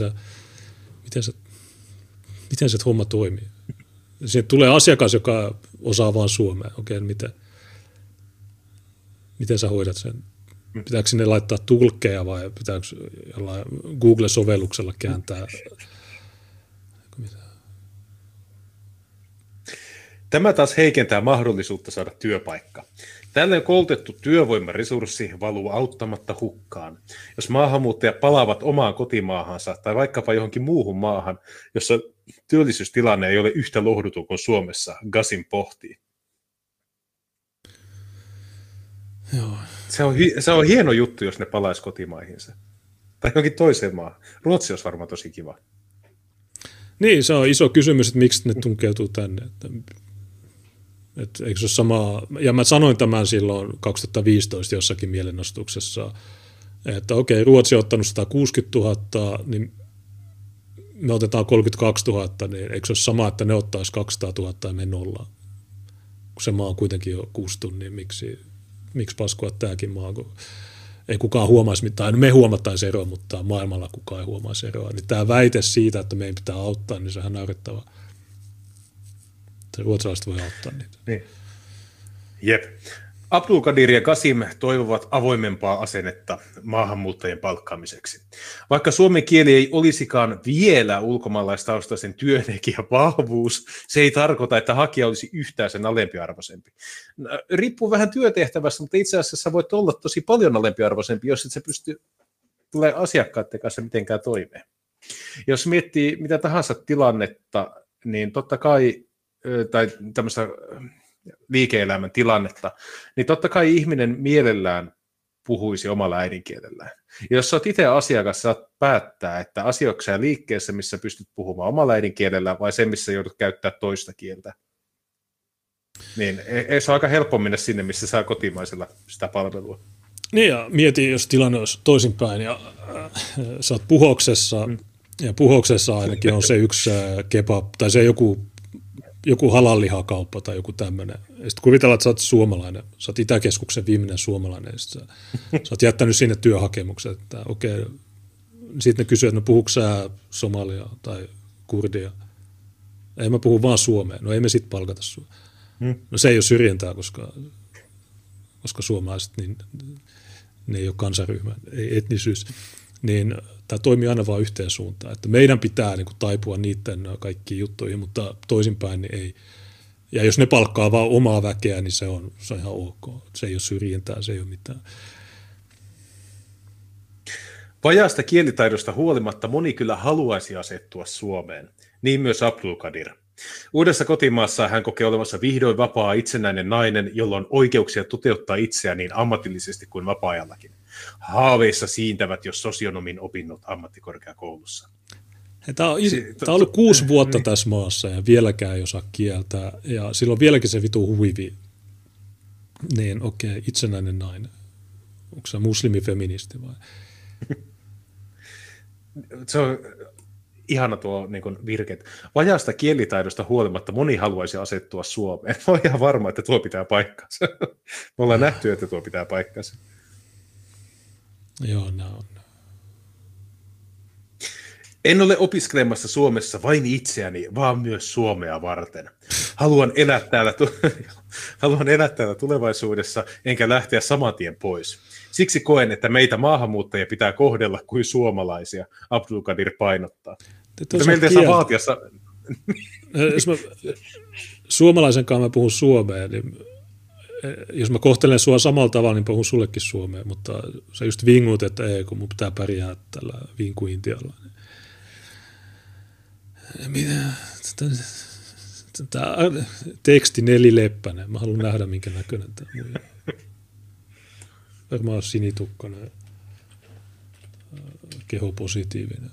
se homma toimii? Siihen tulee asiakas, joka osaa vain suomea. Okei, miten sä hoidat sen? Pitääkö sinne laittaa tulkkeja vai pitääkö jollain Google-sovelluksella kääntää? Tämä taas heikentää mahdollisuutta saada työpaikka. Tällöin koulutettu työvoimaresurssi valuu auttamatta hukkaan. Jos maahanmuuttajat palaavat omaan kotimaahansa tai vaikkapa johonkin muuhun maahan, jossa työllisyystilanne ei ole yhtä lohduton kuin Suomessa, Gasim pohtii. Joo. Se on hieno juttu, jos ne palaisi kotimaihinsa. Tai johonkin toiseen maahan. Ruotsi olisi varmaan tosi kiva. Niin, se on iso kysymys, että miksi ne tunkeutuu tänne. Että eikö se ole samaa, ja mä sanoin tämän silloin 2015 jossakin mielenostuksessa, että okei, Ruotsi on ottanut 160 000, niin me otetaan 32 000, niin eikö se ole sama, että ne ottaisi 200 000 ja me nollaan? Kun se maa on kuitenkin jo 6 tunnia, miksi paskoa tämäkin maa, kun ei kukaan huomaisi mitään. No me huomattaisiin eroa, mutta maailmalla kukaan ei huomaisi eroa. Niin tämä väite siitä, että meidän pitää auttaa, niin sehän on naurettava. Ruotsalaiset voi auttaa niitä. Niin. Jep. Abdulkadir ja Qasim toivovat avoimempaa asennetta maahanmuuttajien palkkaamiseksi. Vaikka suomen kieli ei olisikaan vielä ulkomaalaistaustaisen työntekijän vahvuus, se ei tarkoita, että hakija olisi yhtään sen alempiarvoisempi. Riippuu vähän työtehtävästä, mutta itse asiassa voit olla tosi paljon alempiarvoisempi, jos et se pysty tulee asiakkaiden kanssa mitenkään toimeen. Jos miettii mitä tahansa tilannetta, niin totta kai, tai tämmöistä liike-elämän tilannetta, niin totta kai ihminen mielellään puhuisi omalla äidinkielellään. Ja jos olet itse asiakas, saat päättää, että asioitko sä liikkeessä, missä pystyt puhumaan omalla äidinkielellä, vai se, missä joudut käyttämään toista kieltä. Niin ei se ole aika helppo mennä sinne, missä saa kotimaisella sitä palvelua. Niin ja mieti, jos tilanne olisi toisinpäin, ja sä oot Puhoksessa, ja Puhoksessa ainakin on se yksi kebab, tai se joku halallihakauppa tai joku tämmöinen. Ja sitten kuvitellaan, että sä oot suomalainen, sä oot Itäkeskuksen viimeinen suomalainen, ja sä oot jättänyt sinne työhakemuksen, että okei. Sitten ne kysyy, että no puhuuko sä somalia tai kurdia? Ei, mä puhun vaan suomea. No ei me sit palkata sua. No se ei ole syrjintää, koska suomalaiset, niin ne ei ole kansaryhmä, ei etnisyys. Niin tämä toimii aina vain yhteen suuntaan. Että meidän pitää niin kuin taipua niiden kaikkiin juttuihin, mutta toisinpäin niin ei. Ja jos ne palkkaa vaan omaa väkeä, niin se on ihan ok. Se ei ole syrjintää, se ei ole mitään. Vajaasta kielitaidosta huolimatta moni kyllä haluaisi asettua Suomeen. Niin myös Abdulkadir. Uudessa kotimaassaan hän kokee olevansa vihdoin vapaa itsenäinen nainen, jolla on oikeuksia toteuttaa itseään niin ammatillisesti kuin vapaa-ajallakin. Haaveissa siintävät jo sosionomin opinnot ammattikorkeakoulussa. Tämä on ollut 6 vuotta tässä maassa ja vieläkään ei osaa kieltää. Ja silloin vieläkin se vitu huivi. Niin okei, itsenäinen nainen. Onko se muslimifeministi vai? Se on ihana tuo niin virke. Vajaasta kielitaidosta huolimatta moni haluaisi asettua Suomeen. Mä oon ihan varma, että tuo pitää paikkansa. Me ollaan nähty, että tuo pitää paikkansa. Joo, on. En ole opiskelemassa Suomessa vain itseäni, vaan myös Suomea varten. Haluan elää täällä tulevaisuudessa, enkä lähteä saman tien pois. Siksi koen, että meitä maahanmuuttajia pitää kohdella kuin suomalaisia, Abdulkadir painottaa. Mutta meiltä ei saa vaatia. Suomalaisen kanssa mä puhun suomea, niin jos mä kohtelen sua samalla tavalla, niin puhun sullekin suomea, mutta sä just vingut, että ei, kun mun pitää pärjää tällä vinkuintialla. Tämä teksti nelileppäinen. Mä haluan nähdä, minkä näköinen tämä on. Varmaan sinitukkainen, kehopositiivinen.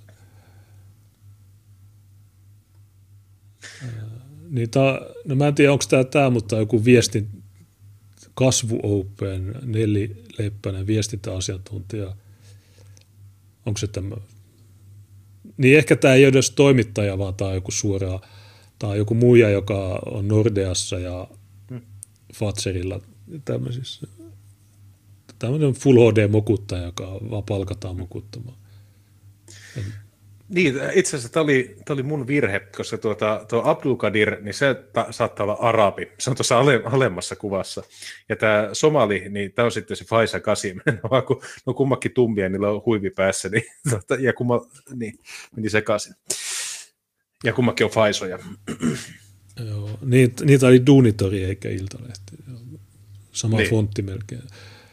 Niin no mä en tiedä, onko tämä, mutta joku Kasvu Open, nelileppäinen viestintäasiantuntija. Onko se tämä? niin ehkä tämä ei ole edes toimittaja, vaan tämä on joku suoraan, tämä on joku muija, joka on Nordeassa ja Fatserilla tämmöisissä. Tämmöinen Full HD-mokuttaja, joka vaan palkataan mokuttamaan. Niin, itse asiassa tämä oli mun virhe, koska tuo Abdul Qadir, niin se saattaa olla arabi. Se on tuossa alemmassa kuvassa. Ja tämä somali, niin tämä on sitten se Faisa Kasim. Vaan kun on kummakin tummia, niillä on huivi päässä, niin, niin meni sekaisin. Ja kummakin on Faisoja. Joo, niitä oli Duunitori eikä Iltalehti. Sama niin. Fontti melkein.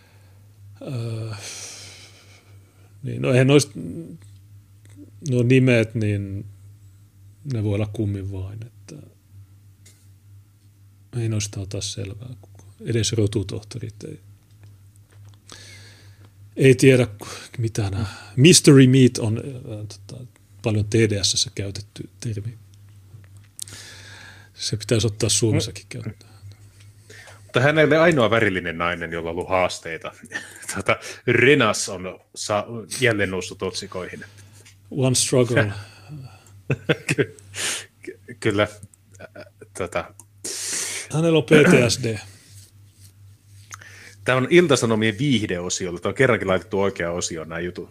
Niin, no eihän noista nuo nimet, niin ne voi olla kummin vain, että ei noista ota selvää. Edes rotutohtorit ei tiedä, mitä nämä. Mystery meat on paljon TDS:ssä käytetty termi. Se pitäisi ottaa Suomessakin käyttöön. Mutta hän ei ole ainoa värillinen nainen, jolla on ollut haasteita. Renas on jälleen noussut otsikoihin. One struggle. Kyllä. Hänellä on PTSD. Tämä on Ilta-Sanomien viihdeosiolla. Tämä on kerrankin laitettu oikea osio nämä jutut.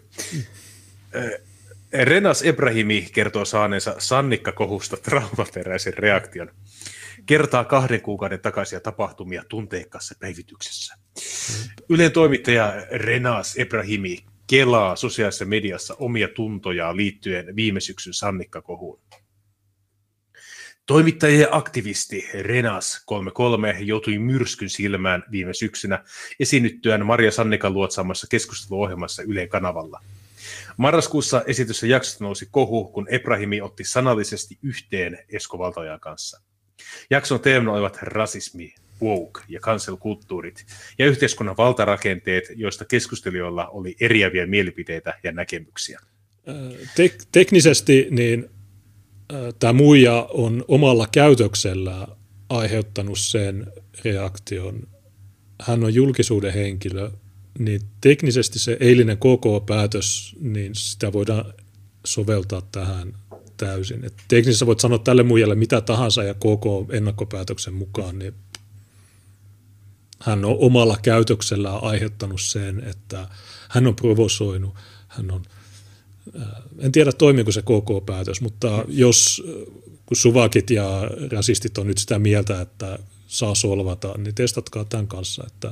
Renas Ebrahimi kertoo saaneensa Sannikka-kohusta traumaperäisen reaktion. Kertaa 2 kuukauden takaisia tapahtumia tunteikkaassa päivityksessä. Ylen toimittaja Renas Ebrahimi kelaa sosiaalisessa mediassa omia tuntojaan liittyen viime syksyn Sannikka-kohuun. Toimittaja ja aktivisti Renas 33 joutui myrskyn silmään viime syksynä esiinnyttyään Maria Sannikan luotsaamassa keskusteluohjelmassa Ylen kanavalla. Marraskuussa esityssä jaksosta nousi kohu, kun Ebrahimi otti sanallisesti yhteen Esko Valtaojan kanssa. Jakson teemana olivat rasismi, woke ja cancel-kulttuurit ja yhteiskunnan valtarakenteet, joista keskustelijoilla oli eriäviä mielipiteitä ja näkemyksiä. Teknisesti niin tämä muija on omalla käytöksellä aiheuttanut sen reaktion. Hän on julkisuuden henkilö, niin teknisesti se eilinen KK-päätös, niin sitä voidaan soveltaa tähän täysin. Et teknisesti voit sanoa tälle muijalle mitä tahansa ja KK-ennakkopäätöksen mukaan, niin hän on omalla käytöksellään aiheuttanut sen, että hän on provosoinut, hän on en tiedä toimiiko se KK-päätös, mutta jos kun suvakit ja rasistit on nyt sitä mieltä, että saa solvata, niin testatkaa tämän kanssa. Että,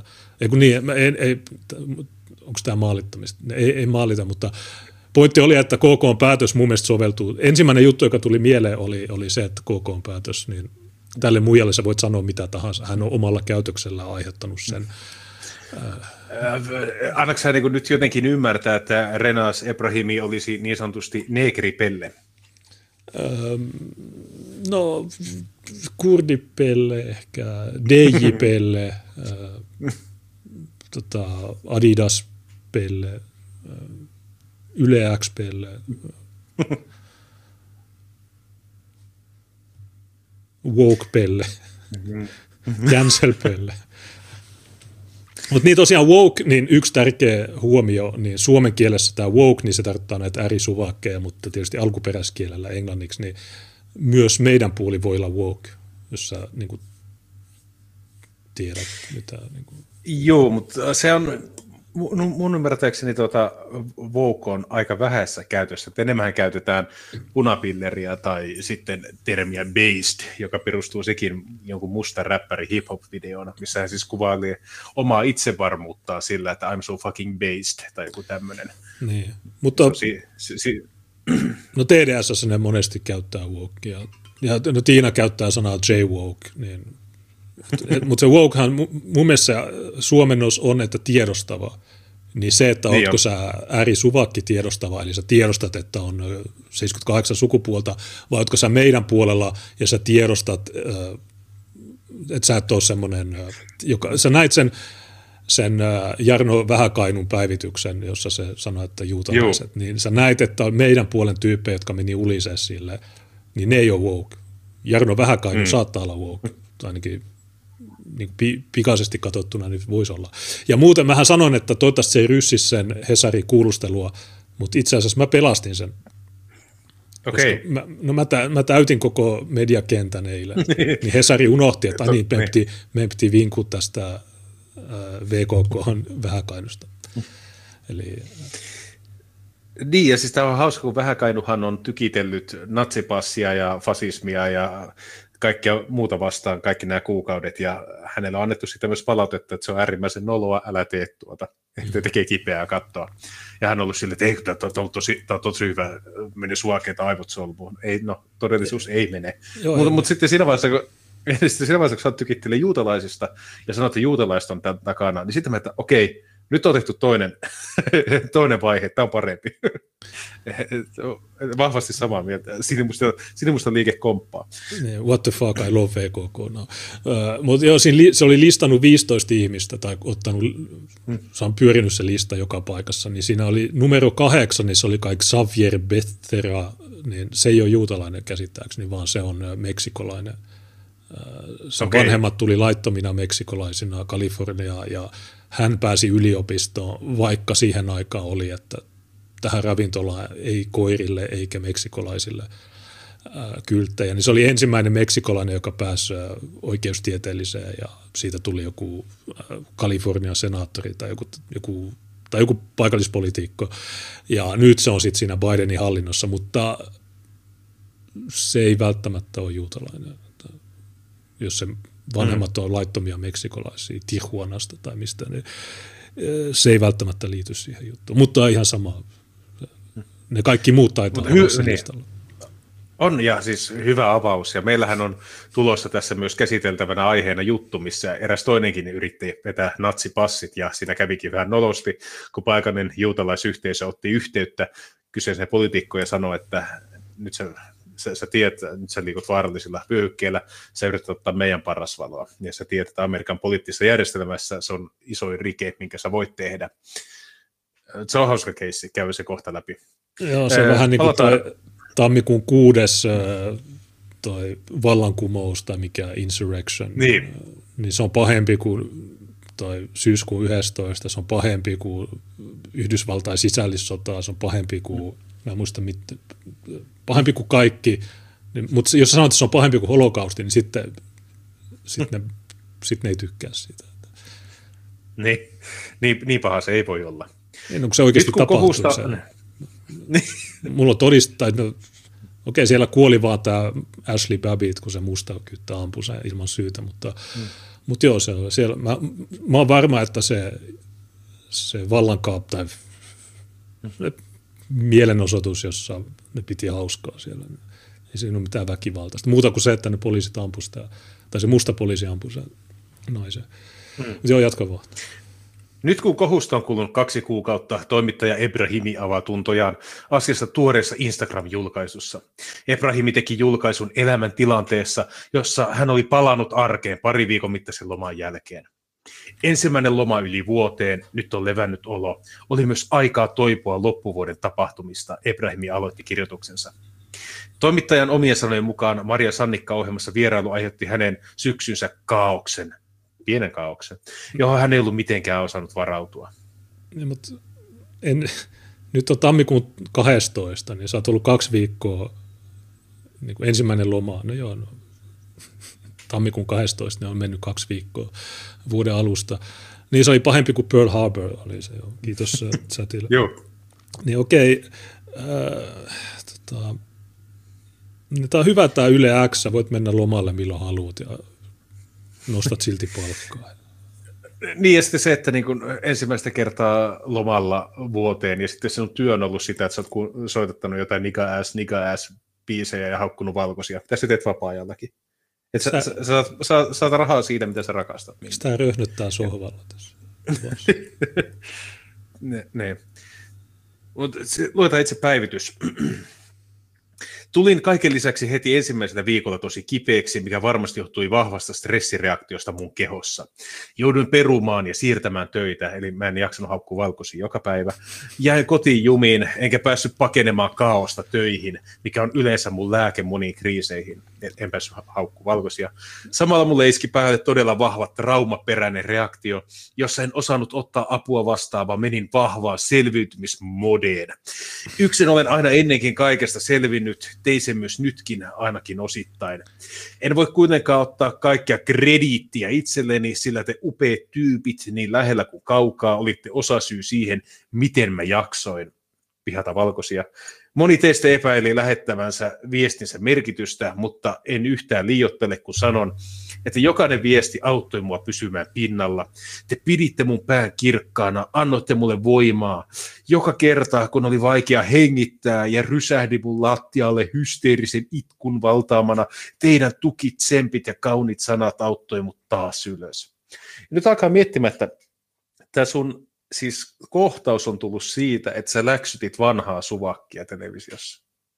onko tämä maalittamista? Ei maalita, mutta pointti oli, että KK-päätös mun mielestä soveltuu. Ensimmäinen juttu, joka tuli mieleen, oli se, että KK-päätös, niin tälle muijalle sä voit sanoa mitä tahansa. Hän on omalla käytöksellään aiheuttanut sen. Annatko sä niin nyt jotenkin ymmärtää, että Renas Ebrahimi olisi niin sanotusti neegripelle? No, kurdipelle ehkä, DJ-pelle, Adidas-pelle, Yle X-pelle, woke-pelle, cancel-pelle. Mutta niin tosiaan woke, niin yksi tärkeä huomio, niin suomen kielessä tämä woke, niin se tarkoittaa näitä äärisuvakkeja, mutta tietysti alkuperäiskielellä englanniksi, niin myös meidän puoli voi olla woke, jos sä niin kuin tiedät mitä. Niin kuin. Joo, mutta se on, mun ymmärtääkseni woke on aika vähässä käytössä, että enemmän käytetään punapilleria tai sitten termiä based, joka perustuu sekin jonkun mustan räppäri hip-hop-videona, missä hän siis kuvailee omaa itsevarmuuttaa sillä, että I'm so fucking based tai joku tämmöinen. Niin, mutta no TDS ne monesti käyttää wokea, ja no Tiina käyttää sanaa J-woke, niin mutta se wokehan, mun mielestä suomennos on, että tiedostava, niin se, että niin ootko sä äärisuvakki tiedostava, eli sä tiedostat, että on 78 sukupuolta, vai ootko sä meidän puolella ja sä tiedostat, että sä et ole semmoinen, sä näit sen Jarno Vähäkainun päivityksen, jossa se sanoi, että juutalaiset, niin sä näit, että meidän puolen tyyppejä, jotka meni uliseen sille, niin ne ei ole woke. Jarno Vähäkainu saattaa olla woke, tai ainakin niin pikaisesti katsottuna nyt voisi olla. Ja muuten mähän sanoin, että toivottavasti se ei ryssi sen Hesarin kuulustelua, mutta itse asiassa mä pelastin sen. Okei. Mä täytin koko mediakentän eilen, niin Hesari unohti, että me piti vinkua tästä VKK:n Vähäkainusta. Eli niin, ja siis tämä on hauska, kun Vähäkainuhan on tykitellyt natsipassia ja fasismia ja kaikkea muuta vastaan kaikki nämä kuukaudet, ja hänellä on annettu sitä myös palautetta, että se on äärimmäisen noloa, älä tee tuota, että tekee kipeää katsoa. Ja hän on ollut silleen, että tämä on tosi hyvä, meni suakeita aivot solmuun. Ei, no, todellisuus ei mene. Mutta sitten siinä vaiheessa, kun sä tykittelee juutalaisista ja sanot, että juutalaiset on tämän takana, niin sitten mä, että okei, nyt on otettu toinen vaihe, tämä on parempi. Vahvasti samaa mieltä. Sinimusta liike komppaa. What the fuck, I love VKK. No. Mutta joo, se oli listannut 15 ihmistä, tai se on pyörinyt se lista joka paikassa, niin siinä oli numero 8, niin se oli kai Xavier Becerra, niin se ei ole juutalainen käsittääkseni, vaan se on meksikolainen. Sen vanhemmat tuli laittomina meksikolaisina Kaliforniaan, ja hän pääsi yliopistoon, vaikka siihen aikaan oli, että tähän ravintolaan ei koirille eikä meksikolaisille kylttejä. Niin se oli ensimmäinen meksikolainen, joka pääsi oikeustieteelliseen, ja siitä tuli joku Kalifornian senaattori tai joku paikallispoliitikko. Ja nyt se on sitten siinä Bidenin hallinnossa, mutta se ei välttämättä ole juutalainen. Jos se vanhemmat on laittomia meksikolaisia Tijuanasta tai mistä, niin se ei välttämättä liity siihen juttuun. Mutta ihan sama. Ne kaikki muut taitaa olla sen listalla. On, ja siis hyvä avaus. Ja meillähän on tulossa tässä myös käsiteltävänä aiheena juttu, missä eräs toinenkin yritti vetää natsipassit, ja siinä kävikin vähän nolosti, kun paikallinen juutalaisyhteisö otti yhteyttä kyseiseen poliitikkoon ja sanoi, että nyt sä tiedät, nyt sä liikut vaarallisilla vyöhykkeillä, sä yrität ottaa meidän parasvaloa, ja sä tiedät, että Amerikan poliittisessa järjestelmässä se on isoin rike, minkä sä voit tehdä. Se on hauska keissi, käy se kohta läpi. Joo, se on vähän niin kuin tammikuun 6. toi vallankumous tai mikä insurrection, niin se on pahempi kuin toi syyskuun 11, se on pahempi kuin Yhdysvaltain sisällissota, se on pahempi kuin, mä en muista pahempi kuin kaikki, mutta jos sanot, että se on pahempi kuin holokausti, niin sitten ne ei tykkää siitä. Niin paha se ei voi olla. Ei, no, kun se oikeasti tapahtuu. Mulla on todistaa, että okei, siellä kuoli vaan tämä Ashley Babbitt, kun se musta kyttä ampui sen ilman syytä, mutta joo, se on siellä. Mä oon varma, että se vallankaap tai mielenosoitus, jossa ne piti hauskaa siellä, ei siinä ole mitään väkivaltaista. Muuta kuin se, että ne poliisit ampui sitä, tai se musta poliisi ampui sen naisen. Joo, jatka vaan. Nyt kun kohusta on kulunut 2 kuukautta, toimittaja Ebrahimi avaa tuntojaan asiasta tuoreessa Instagram-julkaisussa. Ebrahimi teki julkaisun elämäntilanteessa, jossa hän oli palannut arkeen 2 viikon mittaisen loman jälkeen. Ensimmäinen loma yli vuoteen, nyt on levännyt olo. Oli myös aikaa toipua loppuvuoden tapahtumista, Ebrahimi aloitti kirjoituksensa. Toimittajan omien sanojen mukaan Maria Sannikka-ohjelmassa vierailu aiheutti hänen syksynsä kaaoksen, pienen kaaoksen, johon hän ei ollut mitenkään osannut varautua. Ja, mutta nyt on tammikuun 12, niin sä oot ollut 2 viikkoa niin kuin ensimmäinen loma. No joo, tammikuun 12, ne on mennyt 2 viikkoa vuoden alusta. Niin se oli pahempi kuin Pearl Harbor oli se. Joo. Kiitos chatille. Joo. Niin okei. Tämä on hyvä tämä Yle X, sä voit mennä lomalle milloin haluat ja nostat silti palkkaa. Niin, ja sitten se, että niin kun ensimmäistä kertaa lomalla vuoteen, ja sitten sinun työ on ollut sitä, että sä oot soitattanut jotain nigga ass biisejä ja haukkunut valkoisia. Tässä teet vapaa-ajallakin. Että sä saat rahaa siitä, mitä sä rakastat. Sitä röhnöttää sohvalla tässä. Ne. Mutta luetaan itse päivitys. Tulin kaiken lisäksi heti ensimmäisellä viikolla tosi kipeäksi, mikä varmasti johtui vahvasta stressireaktiosta mun kehossa. Jouduin perumaan ja siirtämään töitä, eli mä en jaksanut haukkua valkoisia joka päivä. Jäin kotiin jumiin, enkä päässyt pakenemaan kaaosta töihin, mikä on yleensä mun lääke moniin kriiseihin. en päässyt haukkumaan valkoisia. Samalla mulle iski päälle todella vahva traumaperäinen reaktio, jossa en osannut ottaa apua vastaan, vaan menin vahvaan selviytymismodeen. Yksin olen aina ennenkin kaikesta selvinnyt, tein sen myös nytkin ainakin osittain. En voi kuitenkaan ottaa kaikkia krediittiä itselleni, sillä te upeat tyypit niin lähellä kuin kaukaa olitte osasyy siihen, miten mä jaksoin pihata valkoisia. Moni teistä epäili lähettävänsä viestinsä merkitystä, mutta en yhtään liioittele, kun sanon, että jokainen viesti auttoi mua pysymään pinnalla. Te piditte mun pään kirkkaana, annoitte mulle voimaa. Joka kerta, kun oli vaikea hengittää ja rysähdin mun lattialle hysteerisen itkun valtaamana, teidän tukit, tsempit ja kaunit sanat auttoi mut taas ylös. Ja nyt alkaa miettimään, että tämä sun siis kohtaus on tullut siitä, että sä läksytit vanhaa suvakkia televisiossa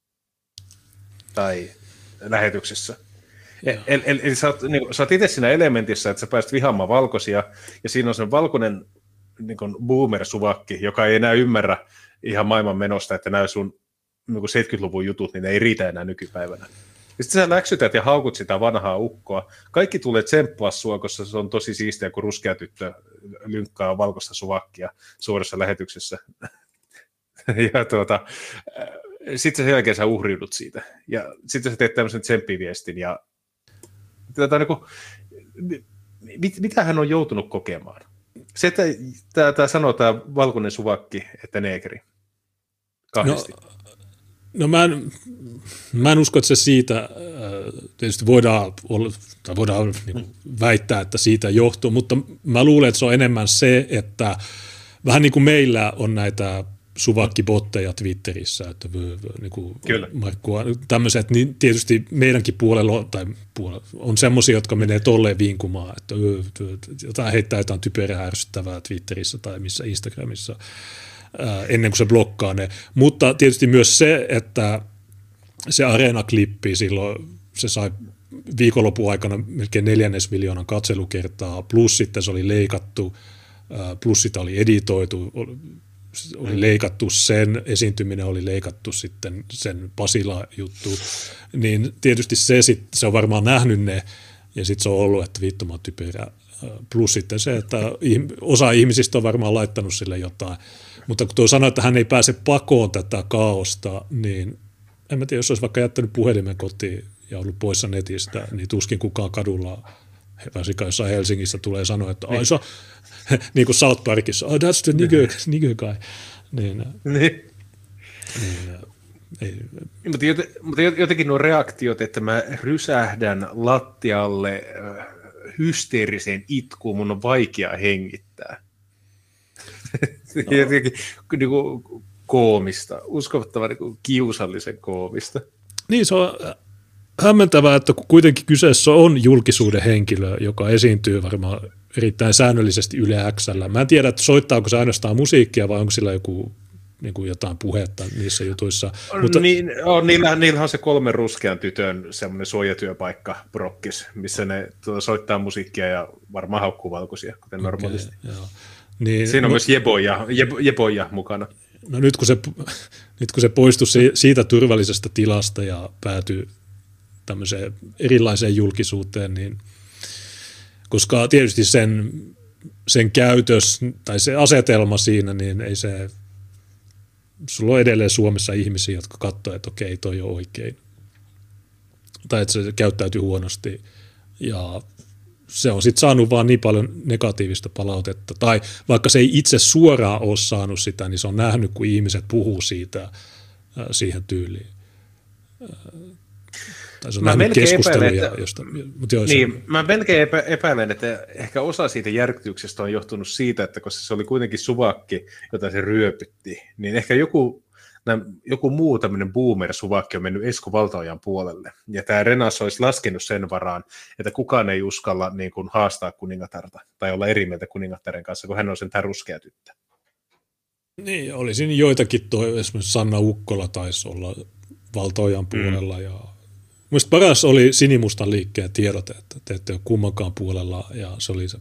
tai lähetyksessä. Eli sä oot itse siinä elementissä, että sä pääset vihaamaan valkoisia, ja siinä on sen valkoinen niin boomer-suvakki, joka ei enää ymmärrä ihan maailman menosta, että nämä sun niin 70-luvun jutut, niin ne ei riitä enää nykypäivänä. Ja sitten sä läksytät ja haukut sitä vanhaa ukkoa. Kaikki tulee tsemppaa sua, koska se on tosi siistiä, kun ruskea tyttö lynkkaa valkoista suvakkia suorassa lähetyksessä. Ja sitten sen jälkeen sä uhriudut siitä. Ja sitten sä teet tämmöisen tsemppiviestin. Ja mitä hän on joutunut kokemaan? Se, että tämä sanoo tämä valkoinen suvakki, että neekeri. Kahdesti. No mä en usko, että se siitä, tietysti voidaan niin väittää, että siitä johtuu, mutta mä luulen, että se on enemmän se, että vähän niin kuin meillä on näitä suvakkibotteja Twitterissä, että niin kuin Markkua, tämmöiset, niin tietysti meidänkin puolella on semmoisia, jotka menee tolleen vinkumaan, että jotain heittää jotain typerää ärsyttävää Twitterissä tai missä Instagramissa, ennen kuin se blokkaa ne. Mutta tietysti myös se, että se Areena-klippi silloin, se sai viikonlopun aikana melkein 4 miljoonan katselukertaa, plus sitten se oli leikattu, plus sitä oli editoitu, oli leikattu sen, esiintyminen oli leikattu sitten sen Pasila-juttu, niin tietysti se on varmaan nähnyt ne, ja sitten se on ollut, että viittomaan typerä, plus sitten se, että osa ihmisistä on varmaan laittanut sille jotain. Mutta kun tuo sanoi, että hän ei pääse pakoon tätä kaaosta, niin en mä tiedä, jos olisi vaikka jättänyt puhelimen kotiin ja ollut poissa netistä, niin tuskin kukaan kadulla, varsinkaan jossain Helsingissä, tulee sanoa, että niin kuin South Parkissa, that's the nigger guy. Mutta jotenkin nuo reaktiot, että mä rysähdän lattialle hysteeriseen itkuun, mun on vaikea hengittää. Jotenkin niin kuin koomista, uskomattavan niin kiusallisen koomista. Niin, se on hämmentävää, että kuitenkin kyseessä on julkisuuden henkilö, joka esiintyy varmaan erittäin säännöllisesti Yle X:llä. Mä en tiedä, että soittaako se ainoastaan musiikkia vai onko sillä joku niin kuin jotain puhetta niissä jutuissa. Mutta niillä on se 3 ruskean tytön semmoinen suojatyöpaikka prokkis, missä ne soittaa musiikkia ja varmaan haukkuu valkoisia, kuten normaalisti. Joo. Niin, siinä on myös jeboja mukana. No nyt kun se poistui siitä turvallisesta tilasta ja päätyi tämmöiseen erilaiseen julkisuuteen, niin koska tietysti sen käytös tai se asetelma siinä, niin ei se, sulla on edelleen Suomessa ihmisiä, jotka katsoo, että okei, toi on oikein. Tai että se käyttäytyy huonosti ja se on sitten saanut vaan niin paljon negatiivista palautetta. Tai vaikka se ei itse suoraan ole saanut sitä, niin se on nähnyt, kun ihmiset puhuu siitä siihen tyyliin. Tai se on nähnyt keskusteluja. Mä melkein epäilen, että ehkä osa siitä järkytyksestä on johtunut siitä, että koska se oli kuitenkin suvakki, jota se ryöpytti, niin ehkä joku muu tämmöinen boomer-suvakki on mennyt Esko Valtaojan puolelle. Ja tämä Renas olisi laskenut sen varaan, että kukaan ei uskalla niin kuin haastaa kuningatarta tai olla eri mieltä kuningattaren kanssa, kun hän on sen tämä ruskea tyttö. Niin, olisin joitakin, esimerkiksi Sanna Ukkola taisi olla Valtaojan puolella. Ja mielestäni paras oli Sinimustan liikkeen tiedote, että te ette ole kummankaan puolella, ja se oli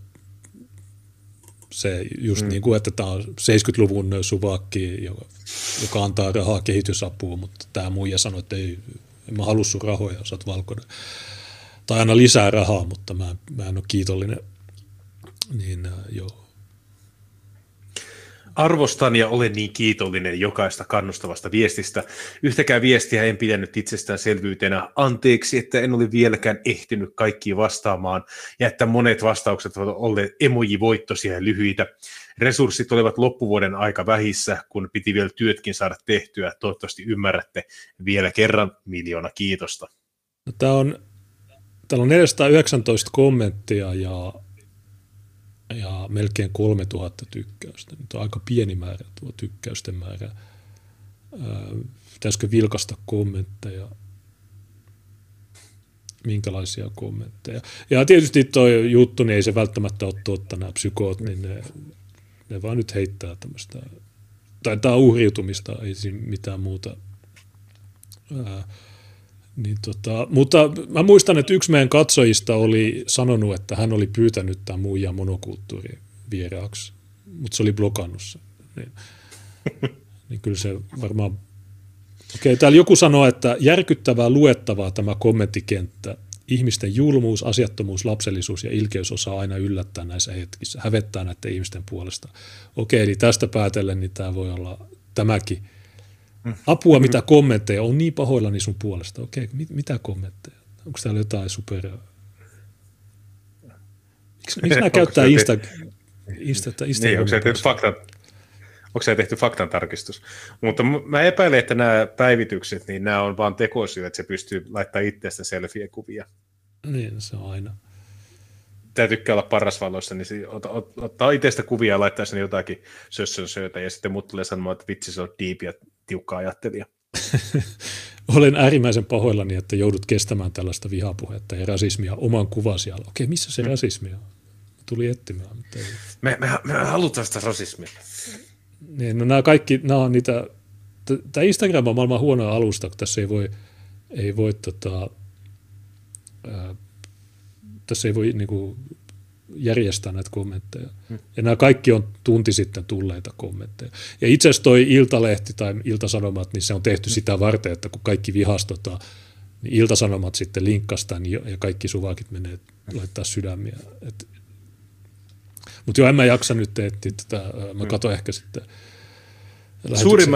se just niin kuin, että tämä on 70-luvun suvakki, joka antaa rahaa kehitysapuun, mutta tämä muija sanoi, että En mä halua sun rahoja, sä oot valkoinen. Tai aina lisää rahaa, mutta mä en ole kiitollinen. Niin joo. Arvostan ja olen niin kiitollinen jokaista kannustavasta viestistä. Yhtäkään viestiä en pidänyt itsestäänselvyytenä. Anteeksi, että en ole vieläkään ehtinyt kaikkiin vastaamaan ja että monet vastaukset ovat olleet emoji-voittoisia ja lyhyitä. Resurssit olivat loppuvuoden aika vähissä, kun piti vielä työtkin saada tehtyä. Toivottavasti ymmärrätte. Vielä kerran 1 000 000 kiitosta. No, täällä on 419 kommenttia ja melkein 3000 tykkäystä. Nyt on aika pieni määrä tuo tykkäysten määrä. Pitäisikö vilkaista kommentteja? Minkälaisia kommentteja? Ja tietysti tuo juttu, niin ei se välttämättä ole totta, nämä psykoot, niin ne vaan nyt heittää tämmöistä, tai tämä uhriutumista, ei siinä mitään muuta. Mutta mä muistan, että yksi meidän katsojista oli sanonut, että hän oli pyytänyt tämän muijan monokulttuurin vieraaksi, mutta se oli blokannut sen. Niin kyllä se varmaan... Okei, täällä joku sanoo, että järkyttävää luettavaa tämä kommenttikenttä. Ihmisten julmuus, asiattomuus, lapsellisuus ja ilkeys osaa aina yllättää näissä hetkissä, hävettää näiden ihmisten puolesta. Okei, eli tästä päätellen niin tämä voi olla tämäkin. Apua, mitä kommentteja, on niin pahoillani sun puolesta. Okei, mitä kommentteja? Onko täällä jotain super... Miksi nämä käyttää Instagramia? Onko se tehty faktantarkistus? Mutta mä epäilen, että nämä päivitykset, niin nämä on vaan tekosyy, että se pystyy laittamaan itsestä selfie-kuvia. Niin, se on aina. Tämä tykkää olla parasvaloissa, niin ottaa itsestä kuvia ja laittaa sinne jotakin sössönsöitä, ja sitten mut tulee sanomaan, että vitsi, se on deep ja tiukka ajattelija. Olen äärimmäisen pahoillani, että joudut kestämään tällaista vihapuhetta ja rasismia oman kuvasi alla. Okei, missä se rasismi on? Tuli etsimään. Me halutaan sitä rasismia. Niin, no nämä on niitä, tämä Instagram on maailman huono alusta, kun tässä tässä ei voi niinku järjestää näitä kommentteja. Ja nämä kaikki on tunti sitten tulleita kommentteja. Ja itse asiassa toi Iltalehti tai Iltasanomat, niin se on tehty sitä varten, että kun kaikki vihastotaan, niin Iltasanomat sitten linkkasi tämän ja kaikki suvakit menee laittaa sydämiä. Mutta joo, en mä jaksa nyt etsiä tätä. Mä katson ehkä sitten. Suuri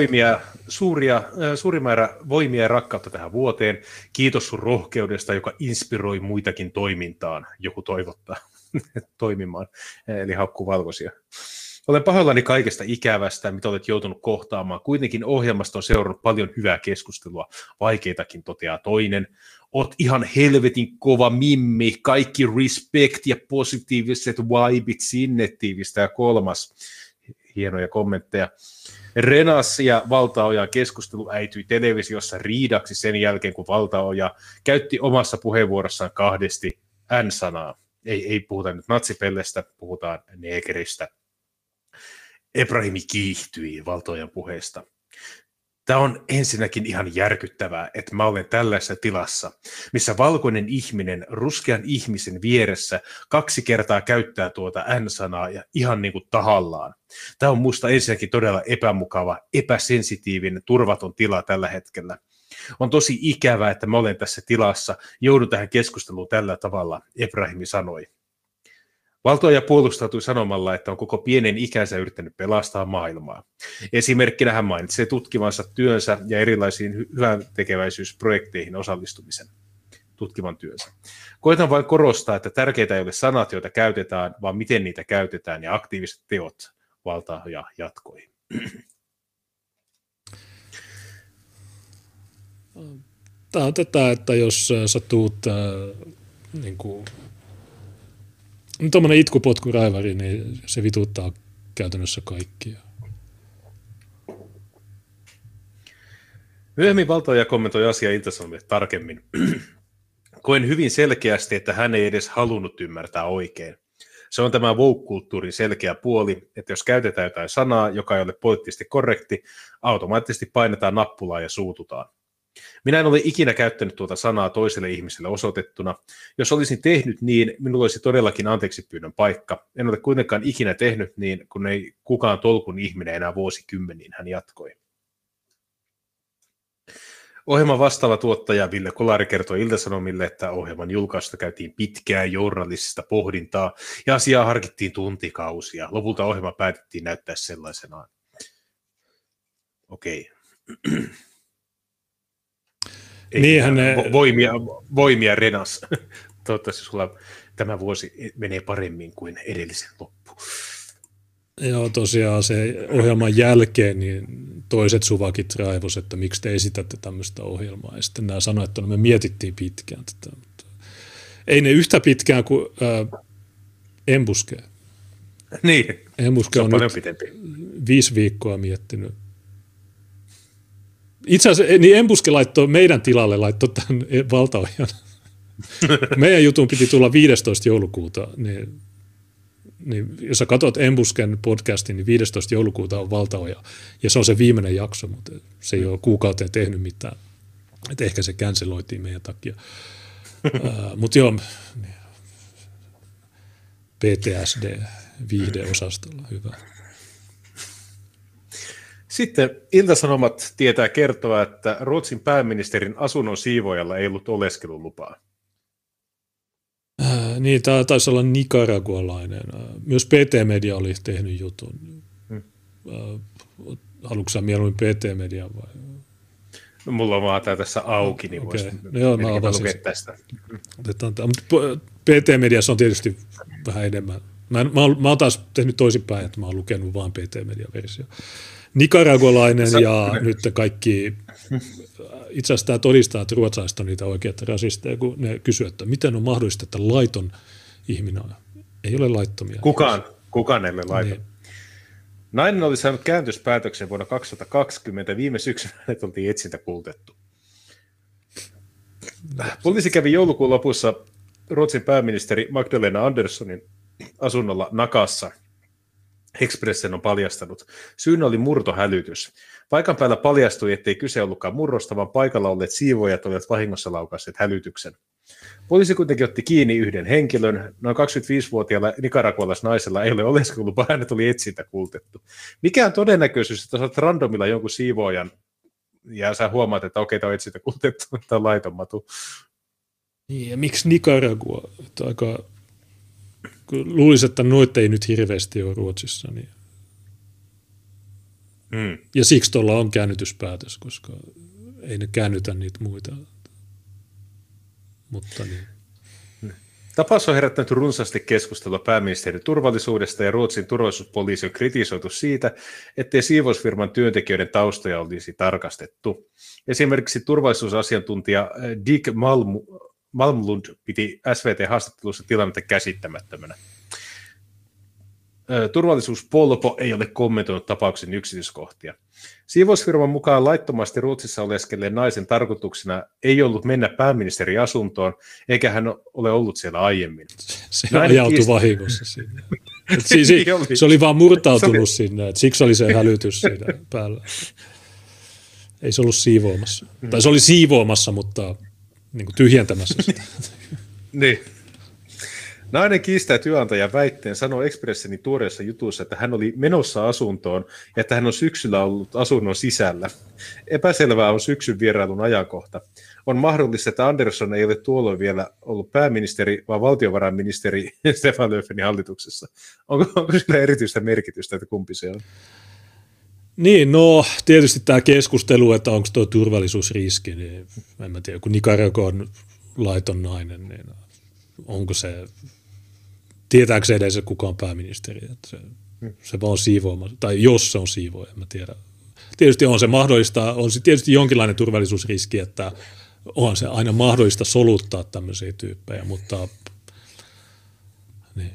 määrä voimia ja rakkautta tähän vuoteen. Kiitos sun rohkeudesta, joka inspiroi muitakin toimintaan. Joku toivottaa toimimaan, eli haukkuu valkoisia. Olen pahoillani kaikesta ikävästä, mitä olet joutunut kohtaamaan. Kuitenkin ohjelmasta on seurannut paljon hyvää keskustelua. Vaikeitakin toteaa toinen. Oot ihan helvetin kova mimmi. Kaikki respect ja positiiviset vibit sinne tiivistä. Ja 3. Hienoja kommentteja. Renas ja Valtaojan keskustelu äityi televisiossa riidaksi sen jälkeen, kun Valtaoja käytti omassa puheenvuorossaan kahdesti N-sanaa. Ei puhuta nyt natsipellestä, puhutaan negeristä. Ebrahimi kiihtyi Valtaojan puheesta. Tämä on ensinnäkin ihan järkyttävää, että mä olen tällaisessa tilassa, missä valkoinen ihminen ruskean ihmisen vieressä 2 kertaa käyttää tuota N-sanaa ja ihan niin kuin tahallaan. Tämä on musta ensinnäkin todella epämukava, epäsensitiivinen, turvaton tila tällä hetkellä. On tosi ikävää, että mä olen tässä tilassa, joudun tähän keskusteluun tällä tavalla, Ebrahimi sanoi. Valtaoja puolustautui sanomalla, että on koko pienen ikänsä yrittänyt pelastaa maailmaa. Esimerkkinä hän mainitsee tutkivansa työnsä ja erilaisiin hyväntekeväisyysprojekteihin osallistumisen tutkivan työnsä. Koitan vain korostaa, että tärkeitä ei ole sanat, joita käytetään, vaan miten niitä käytetään ja aktiiviset teot, Valtaoja jatkoi. Tämä on tätä, että jos sä tuut niin kuin tuommoinen itkupotkuraivari, niin se vituttaa käytännössä kaikkia. Myöhemmin Valtaoja kommentoi asiaa Ilta-Sanomille tarkemmin. Koen hyvin selkeästi, että hän ei edes halunnut ymmärtää oikein. Se on tämä woke-kulttuurin selkeä puoli, että jos käytetään jotain sanaa, joka ei ole poliittisesti korrekti, automaattisesti painetaan nappulaa ja suututaan. Minä en ole ikinä käyttänyt tuota sanaa toiselle ihmiselle osoitettuna. Jos olisin tehnyt niin, minulla olisi todellakin anteeksipyynnön paikka. En ole kuitenkaan ikinä tehnyt niin, kun ei kukaan tolkun ihminen enää vuosikymmeniin, hän jatkoi. Ohjelman vastaava tuottaja Ville Kolari kertoi Ilta-Sanomille, että ohjelman julkaisusta käytiin pitkää journalistista pohdintaa ja asiaa harkittiin tuntikausia. Lopulta ohjelma päätettiin näyttää sellaisenaan. Okei. Niinhän ne... voimia Renas. Toivottavasti sulla tämä vuosi menee paremmin kuin edellisen loppu. Joo, tosiaan se ohjelman jälkeen niin toiset suvakit raivos, että miksi te esitätte tämmöistä ohjelmaa. Ja sitten nämä sanoivat, että no me mietittiin pitkään tätä. Mutta ei ne yhtä pitkään kuin Embuske. Niin, Embuske on paljon nyt pitempi. 5 viikkoa miettinyt. Itse asiassa niin Embuske laittoi meidän tilalle tämän valtaohjan. Meidän jutun piti tulla 15. joulukuuta, niin jos sä katsot Embusken podcastin, niin 15. joulukuuta on valtaohja. Ja se on se viimeinen jakso, mutta se ei ole kuukauteen tehnyt mitään. Et ehkä se canceloitiin meidän takia. Mutta joo, PTSD viihdeosastolla, hyvä. Sitten Ilta-Sanomat tietää kertoa, että Ruotsin pääministerin asunnon siivoojalla ei ollut oleskelulupaa. Niin, tämä taisi olla nicaragualainen. Myös PT-media oli tehnyt jutun. Haluatko sä mieluummin PT-media vai? No, mulla on vaan tämä tässä auki, niin okay. voisi mä lukea tästä. PT-mediassa on tietysti vähän enemmän. Mä oon taas tehnyt toisinpäin, että mä oon lukenut vaan PT-media-versio. Nicaragualainen ja nyt kaikki, itse asiassa tämä todistaa, että ruotsalaiset on niitä oikeita rasisteja, kun ne kysyvät, että miten on mahdollista, että laiton ihminen on. Ei ole laittomia. Kukaan ei ole laiton. Niin. Nainen oli saanut käännytyspäätöksen vuonna 2020, viime syksynä hänet oltiin etsintäkuultettu. Poliisi kävi joulukuun lopussa Ruotsin pääministeri Magdalena Anderssonin asunnolla Nakassa. Expressen on paljastanut. Syynä oli murtohälytys. Paikan päällä paljastui, ettei kyse ollutkaan murrosta, vaan paikalla olleet siivoojat olivat vahingossa laukaisseet hälytyksen. Poliisi kuitenkin otti kiinni yhden henkilön. Noin 25-vuotiaalla nicaragualaisnaisella ei ole oleskelulupa, hänet oli etsintäkuultettu. Mikä on todennäköisyys, että saat randomilla jonkun siivoojan ja sä huomaat, että okei, tämä on etsintäkuultettu, tämä on laiton matu. Ja miksi Nicaragua? Aika... Luulisin, että noita ei nyt hirveästi ole Ruotsissa. Niin. Ja siksi tuolla on käännytyspäätös, koska ei ne käännytä niitä muita. Mutta niin. Tapaus on herättänyt runsaasti keskustelua pääministerin turvallisuudesta ja Ruotsin turvallisuuspoliisi on kritisoitu siitä, ettei siivousfirman työntekijöiden taustoja olisi tarkastettu. Esimerkiksi turvallisuusasiantuntija Dick Malmlund piti SVT-haastattelussa tilannetta käsittämättömänä. Turvallisuuspolpo ei ole kommentoinut tapauksen yksityiskohtia. Siivousfirman mukaan laittomasti Ruotsissa oleskelleen naisen tarkoituksena ei ollut mennä pääministerin asuntoon, eikä hän ole ollut siellä aiemmin. Se ajautui vahingossa sinne. Se oli vaan murtautunut sinne, että siksi oli se hälytys siinä päällä. Ei se ollut siivoamassa. Tai se oli siivoamassa, mutta niin kuin tyhjentämässä sitä. Niin. Nainen kiistää työnantajan väitteen, sanoi Expressenin tuoreessa jutussa, että hän oli menossa asuntoon ja että hän on syksyllä ollut asunnon sisällä. Epäselvää on syksyn vierailun ajankohta. On mahdollista, että Andersson ei ole tuolloin vielä ollut pääministeri, vaan valtiovarainministeri Stefan Löfvenin hallituksessa. Onko sillä erityistä merkitystä, että kumpi se on? Niin, no tietysti tämä keskustelu, että onko tuo turvallisuusriski, niin en mä tiedä, kun Nicaragua on laiton nainen, niin onko se, tietääkö se edes kuka on pääministeri, että se vaan on siivoamassa, tai jos se on siivooja, en mä tiedä. Tietysti on se mahdollista, on se tietysti jonkinlainen turvallisuusriski, että on se aina mahdollista soluttaa tämmöisiä tyyppejä, mutta niin.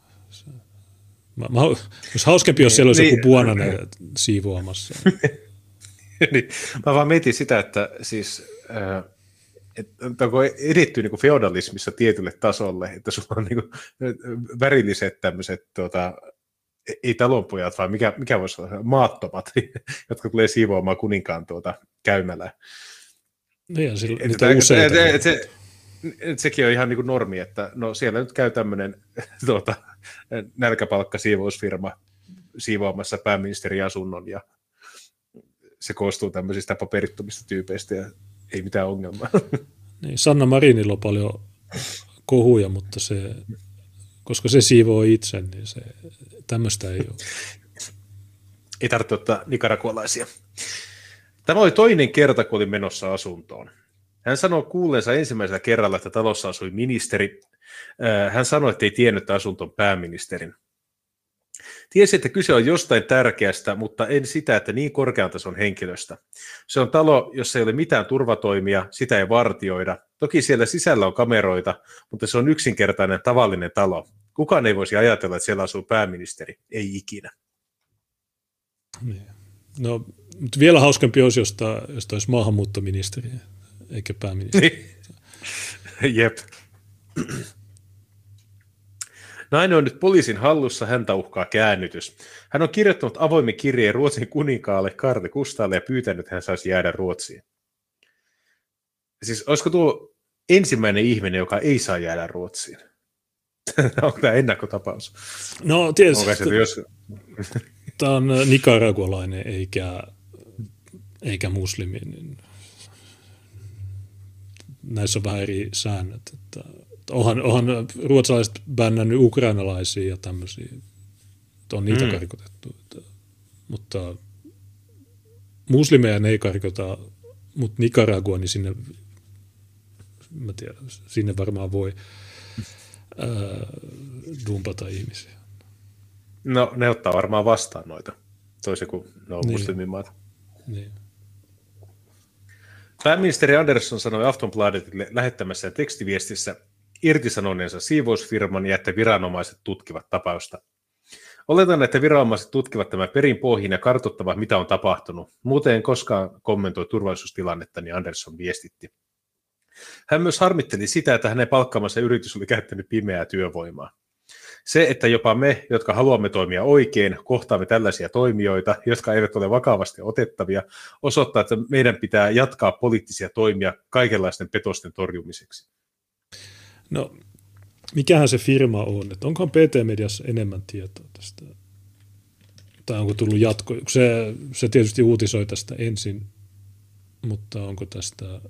Olisi hauskempi, jos siellä olisi joku Buonanen siivoamassa. Niin. Mä vaan mietin sitä, että siis onko edetty niin kuin feodalismissa tietylle tasolle, että sulla on niin kuin värilliset tämmöiset, ei talonpojat, vaan mikä voisi olla, maattomat, jotka tulee siivoamaan kuninkaan käymälää. Niin, niitä on useita. Sekin on ihan niin kuin normi, että no siellä nyt käy tämmöinen nälkäpalkka siivousfirma siivoamassa pääministerin asunnon ja se koostuu tämmöisistä paperittomista tyypeistä ja ei mitään ongelmaa. Niin, Sanna Marinilla on paljon kohuja, mutta koska se siivoo itse, niin tämmöistä ei ole. Ei tarvitse ottaa nicaragualaisia. Tämä oli toinen kerta, kun olin menossa asuntoon. Hän sanoi kuulleensa ensimmäisellä kerralla, että talossa asui ministeri. Hän sanoi, että ei tiennyt, että asunto on pääministerin. Tiesi, että kyse on jostain tärkeästä, mutta en sitä, että niin korkean tason henkilöstä. Se on talo, jossa ei ole mitään turvatoimia, sitä ei vartioida. Toki siellä sisällä on kameroita, mutta se on yksinkertainen tavallinen talo. Kukaan ei voisi ajatella, että siellä asuu pääministeri. Ei ikinä. Niin. No, mutta vielä hauskempi olisi, jos olisi maahanmuuttoministeri, eikä pääministeri. Jep. Nainen on nyt poliisin hallussa, häntä uhkaa käännytys. Hän on kirjoittanut avoimen kirjeen Ruotsin kuninkaalle Karle Gustaalle ja pyytänyt, että hän saisi jäädä Ruotsiin. Siis olisiko tuo ensimmäinen ihminen, joka ei saa jäädä Ruotsiin? Onko tämä ennakkotapaus? No tietysti. Tämä on nicaragualainen eikä muslimi. Niin näissä on vähän eri säännöt. Että onhan ruotsalaiset bännännyt ukrainalaisia ja tämmöisiä. On niitä karkotettu. Mutta muslimeja ei karkota, mutta Nicaragua, niin sinne varmaan voi dumpata ihmisiä. No, ne ottaa varmaan vastaan noita, toisin kuin ne on muslimimaat. Niin. Pääministeri Andersson sanoi Aftonbladetille lähettämässään tekstiviestissä irtisanoneensa siivousfirman ja että viranomaiset tutkivat tapausta. Oletan, että viranomaiset tutkivat tämän perin pohjin ja kartoittavat, mitä on tapahtunut. Muuten en koskaan kommentoi turvallisuustilannetta, niin Andersson viestitti. Hän myös harmitteli sitä, että hänen palkkaamansa yritys oli käyttänyt pimeää työvoimaa. Se, että jopa me, jotka haluamme toimia oikein, kohtaamme tällaisia toimijoita, jotka eivät ole vakavasti otettavia, osoittaa, että meidän pitää jatkaa poliittisia toimia kaikenlaisten petosten torjumiseksi. No, mikähän se firma on? Että onkohan PT-mediassa enemmän tietoa tästä? Tai onko tullut jatko? Se tietysti uutisoi tästä ensin, mutta onko tästä...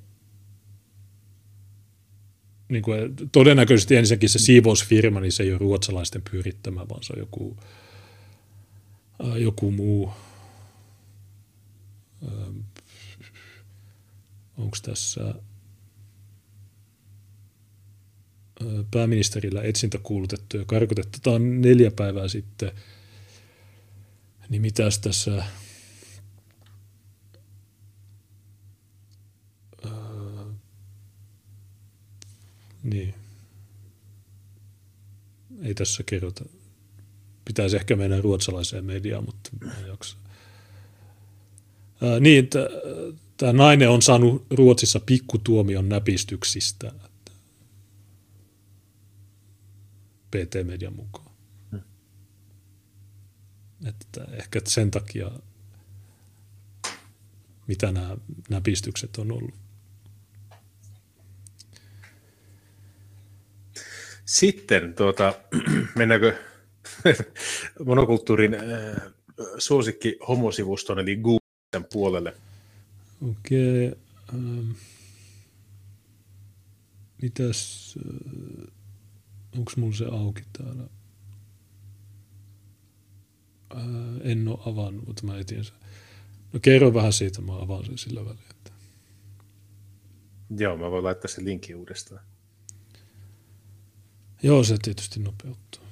Niin kuin, todennäköisesti ensinnäkin se siivousfirma, niin se ei ole ruotsalaisten pyörittämä, vaan se on joku muu. Onko tässä pääministerillä etsintä kuulutettu ja karkotettu? Tämä on 4 päivää sitten. Niin mitäs tässä... Niin. Ei tässä kerrota. Pitäisi ehkä mennä ruotsalaiseen mediaan, mutta en jaksa. Niin, tämä nainen on saanut Ruotsissa pikkutuomion näpistyksistä. PT-median mukaan. Että ehkä sen takia, mitä nämä näpistykset on ollut. Sitten mennäänkö monokulttuurin suosikki homosivuston eli Googlen puolelle? Okei. Mitäs, onko mulla se auki täällä? En ole avannut, mutta mä etin sen. No kerro vähän siitä, mä avaan sen sillä välillä. Joo, mä voin laittaa sen linkin uudestaan. Joo, se tietysti nopeuttaa.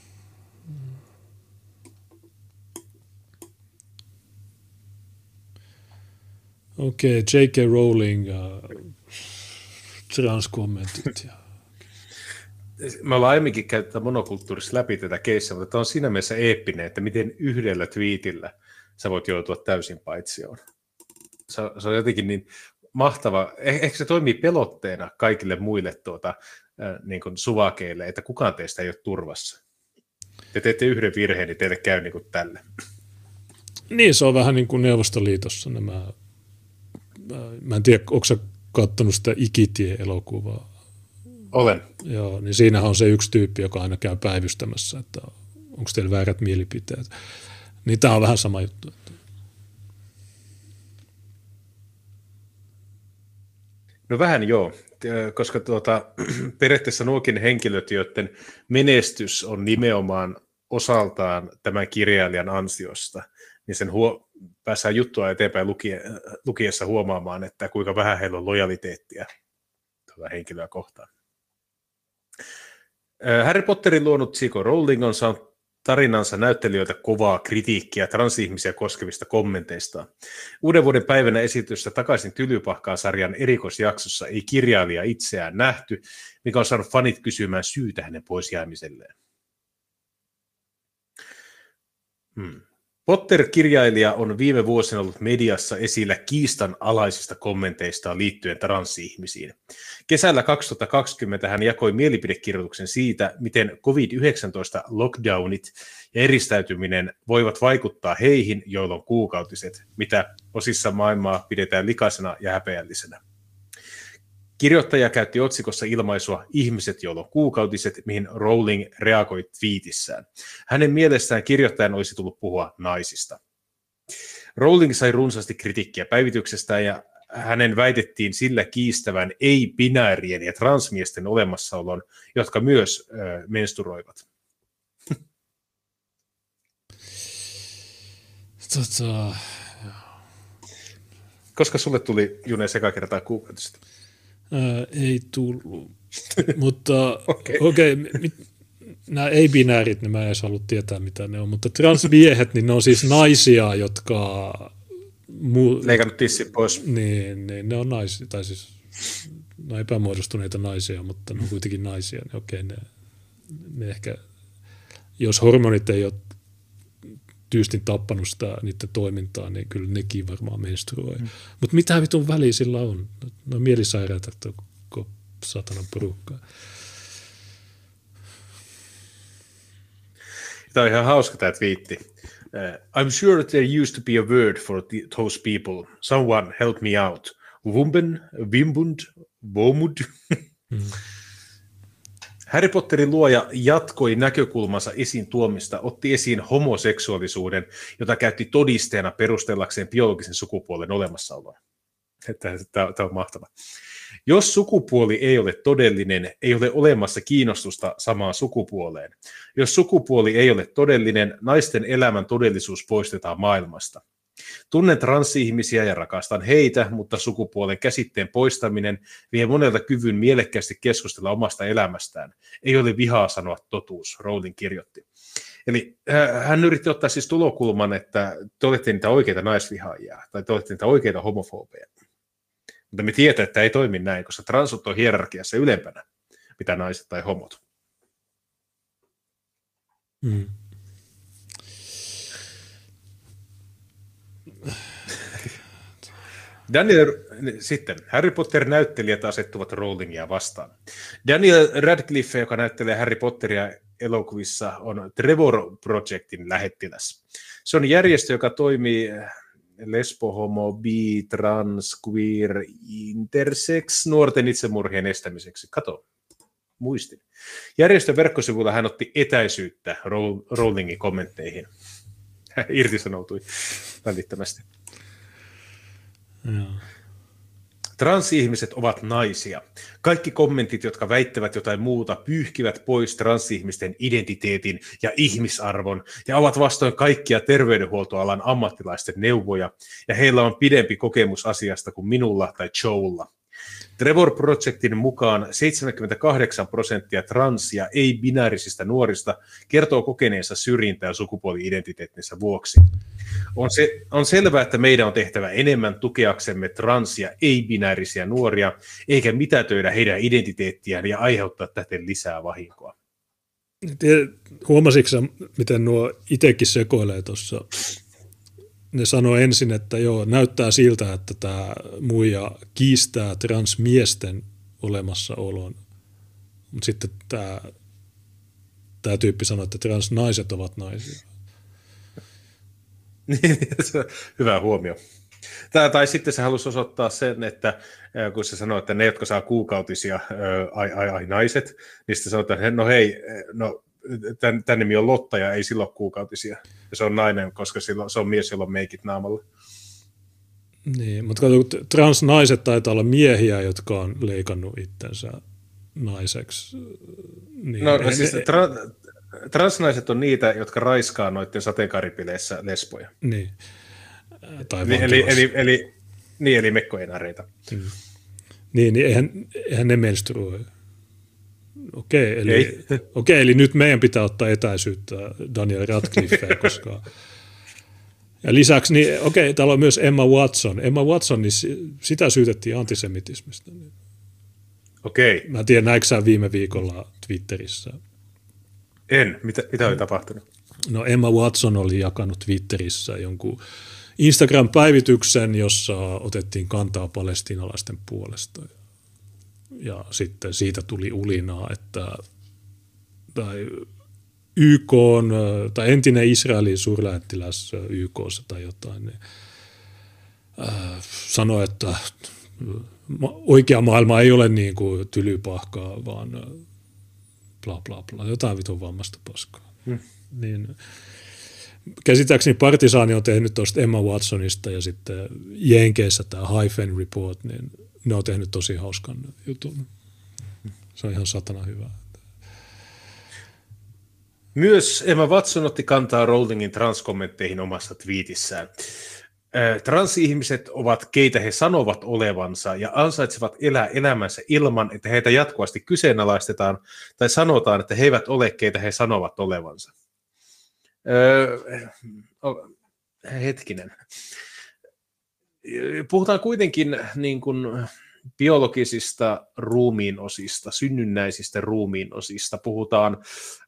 Okei, J.K. Rowling ja transkommentit. Ja... Me ollaan aiemminkin käytetty monokulttuurissa läpi tätä keissiä, mutta tämä on siinä mielessä eeppinen, että miten yhdellä twiitillä sä voit joutua täysin paitsioon. Se on jotenkin niin mahtava. Ehkä se toimii pelotteena kaikille muille niin kuin suvakeille, että kukaan teistä ei ole turvassa. Te teette yhden virheen, niin teille käy niin kuin tälle. Niin, se on vähän niin kuin Neuvostoliitossa nämä. Mä en tiedä, onko sä katsonut sitä Ikitie-elokuvaa? Olen. Joo, niin siinähän on se yksi tyyppi, joka aina käy päivystämässä, että onko teillä väärät mielipiteet. Niin tämä on vähän sama juttu. No vähän joo, koska periaatteessa nuokin henkilöt, joiden menestys on nimenomaan osaltaan tämän kirjailijan ansiosta, niin sen päässään juttua eteenpäin lukiessa huomaamaan, että kuinka vähän heillä on lojaliteettia tuota henkilöä kohtaan. Harry Potterin luonut J.K. Rowling on saanut tarinansa näyttelijöiltä kovaa kritiikkiä transihmisiä koskevista kommenteista. Uuden vuoden päivänä esitystä Takaisin Tylypahkaan -sarjan erikoisjaksossa ei kirjailija itseään nähty, mikä on saanut fanit kysymään syytä hänen poisjäämiselleen. Potter-kirjailija on viime vuosina ollut mediassa esillä kiistanalaisista kommenteista liittyen transihmisiin. Kesällä 2020 hän jakoi mielipidekirjoituksen siitä, miten COVID-19-lockdownit ja eristäytyminen voivat vaikuttaa heihin, joilla on kuukautiset, mitä osissa maailmaa pidetään likaisena ja häpeällisenä. Kirjoittaja käytti otsikossa ilmaisua ihmiset, joilla on kuukautiset, mihin Rowling reagoi twiitissään. Hänen mielestään kirjoittajan olisi tullut puhua naisista. Rowling sai runsaasti kritiikkiä päivityksestään ja hänen väitettiin sillä kiistävän ei-binäärien ja transmiesten olemassaolon, jotka myös menstruoivat. Koska sulle tuli, June, eka kertaa kuukautiset? Ei tullut, mutta okei, nämä ei-binäärit, niin mä en edes halua tietää, mitä ne on, mutta transmiehet, niin ne on siis naisia, jotka... Leikannut tissit pois. Niin, ne on naisia, tai siis no epämuodostuneita naisia, mutta ne on kuitenkin naisia, niin okei, ne ehkä, jos hormonit ei ole tyystin tappanut sitä niiden toimintaa, niin kyllä nekin varmaan menstruoi. Mutta mitä vitun väliä sillä on? No mielisairaita, koko satanan porukkaa. Tämä on ihan hauska tämä twiitti. I'm sure there used to be a word for those people. Someone help me out. Wumben, Wimbund, Womud. Harry Potterin luoja jatkoi näkökulmansa esiin tuomista, otti esiin homoseksuaalisuuden, jota käytti todisteena perustellakseen biologisen sukupuolen olemassaoloa. Tämä on mahtava. Jos sukupuoli ei ole todellinen, ei ole olemassa kiinnostusta samaan sukupuoleen. Jos sukupuoli ei ole todellinen, naisten elämän todellisuus poistetaan maailmasta. Tunnen transihmisiä ja rakastan heitä, mutta sukupuolen käsitteen poistaminen vie monelta kyvyn mielekkäästi keskustella omasta elämästään. Ei ole vihaa sanoa totuus, Rowling kirjoitti. Eli hän yritti ottaa siis tulokulman, että te olette niitä oikeita naisvihaajia, tai te olette niitä oikeita homofobeja. Mutta me tiedetään, että ei toimi näin, koska transut on hierarkiassa ylempänä, mitä naiset tai homot. Sitten Harry Potter-näyttelijät asettuvat Rowlingia vastaan. Daniel Radcliffe, joka näyttelee Harry Potteria elokuvissa, on Trevor Projectin lähettiläs. Se on järjestö, joka toimii lesbo, homo, bi, trans, queer, intersex nuorten itsemurhien estämiseksi. Kato, muistin. Järjestön verkkosivuilla hän otti etäisyyttä Rowlingin kommentteihin. Hän irtisanoutui välittömästi. Joo. Transihmiset ovat naisia. Kaikki kommentit, jotka väittävät jotain muuta, pyyhkivät pois transihmisten identiteetin ja ihmisarvon ja ovat vastoin kaikkia terveydenhuoltoalan ammattilaisten neuvoja, ja heillä on pidempi kokemus asiasta kuin minulla tai Joella. Trevor Projectin mukaan 78% trans- ja ei-binäärisistä nuorista kertoo kokeneensa syrjintää sukupuoli-identiteettinsä vuoksi. On selvää, että meidän on tehtävä enemmän tukeaksemme trans- ja ei-binäärisiä nuoria, eikä mitätöidä heidän identiteettiään ja aiheuttaa täten lisää vahinkoa. Huomasitko miten nuo itsekin sekoilee tuossa? Ne sanoi ensin, että joo, näyttää siltä, että tämä muija kiistää transmiesten olemassaolon, mutta sitten tämä tyyppi sanoi, että transnaiset ovat naisia. Hyvä huomio. Tai sitten se halusi osoittaa sen, että kun se sanoi, että ne, jotka saa kuukautisia, ai naiset, niin sitten sanotaan, että no hei, tämän nimi on Lotta ja ei sillä ole kuukautisia. Ja se on nainen, koska se on mies, jolla on meikit naamalla. Niin, mutta transnaiset taitaa olla miehiä, jotka on leikannut itsensä naiseksi. Niin, no siis transnaiset on niitä, jotka raiskaa noiden sateenkaaripileissä lesboja. Niin. Tai eli mekkoenareita. Niin eihän ne menstruoi. Okei, eli nyt meidän pitää ottaa etäisyyttä Daniel Radcliffeen, koska... Ja lisäksi, niin, täällä on myös Emma Watson. Emma Watson, niin sitä syytettiin antisemitismistä. Okei. Mä tiedän, näikö sä viime viikolla Twitterissä? En. Mitä oli tapahtunut? No Emma Watson oli jakanut Twitterissä jonkun Instagram-päivityksen, jossa otettiin kantaa palestiinalaisten puolesta. Ja sitten siitä tuli ulinaa, että YK on, tai entinen Israelin suurlähettiläs YK:ssa tai jotain, niin, sanoi, että oikea maailma ei ole niin kuin tylypahkaa, vaan bla bla bla, jotain vitun vammasta paskaa. Niin, käsittääkseni Partisaani on tehnyt tuosta Emma Watsonista ja sitten Jenkeissä tämä Hyphen Report, niin ne on tehnyt tosi hauskan jutun. Se on ihan satana hyvä. Myös Emma Watson otti kantaa Rowlingin transkommentteihin omassa twiitissään. Transihmiset ovat keitä he sanovat olevansa ja ansaitsevat elää elämänsä ilman, että heitä jatkuvasti kyseenalaistetaan tai sanotaan, että he eivät ole keitä he sanovat olevansa. Hetkinen. Puhutaan kuitenkin niin kuin biologisista ruumiinosista, synnynnäisistä ruumiinosista. Puhutaan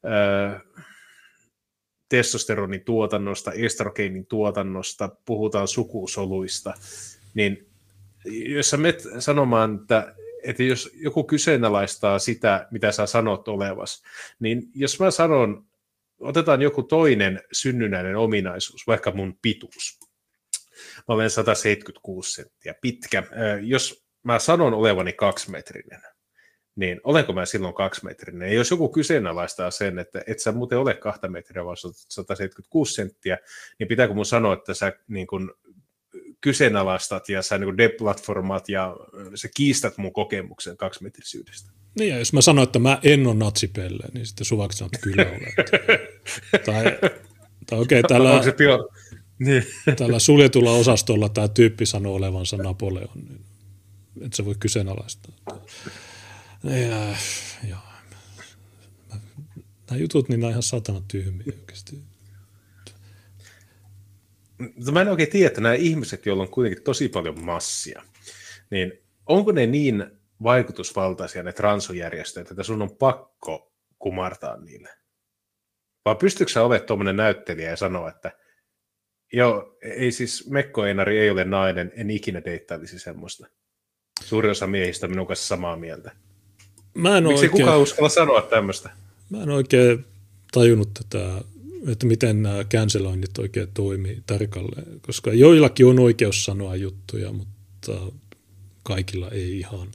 testosteronin tuotannosta, estrogeenin tuotannosta, puhutaan sukusoluista. Niin jos sä menet sanomaan, että jos joku kyseenalaistaa sitä, mitä sä sanot olevas, niin jos mä sanon, otetaan joku toinen synnynnäinen ominaisuus, vaikka mun pituus. Mä olen 176 senttiä pitkä. Jos mä sanon olevani 2-metrinen, niin olenko mä silloin 2-metrinen? Ja jos joku kyseenalaistaa sen, että et sä muuten ole 2 metriä, vaan 176 senttiä, niin pitääkö mun sanoa, että sä niin kun kyseenalaistat ja sä niin kun deplatformaat ja sä kiistät mun kokemuksen 2-metrisyydestä? Niin, ja jos mä sanon, että mä en ole natsipelle, niin sitten suvaksi sanoo, että kyllä olet. tai okei, tällä suljetulla osastolla tämä tyyppi sanoo olevansa Napoleon, niin et sä voi kyseenalaistaa. Nämä jutut, niin nämä on ihan satana tyhmiä oikeasti. Mä en oikein tiedä, että nämä ihmiset, joilla on kuitenkin tosi paljon massia, niin onko ne niin vaikutusvaltaisia ne transojärjestöt, että sun on pakko kumartaa niille? Vai pystytkö sä olemaan tuommoinen näyttelijä ja sanoa, että joo, ei siis Mekko-Einari ei ole nainen, en ikinä deittailisi semmoista. Suurin osa miehistä minun kanssa samaa mieltä. Miksi kukaan uskalla sanoa tämmöistä? Mä en oikein tajunnut tätä, että miten nämä canceloinnit oikein toimii tarkalleen, koska joillakin on oikeus sanoa juttuja, mutta kaikilla ei ihan.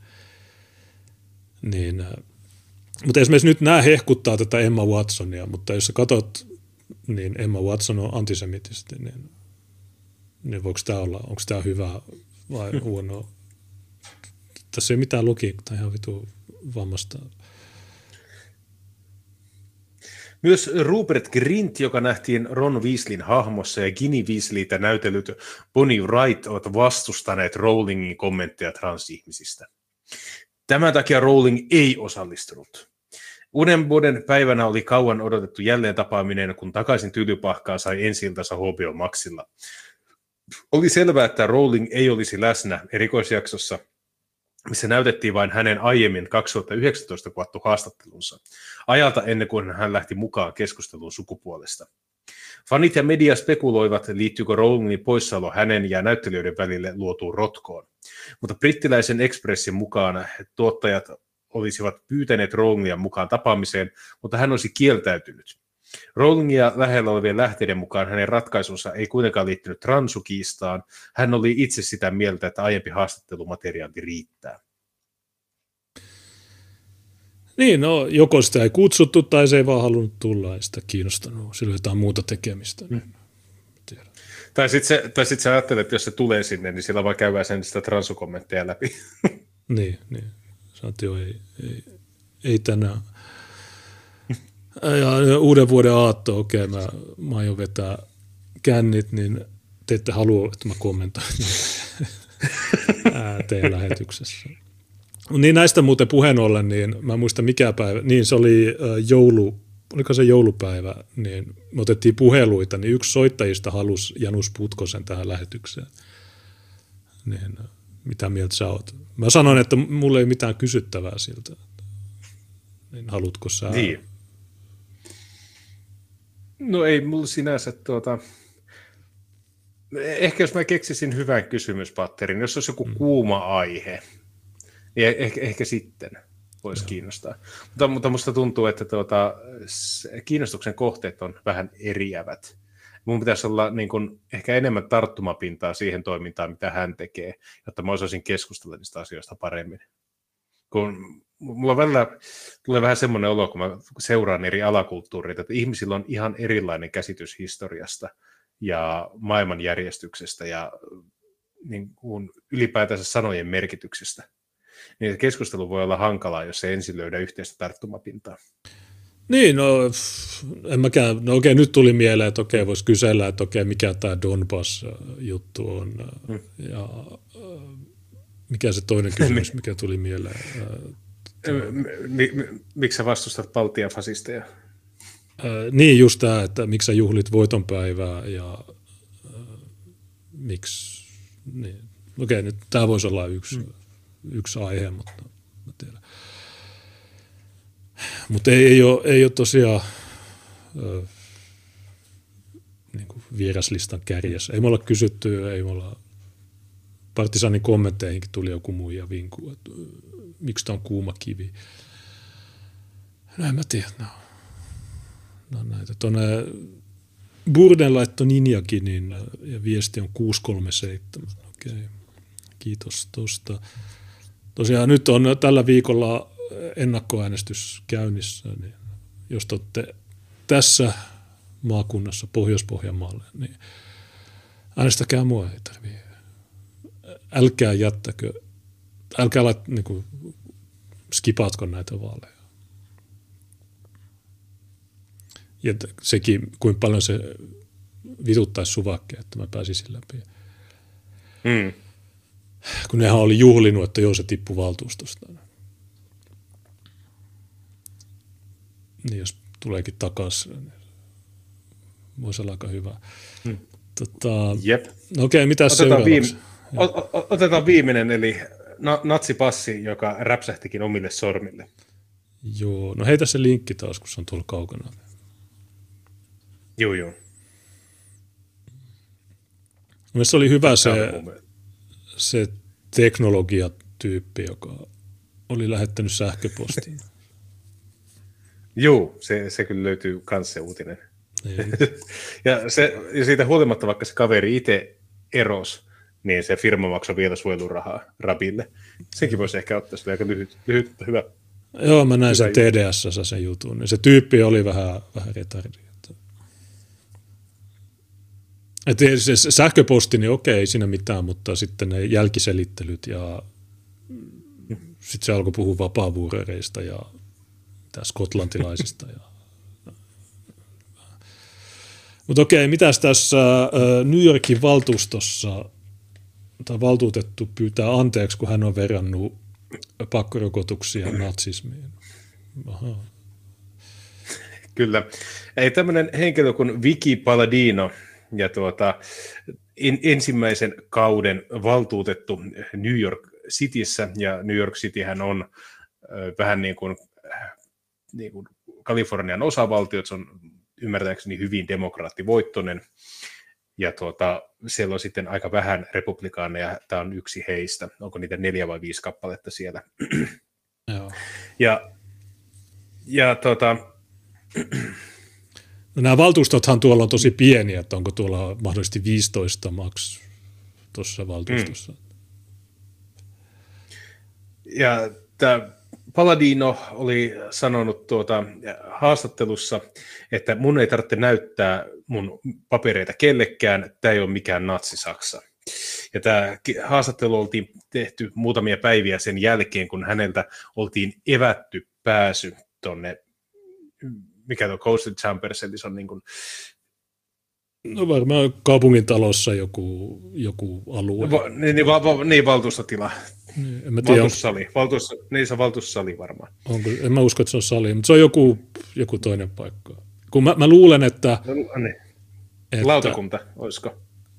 Niin, mutta esimerkiksi nyt nämä hehkuttaa tätä Emma Watsonia, mutta jos sä katsot, niin Emma Watson on antisemitisti, niin voiko tämä olla, onko tämä hyvä vai huono? Tässä ei ole mitään logiikkaa, ihan vitu vammasta. Myös Rupert Grint, joka nähtiin Ron Weasleyn hahmossa ja Ginny Weasleytä näytellyt Bonnie Wright, ovat vastustaneet Rowlingin kommentteja transihmisistä. Tämän takia Rowling ei osallistunut. Uuden vuoden päivänä oli kauan odotettu jälleen tapaaminen, kun takaisin Tylypahkaan sai ensi-iltansa HBO Maxilla. Oli selvää, että Rowling ei olisi läsnä erikoisjaksossa, missä näytettiin vain hänen aiemmin 2019 kuvattu haastattelunsa, ajalta ennen kuin hän lähti mukaan keskusteluun sukupuolesta. Fanit ja media spekuloivat, liittyykö Rowlingin poissaolo hänen ja näyttelijöiden välille luotuun rotkoon. Mutta brittiläisen Expressin mukaan tuottajat olisivat pyytäneet Rowlingia mukaan tapaamiseen, mutta hän olisi kieltäytynyt. Rowlingia lähellä olevien lähteiden mukaan hänen ratkaisunsa ei kuitenkaan liittynyt transukiistaan. Hän oli itse sitä mieltä, että aiempi haastattelumateriaali riittää. Niin, no joko sitä ei kutsuttu tai se ei vaan halunnut tulla, ei sitä kiinnostanut, sillä jotain muuta tekemistä. Tai sitten sä ajattelet, että jos se tulee sinne, niin siellä vaan käydään sen sitä transukommentteja läpi. Niin. Sanoit jo, ei tänään. Ja uuden vuoden aatto, okei, mä aion vetää kännit, niin te ette halua, että mä kommentoin teidän lähetyksessä. Niin näistä muuten puheen ollen, niin mä muistan mikä päivä, niin se oli oliko se joulupäivä, niin me otettiin puheluita, niin yksi soittajista halusi Janus Putkosen tähän lähetykseen. Niin mitä mieltä sä oot? Mä sanoin, että mulla ei mitään kysyttävää siltä. Niin haluatko sä? Niin. No ei mulla sinänsä ehkä jos mä keksisin hyvän kysymyspatterin, jos olisi joku kuuma aihe, niin ehkä sitten voisi kiinnostaa. Mutta musta tuntuu, että kiinnostuksen kohteet on vähän eriävät. Mun pitäisi olla niin kuin ehkä enemmän tarttumapintaa siihen toimintaan, mitä hän tekee, jotta mä osaisin keskustella niistä asioista paremmin. Kun mulla välillä tulee vähän semmoinen olo, kun mä seuraan eri alakulttuureita, että ihmisillä on ihan erilainen käsitys historiasta ja maailmanjärjestyksestä ja niin kuin ylipäätänsä sanojen merkityksestä. Niin keskustelu voi olla hankalaa, jos ei ensin löydä yhteistä tarttumapintaa. Niin, no en mäkään, no okei, nyt tuli mieleen, että okei, voisi kysellä, että okei, mikä tämä Donbass-juttu on ja mikä se toinen kysymys, mikä tuli mieleen. Miksi sä vastustat Baltian fasisteja? Niin, just tämä, että miksi sä juhlit voitonpäivää ja miksi, niin. Okei, nyt tämä voisi olla yksi aihe, mutta mä tiedän. Mutta ei ole tosiaan niin kuin vieraslistan kärjessä. Ei me olla kysytty, ei me olla Partisanin kommentteihinkin tuli joku muu ja vinkuu, että miksi tämä on kuuma kivi. No en mä tiedä, no näitä. Tuonne Burden laittoi Ninjakin, niin, ja viesti on 637. Okei, kiitos tuosta. Tosiaan nyt on tällä viikolla ennakkoäänestys käynnissä, niin jos te olette tässä maakunnassa Pohjois-Pohjanmaalle, niin äänestäkää mua, ei tarvitse. Älkää jättäkö, älkää niin skipaatko näitä vaaleja. Ja sekin, kuinka paljon se vituttaisi Suvakkeen, että mä pääsisin läpi. Kun nehän oli juhlinut, että joo, se tippui valtuustosta. Niin jos tuleekin takaisin, niin voisi olla aika hyvä. Jep. No okei, mitäs seuraavaksi? Otetaan viimeinen, eli natsipassi, joka räpsähtikin omille sormille. Joo, no heitä se linkki taas, kun se on tuolla kaukana. Joo. Mielestäni oli hyvä se teknologiatyyppi, joka oli lähettänyt sähköpostiin. Joo, se kyllä löytyy kans se uutinen. ja siitä huolimatta, vaikka se kaveri itse erosi, niin se firma maksoi vielä suojelurahaa Rabille. Senkin voisi ehkä ottaa, se oli aika lyhyt mutta hyvä. Joo, mä näin sen TDS:ssä sen jutun. Se tyyppi oli vähän retardi. Että se sähköposti, niin okei, ei siinä mitään, mutta sitten ne jälkiselittelyt ja sitten se alkoi puhua vapaavuorereista ja skotlantilaisista. Mutta okei, mitäs tässä New Yorkin valtuustossa tai valtuutettu pyytää anteeksi, kun hän on verrannut pakkorokotuksia natsismiin. Aha. Kyllä. Ei tämmöinen henkilö kuin Vicky Palladino ja ensimmäisen kauden valtuutettu New York Cityssä, ja New York Cityhän on vähän niin kuin Kalifornian osavaltio, se on ymmärtääkseni hyvin demokraattivoittoinen, ja siellä on sitten aika vähän republikaaneja, tämä on yksi heistä, onko niitä 4 vai 5 kappaletta siellä. Joo. No nämä valtuustothan tuolla on tosi pieniä, että onko tuolla mahdollisesti 15 maks tuossa valtuustossa. Ja tämä Palladino oli sanonut haastattelussa, että mun ei tarvitse näyttää mun papereita kellekään, tämä ei ole mikään natsi-Saksa. Ja tämä haastattelu oltiin tehty muutamia päiviä sen jälkeen, kun häneltä oltiin evätty pääsy tuonne, mikä tuo Coastal Chambers, eli se on niin kuin... No varmaan kaupungin talossa joku alue. Niin, valtuustotila. En mä tiedä, valtuussali. Se on valtuussali varmaan. En mä usko, että se on sali, mutta se on joku toinen paikka. Kun mä luulen, että... Lautakunta, olisiko?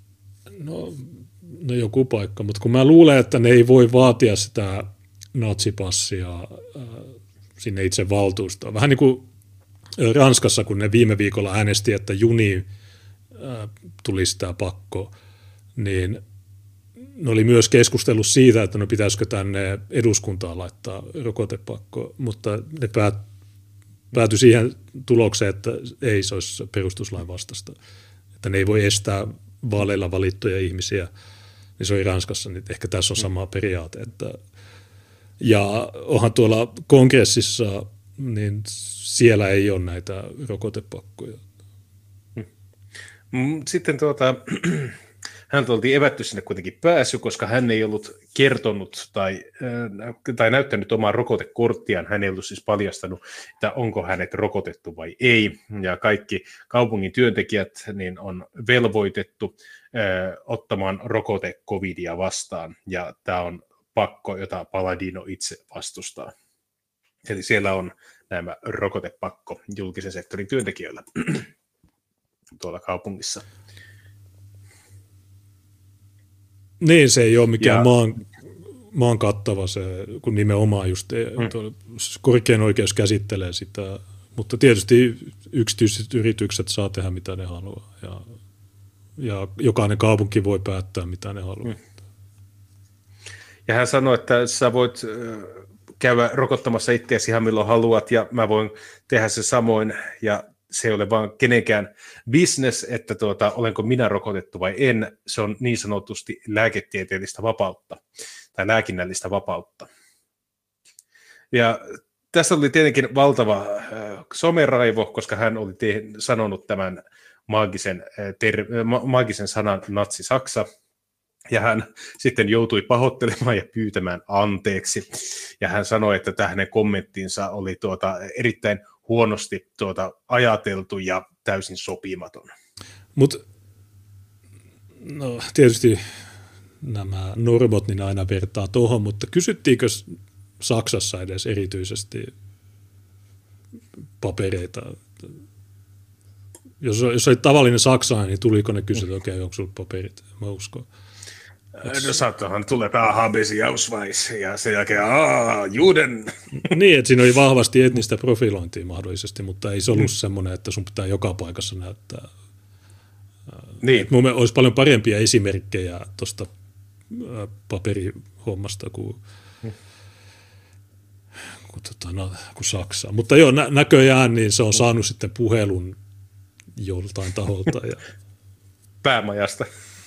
No joku paikka, mutta kun mä luulen, että ne ei voi vaatia sitä natsipassia sinne itse valtuustoon. Vähän niin kuin Ranskassa, kun ne viime viikolla äänesti, että juniin tulisi tämä pakko, niin ne oli myös keskustellut siitä, että no pitäisikö tänne eduskuntaan laittaa rokotepakko, mutta ne päätyi siihen tulokseen, että ei se olisi perustuslain vastaista, että ne ei voi estää vaaleilla valittuja ihmisiä, niin se oli Ranskassa, niin ehkä tässä on sama periaate. Ja onhan tuolla kongressissa, niin siellä ei ole näitä rokotepakkoja. Sitten häntä oltiin evätty sinne kuitenkin pääsy, koska hän ei ollut kertonut tai näyttänyt omaa rokotekorttiaan. Hän ei ollut siis paljastanut, että onko hänet rokotettu vai ei. Ja kaikki kaupungin työntekijät niin on velvoitettu ottamaan rokote covidia vastaan. Ja tämä on pakko, jota Palladino itse vastustaa. Eli siellä on nämä rokotepakko julkisen sektorin työntekijöillä tuolla kaupungissa. Niin, se ei ole mikään maan kattava se, kun nimenomaan just korkein oikeus käsittelee sitä, mutta tietysti yksityiset yritykset saa tehdä mitä ne haluaa ja jokainen kaupunki voi päättää mitä ne haluaa. Ja hän sanoi, että sä voit käydä rokottamassa itseäsi ihan milloin haluat ja mä voin tehdä se samoin ja se ei ole vaan kenenkään business, että olenko minä rokotettu vai en. Se on niin sanotusti lääketieteellistä vapautta tai lääkinnällistä vapautta. Ja tässä oli tietenkin valtava someraivo, koska hän oli sanonut tämän maagisen sanan natsi-Saksa. Ja hän sitten joutui pahoittelemaan ja pyytämään anteeksi. Ja hän sanoi, että hänen kommenttinsa oli erittäin huonosti ajateltu ja täysin sopimaton. Mutta no, tietysti nämä normot niin aina vertaa tuohon, mutta kysyttiinkö Saksassa edes erityisesti papereita? Jos oli tavallinen saksalainen, niin tuliko ne kysyä, että okei, onko sinulla paperit? Mä uskon. No saattohan tulee Habesi Ausweis ja sen jälkeen Juden. Niin, että siinä oli vahvasti etnistä profilointia mahdollisesti, mutta ei se ollut semmoinen, että sun pitää joka paikassa näyttää. Niin. Mun mielestä olisi paljon parempia esimerkkejä tuosta paperihommasta kuin Saksa. Mutta joo, näköjään niin se on saanut sitten puhelun joltain taholta. Ja... Päämajasta.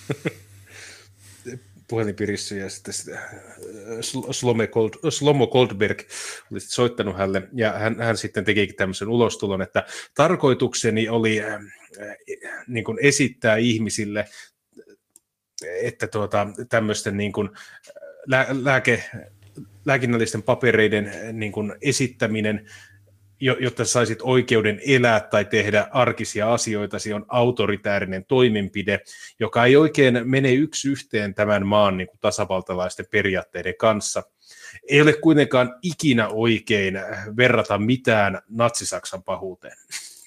Puhelinpirissy ja sitten Shlomo Goldberg oli soittanut hänelle ja hän sitten tekikin tämmöisen ulostulon, että tarkoitukseni oli niin kuin esittää ihmisille, että tämmöisten niin kuin lääkinnällisten papereiden niin kuin esittäminen, jotta saisit oikeuden elää tai tehdä arkisia asioita, se on autoritäärinen toimenpide, joka ei oikein mene yksi yhteen tämän maan niin kuin tasavaltalaisten periaatteiden kanssa. Ei ole kuitenkaan ikinä oikein verrata mitään natsi-Saksan pahuuteen.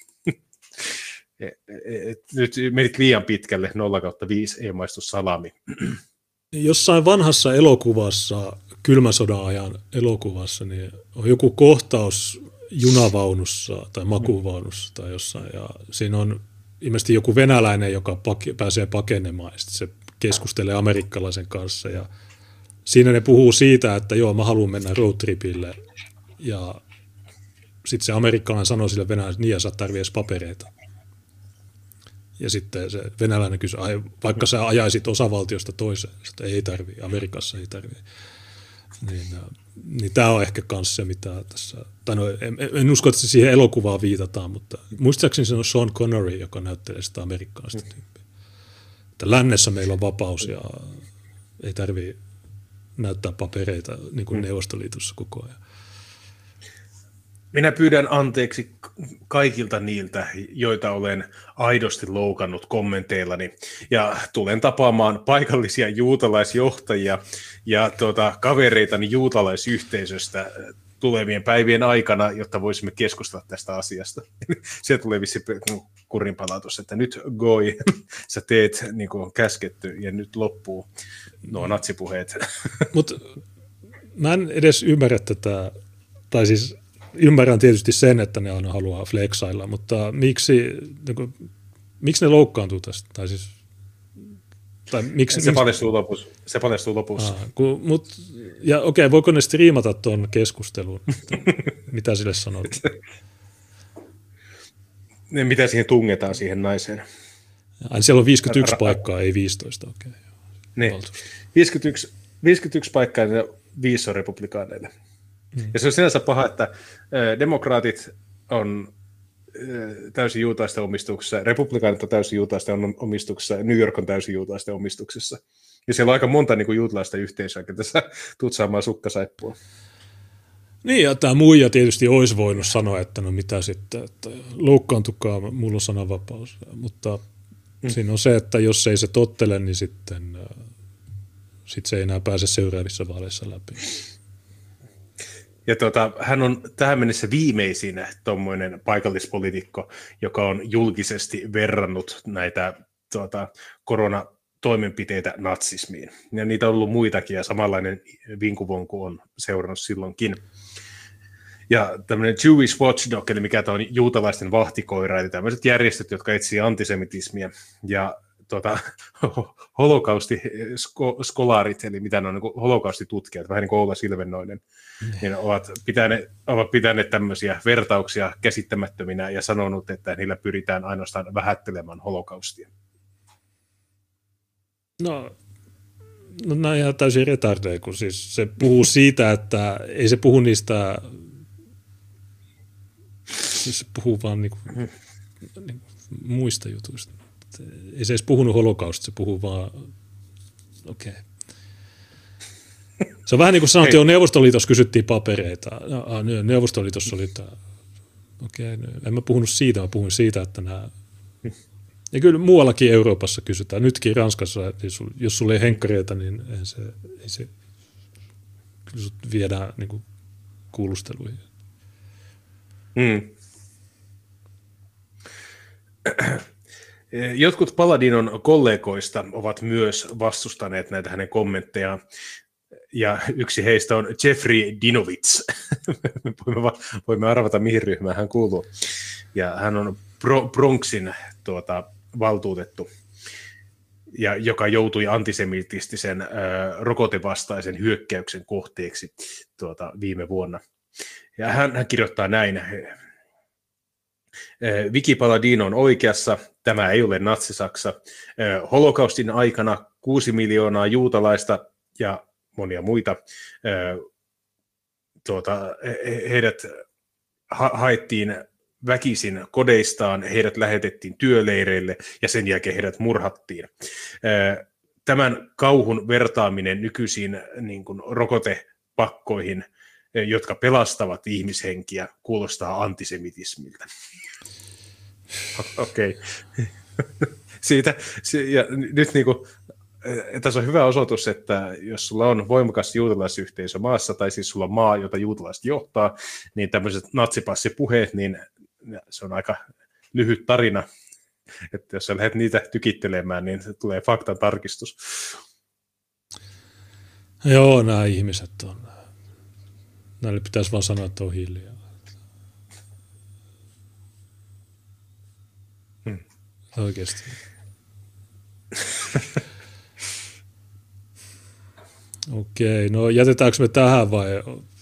Nyt menit liian pitkälle, 0/5 ei maistu salami. Jossain vanhassa elokuvassa, kylmän sodan ajan elokuvassa, niin on joku kohtaus junavaunussa tai makuuvaunussa tai jossain, ja siinä on ilmeisesti joku venäläinen, joka pääsee pakenemaan, ja sitten se keskustelee amerikkalaisen kanssa, ja siinä ne puhuu siitä, että joo, mä haluan mennä roadtripille, ja sitten se amerikkalainen sanoo sille venäläiselle, että niin, ja sä tarvii edes papereita. Ja sitten se venäläinen kysyy, vaikka sä ajaisit osavaltiosta toiseen, että ei tarvii, Amerikassa ei tarvii. Niin tämä on ehkä myös se, mitä tässä, tai no, en usko, että siihen elokuvaan viitataan, mutta muistaakseni se on Sean Connery, joka näyttelee sitä amerikkalaista tyyppiä. Että lännessä meillä on vapaus ja ei tarvitse näyttää papereita niin kuin Neuvostoliitossa koko ajan. Minä pyydän anteeksi kaikilta niiltä, joita olen aidosti loukannut kommenteillani, ja tulen tapaamaan paikallisia juutalaisjohtajia ja kavereitani juutalaisyhteisöstä tulevien päivien aikana, jotta voisimme keskustella tästä asiasta. Se tulee vissi kurinpalautus, että nyt goi, sä teet niin kuin käsketty ja nyt loppuu nuo natsipuheet. Mutta mä en edes ymmärrä tätä, tai siis ymmärrän tietysti sen, että ne aina haluaa flexailla, mutta miksi ne loukkaantuu tästä? Tai siis, se paljastuu lopussa. Ja okei, voiko ne striimata tuon keskustelun? Mitä sille sanot? Mitä siihen tungetaan siihen naiseen? Siellä on 51 paikkaa, ei 15. Okay. Niin. 51 paikkaa ja 5 on republikaaneille. Ja se on sinänsä paha, että demokraatit on täysin juutalaisten omistuksessa, republikaanit on täysin juutalaisten omistuksessa, New York on täysin juutalaisten omistuksessa. Ja siellä on aika monta niin kuin juutalaista yhteisöä, ketä sä tuut saamaan sukkasaippua. Niin, ja tämä muija tietysti olisi voinut sanoa, että no mitä sitten, että loukkaantukaa, mulla on sananvapaus. Mutta siinä on se, että jos ei se tottele, niin sitten se ei enää pääse seuraavissa vaaleissa läpi. Ja hän on tähän mennessä viimeisin tuommoinen paikallispoliitikko, joka on julkisesti verrannut näitä koronatoimenpiteitä natsismiin. Ja niitä on ollut muitakin, ja samanlainen vinkuvonku on seurannut silloinkin. Ja tämmöinen Jewish Watchdog, eli mikä tämä on juutalaisten vahtikoira, eli tämmöiset järjestöt, jotka etsii antisemitismiä, ja holokaustiskolarit, eli mitä ne on niin holokaustitutkijat, vähän niin kuin Oula Silvennoinen, niin ovat pitäneet tämmöisiä vertauksia käsittämättöminä ja sanonut, että niillä pyritään ainoastaan vähättelemään holokaustia. No nämä on ihan täysin retardeja, kun siis se puhuu siitä, että ei se puhu niistä, siis se puhuu vaan niin kuin muista jutuista. Ei se edes puhunut holokaustista, se puhuu vaan, okei. Se on vähän niin kuin sanottiin, jo Neuvostoliitossa kysyttiin papereita. Neuvostoliitossa oli tämä. Okei, en mä puhunut siitä, mä puhuin siitä, että nämä. Ja kyllä muuallakin Euroopassa kysytään. Nytkin Ranskassa, jos sulla ei henkkareita, niin ei se kyllä sut viedään niin kuin kuulusteluihin. Jotkut Paladinon kollegoista ovat myös vastustaneet näitä hänen kommenttejaan, ja yksi heistä on Jeffrey Dinovitz. Voimme arvata, mihin ryhmään hän kuuluu. Ja hän on Bronxin valtuutettu, ja joka joutui antisemitistisen rokotevastaisen hyökkäyksen kohteeksi viime vuonna. Ja hän kirjoittaa näin. Vicky Paladino on oikeassa, tämä ei ole natsi-Saksa. Holokaustin aikana 6 miljoonaa juutalaista ja monia muita, heidät haettiin väkisin kodeistaan, heidät lähetettiin työleireille ja sen jälkeen heidät murhattiin. Tämän kauhun vertaaminen nykyisiin niin kuin rokotepakkoihin, jotka pelastavat ihmishenkiä, kuulostaa antisemitismiltä. Okei. Ja nyt niin kuin, tässä on hyvä osoitus, että jos sulla on voimakas juutalaisyhteisö maassa, tai siis sulla on maa, jota juutalaiset johtaa, niin tämmöiset natsipassipuheet, niin se on aika lyhyt tarina. Että jos sä lähdet niitä tykittelemään, niin tulee faktan tarkistus. Joo, nämä ihmiset on. Näille pitäisi vaan sanoa, että on hiljaa. Oikeasti. Okei, no jätetäänkö me tähän vai?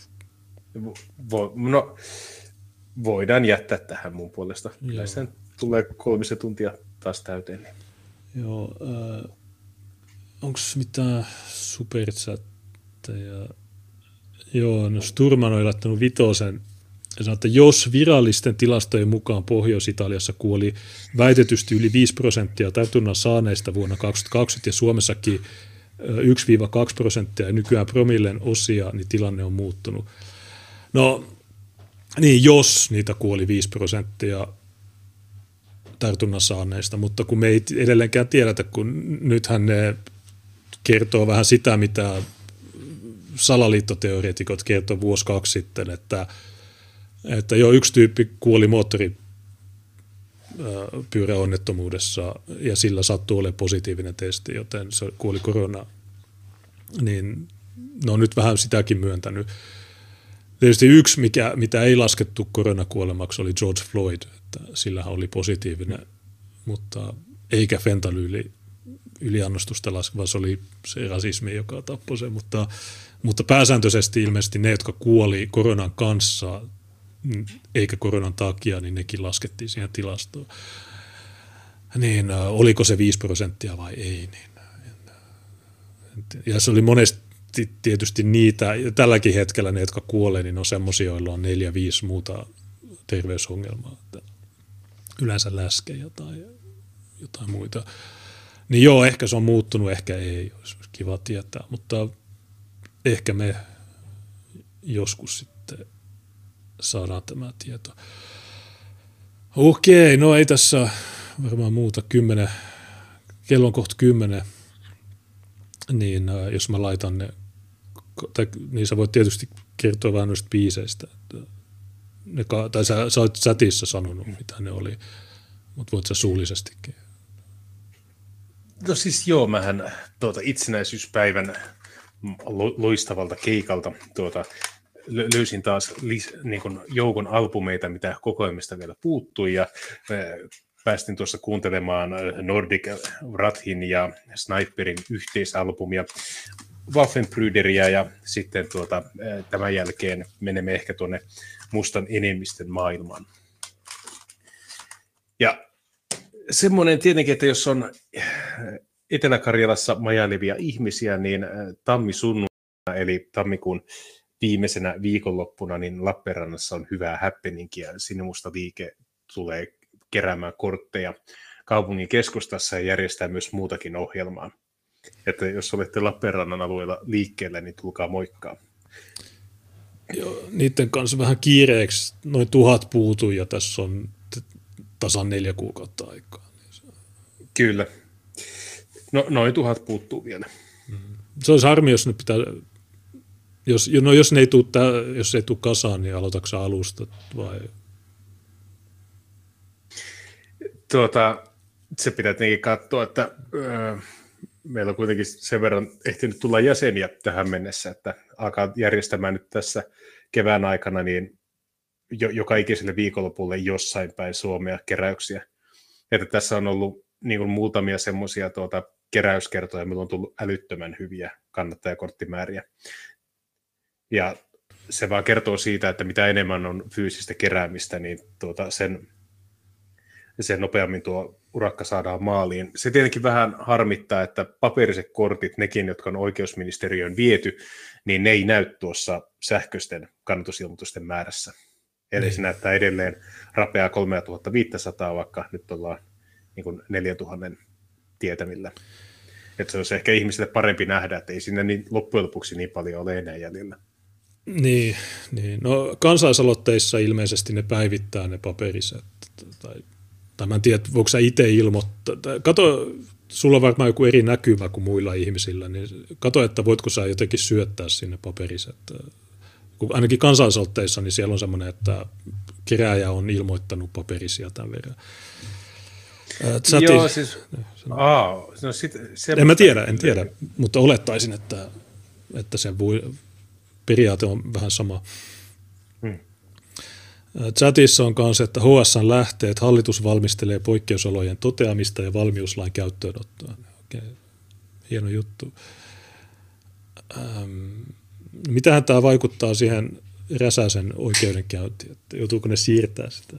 Voidaan jättää tähän mun puolesta. Kyllä sen tulee 3 tuntia taas täyteen. Joo, onko mitään superchatteja? Joo, no Sturman on laittanut vitosen. Ja sanoo, että jos virallisten tilastojen mukaan Pohjois-Italiassa kuoli väitetysti yli 5% tartunnan saaneista vuonna 2020 ja Suomessakin 1-2% ja nykyään promillen osia, niin tilanne on muuttunut. No niin, jos niitä kuoli 5% tartunnan saaneista, mutta kun me ei edelleenkään tiedetä, kun nythän ne kertoo vähän sitä, mitä salaliittoteoreetikot kertoi vuosi 2 sitten, että jo yksi tyyppi kuoli moottoripyöräonnettomuudessa ja sillä sattuu olemaan positiivinen testi, joten se kuoli korona. Niin ne on nyt vähän sitäkin myöntänyt. Tietysti yksi, mitä ei laskettu koronakuolemaksi, oli George Floyd, että sillähän oli positiivinen, mutta eikä fentanyyli yliannostusta laskeva, se oli se rasismi, joka tappoi sen, mutta pääsääntöisesti ilmeisesti ne, jotka kuoli koronan kanssa, eikä koronan takia, niin nekin laskettiin siihen tilastoon. Niin oliko se 5% vai ei? Niin. Ja se oli monesti tietysti niitä, tälläkin hetkellä ne, jotka kuolee, niin on semmoisia, joilla on 4-5 muuta terveysongelmaa. Yleensä läskejä tai jotain muita. Niin joo, ehkä se on muuttunut, ehkä ei, olisi kiva tietää, mutta ehkä me joskus sitten saadaan tämä tieto. Okei, no ei tässä varmaan muuta. 10, kello on kohta 10, niin jos mä laitan ne, niin sä voit tietysti kertoa vähän noista biiseistä. Tai sä oot chatissa sanonut, mitä ne oli, mutta voit sä suullisestikin. No siis joo, mähän itsenäisyyspäivän loistavalta keikalta löysin taas niin kuin joukon albumeita, mitä kokoelmista vielä puuttui, ja päästin tuossa kuuntelemaan Nordic Wrathin ja Sniperin yhteisalbumia, Waffenbrüderia, ja sitten tämän jälkeen menemme ehkä tuonne mustan enemmistön maailmaan. Ja semmoinen tietenkin, että jos on Etelä-Karjalassa majailevia ihmisiä, niin tammi-sunnuntaina, eli tammikuun viimeisenä viikonloppuna, niin Lappeenrannassa on hyvää happeningia. Sinimusta liike tulee keräämään kortteja kaupungin keskustassa ja järjestää myös muutakin ohjelmaa. Että jos olette Lappeenrannan alueella liikkeellä, niin tulkaa moikkaa. Joo, niiden kanssa vähän kiireeksi noin 1000 puutui ja tässä on tasan 4 kuukautta aikaa. Kyllä. No, noin 1000 puuttuu vielä. Se olisi harmi, jos ne pitää, jos ne ei tule kasaan, niin aloitatko alusta vai? Se pitää tietenkin katsoa, että meillä on kuitenkin sen verran ehtinyt tulla jäseniä tähän mennessä, että alkaa järjestämään nyt tässä kevään aikana niin joka ikiselle viikonlopulle jossain päin Suomea keräyksiä. Että tässä on ollut niin kuin muutamia semmoisia keräyskertoja, millä on tullut älyttömän hyviä kannattajakorttimääriä. Ja se vaan kertoo siitä, että mitä enemmän on fyysistä keräämistä, niin sen nopeammin tuo urakka saadaan maaliin. Se tietenkin vähän harmittaa, että paperiset kortit, nekin, jotka on oikeusministeriöön viety, niin ne ei näy tuossa sähköisten kannatusilmoitusten määrässä. Eli se näyttää edelleen rapeaa 3500, vaikka nyt ollaan niin kuin 4000 tietämillä. Että se olisi ehkä ihmisille parempi nähdä, että ei siinä niin, loppujen lopuksi niin paljon ole enää jäljellä. Niin. No kansalaisaloitteissa ilmeisesti ne päivittää ne paperiset. Tai mä en tiedä, voiko sä itse ilmoittaa. Kato, sulla on varmaan joku eri näkymä kuin muilla ihmisillä, niin kato, että voitko sä jotenkin syöttää sinne paperiset. Ainakin kansalaisaloitteissa, niin siellä on semmoinen, että kerääjä on ilmoittanut paperisia tämän verran. Joo, siis... no en tiedä, mutta olettaisin, että sen periaate on vähän sama. Chatissa on kanssa, että HS:n lähteet, hallitus valmistelee poikkeusolojen toteamista ja valmiuslain käyttöönottoa. Okei, hieno juttu. Mitähän tämä vaikuttaa siihen Räsäsen oikeudenkäyntiin, että joutuuko ne siirtää sitä?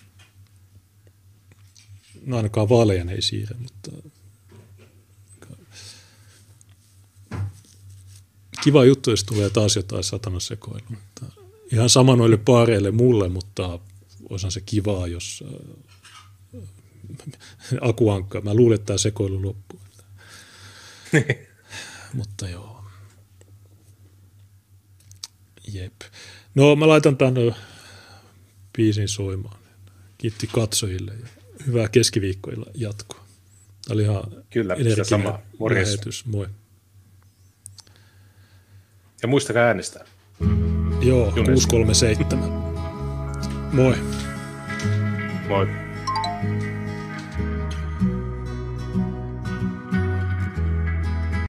No ainakaan vaaleja ei siirrä, mutta kiva juttu, jos tulee taas jotain satanasekoilua. Ihan sama noille paareille mulle, mutta olisihan se kivaa, jos Akuankka. Mä luulen, että tämä sekoilu loppuu. Mutta joo. Jep. No mä laitan tämän biisin soimaan. Kiitti katsojille ja hyvää keskiviikkoilla jatkoa. Tämä oli ihan energinen lähetys. Moi. Ja muistakaa äänestää. Joo, 637. Moi. Moi.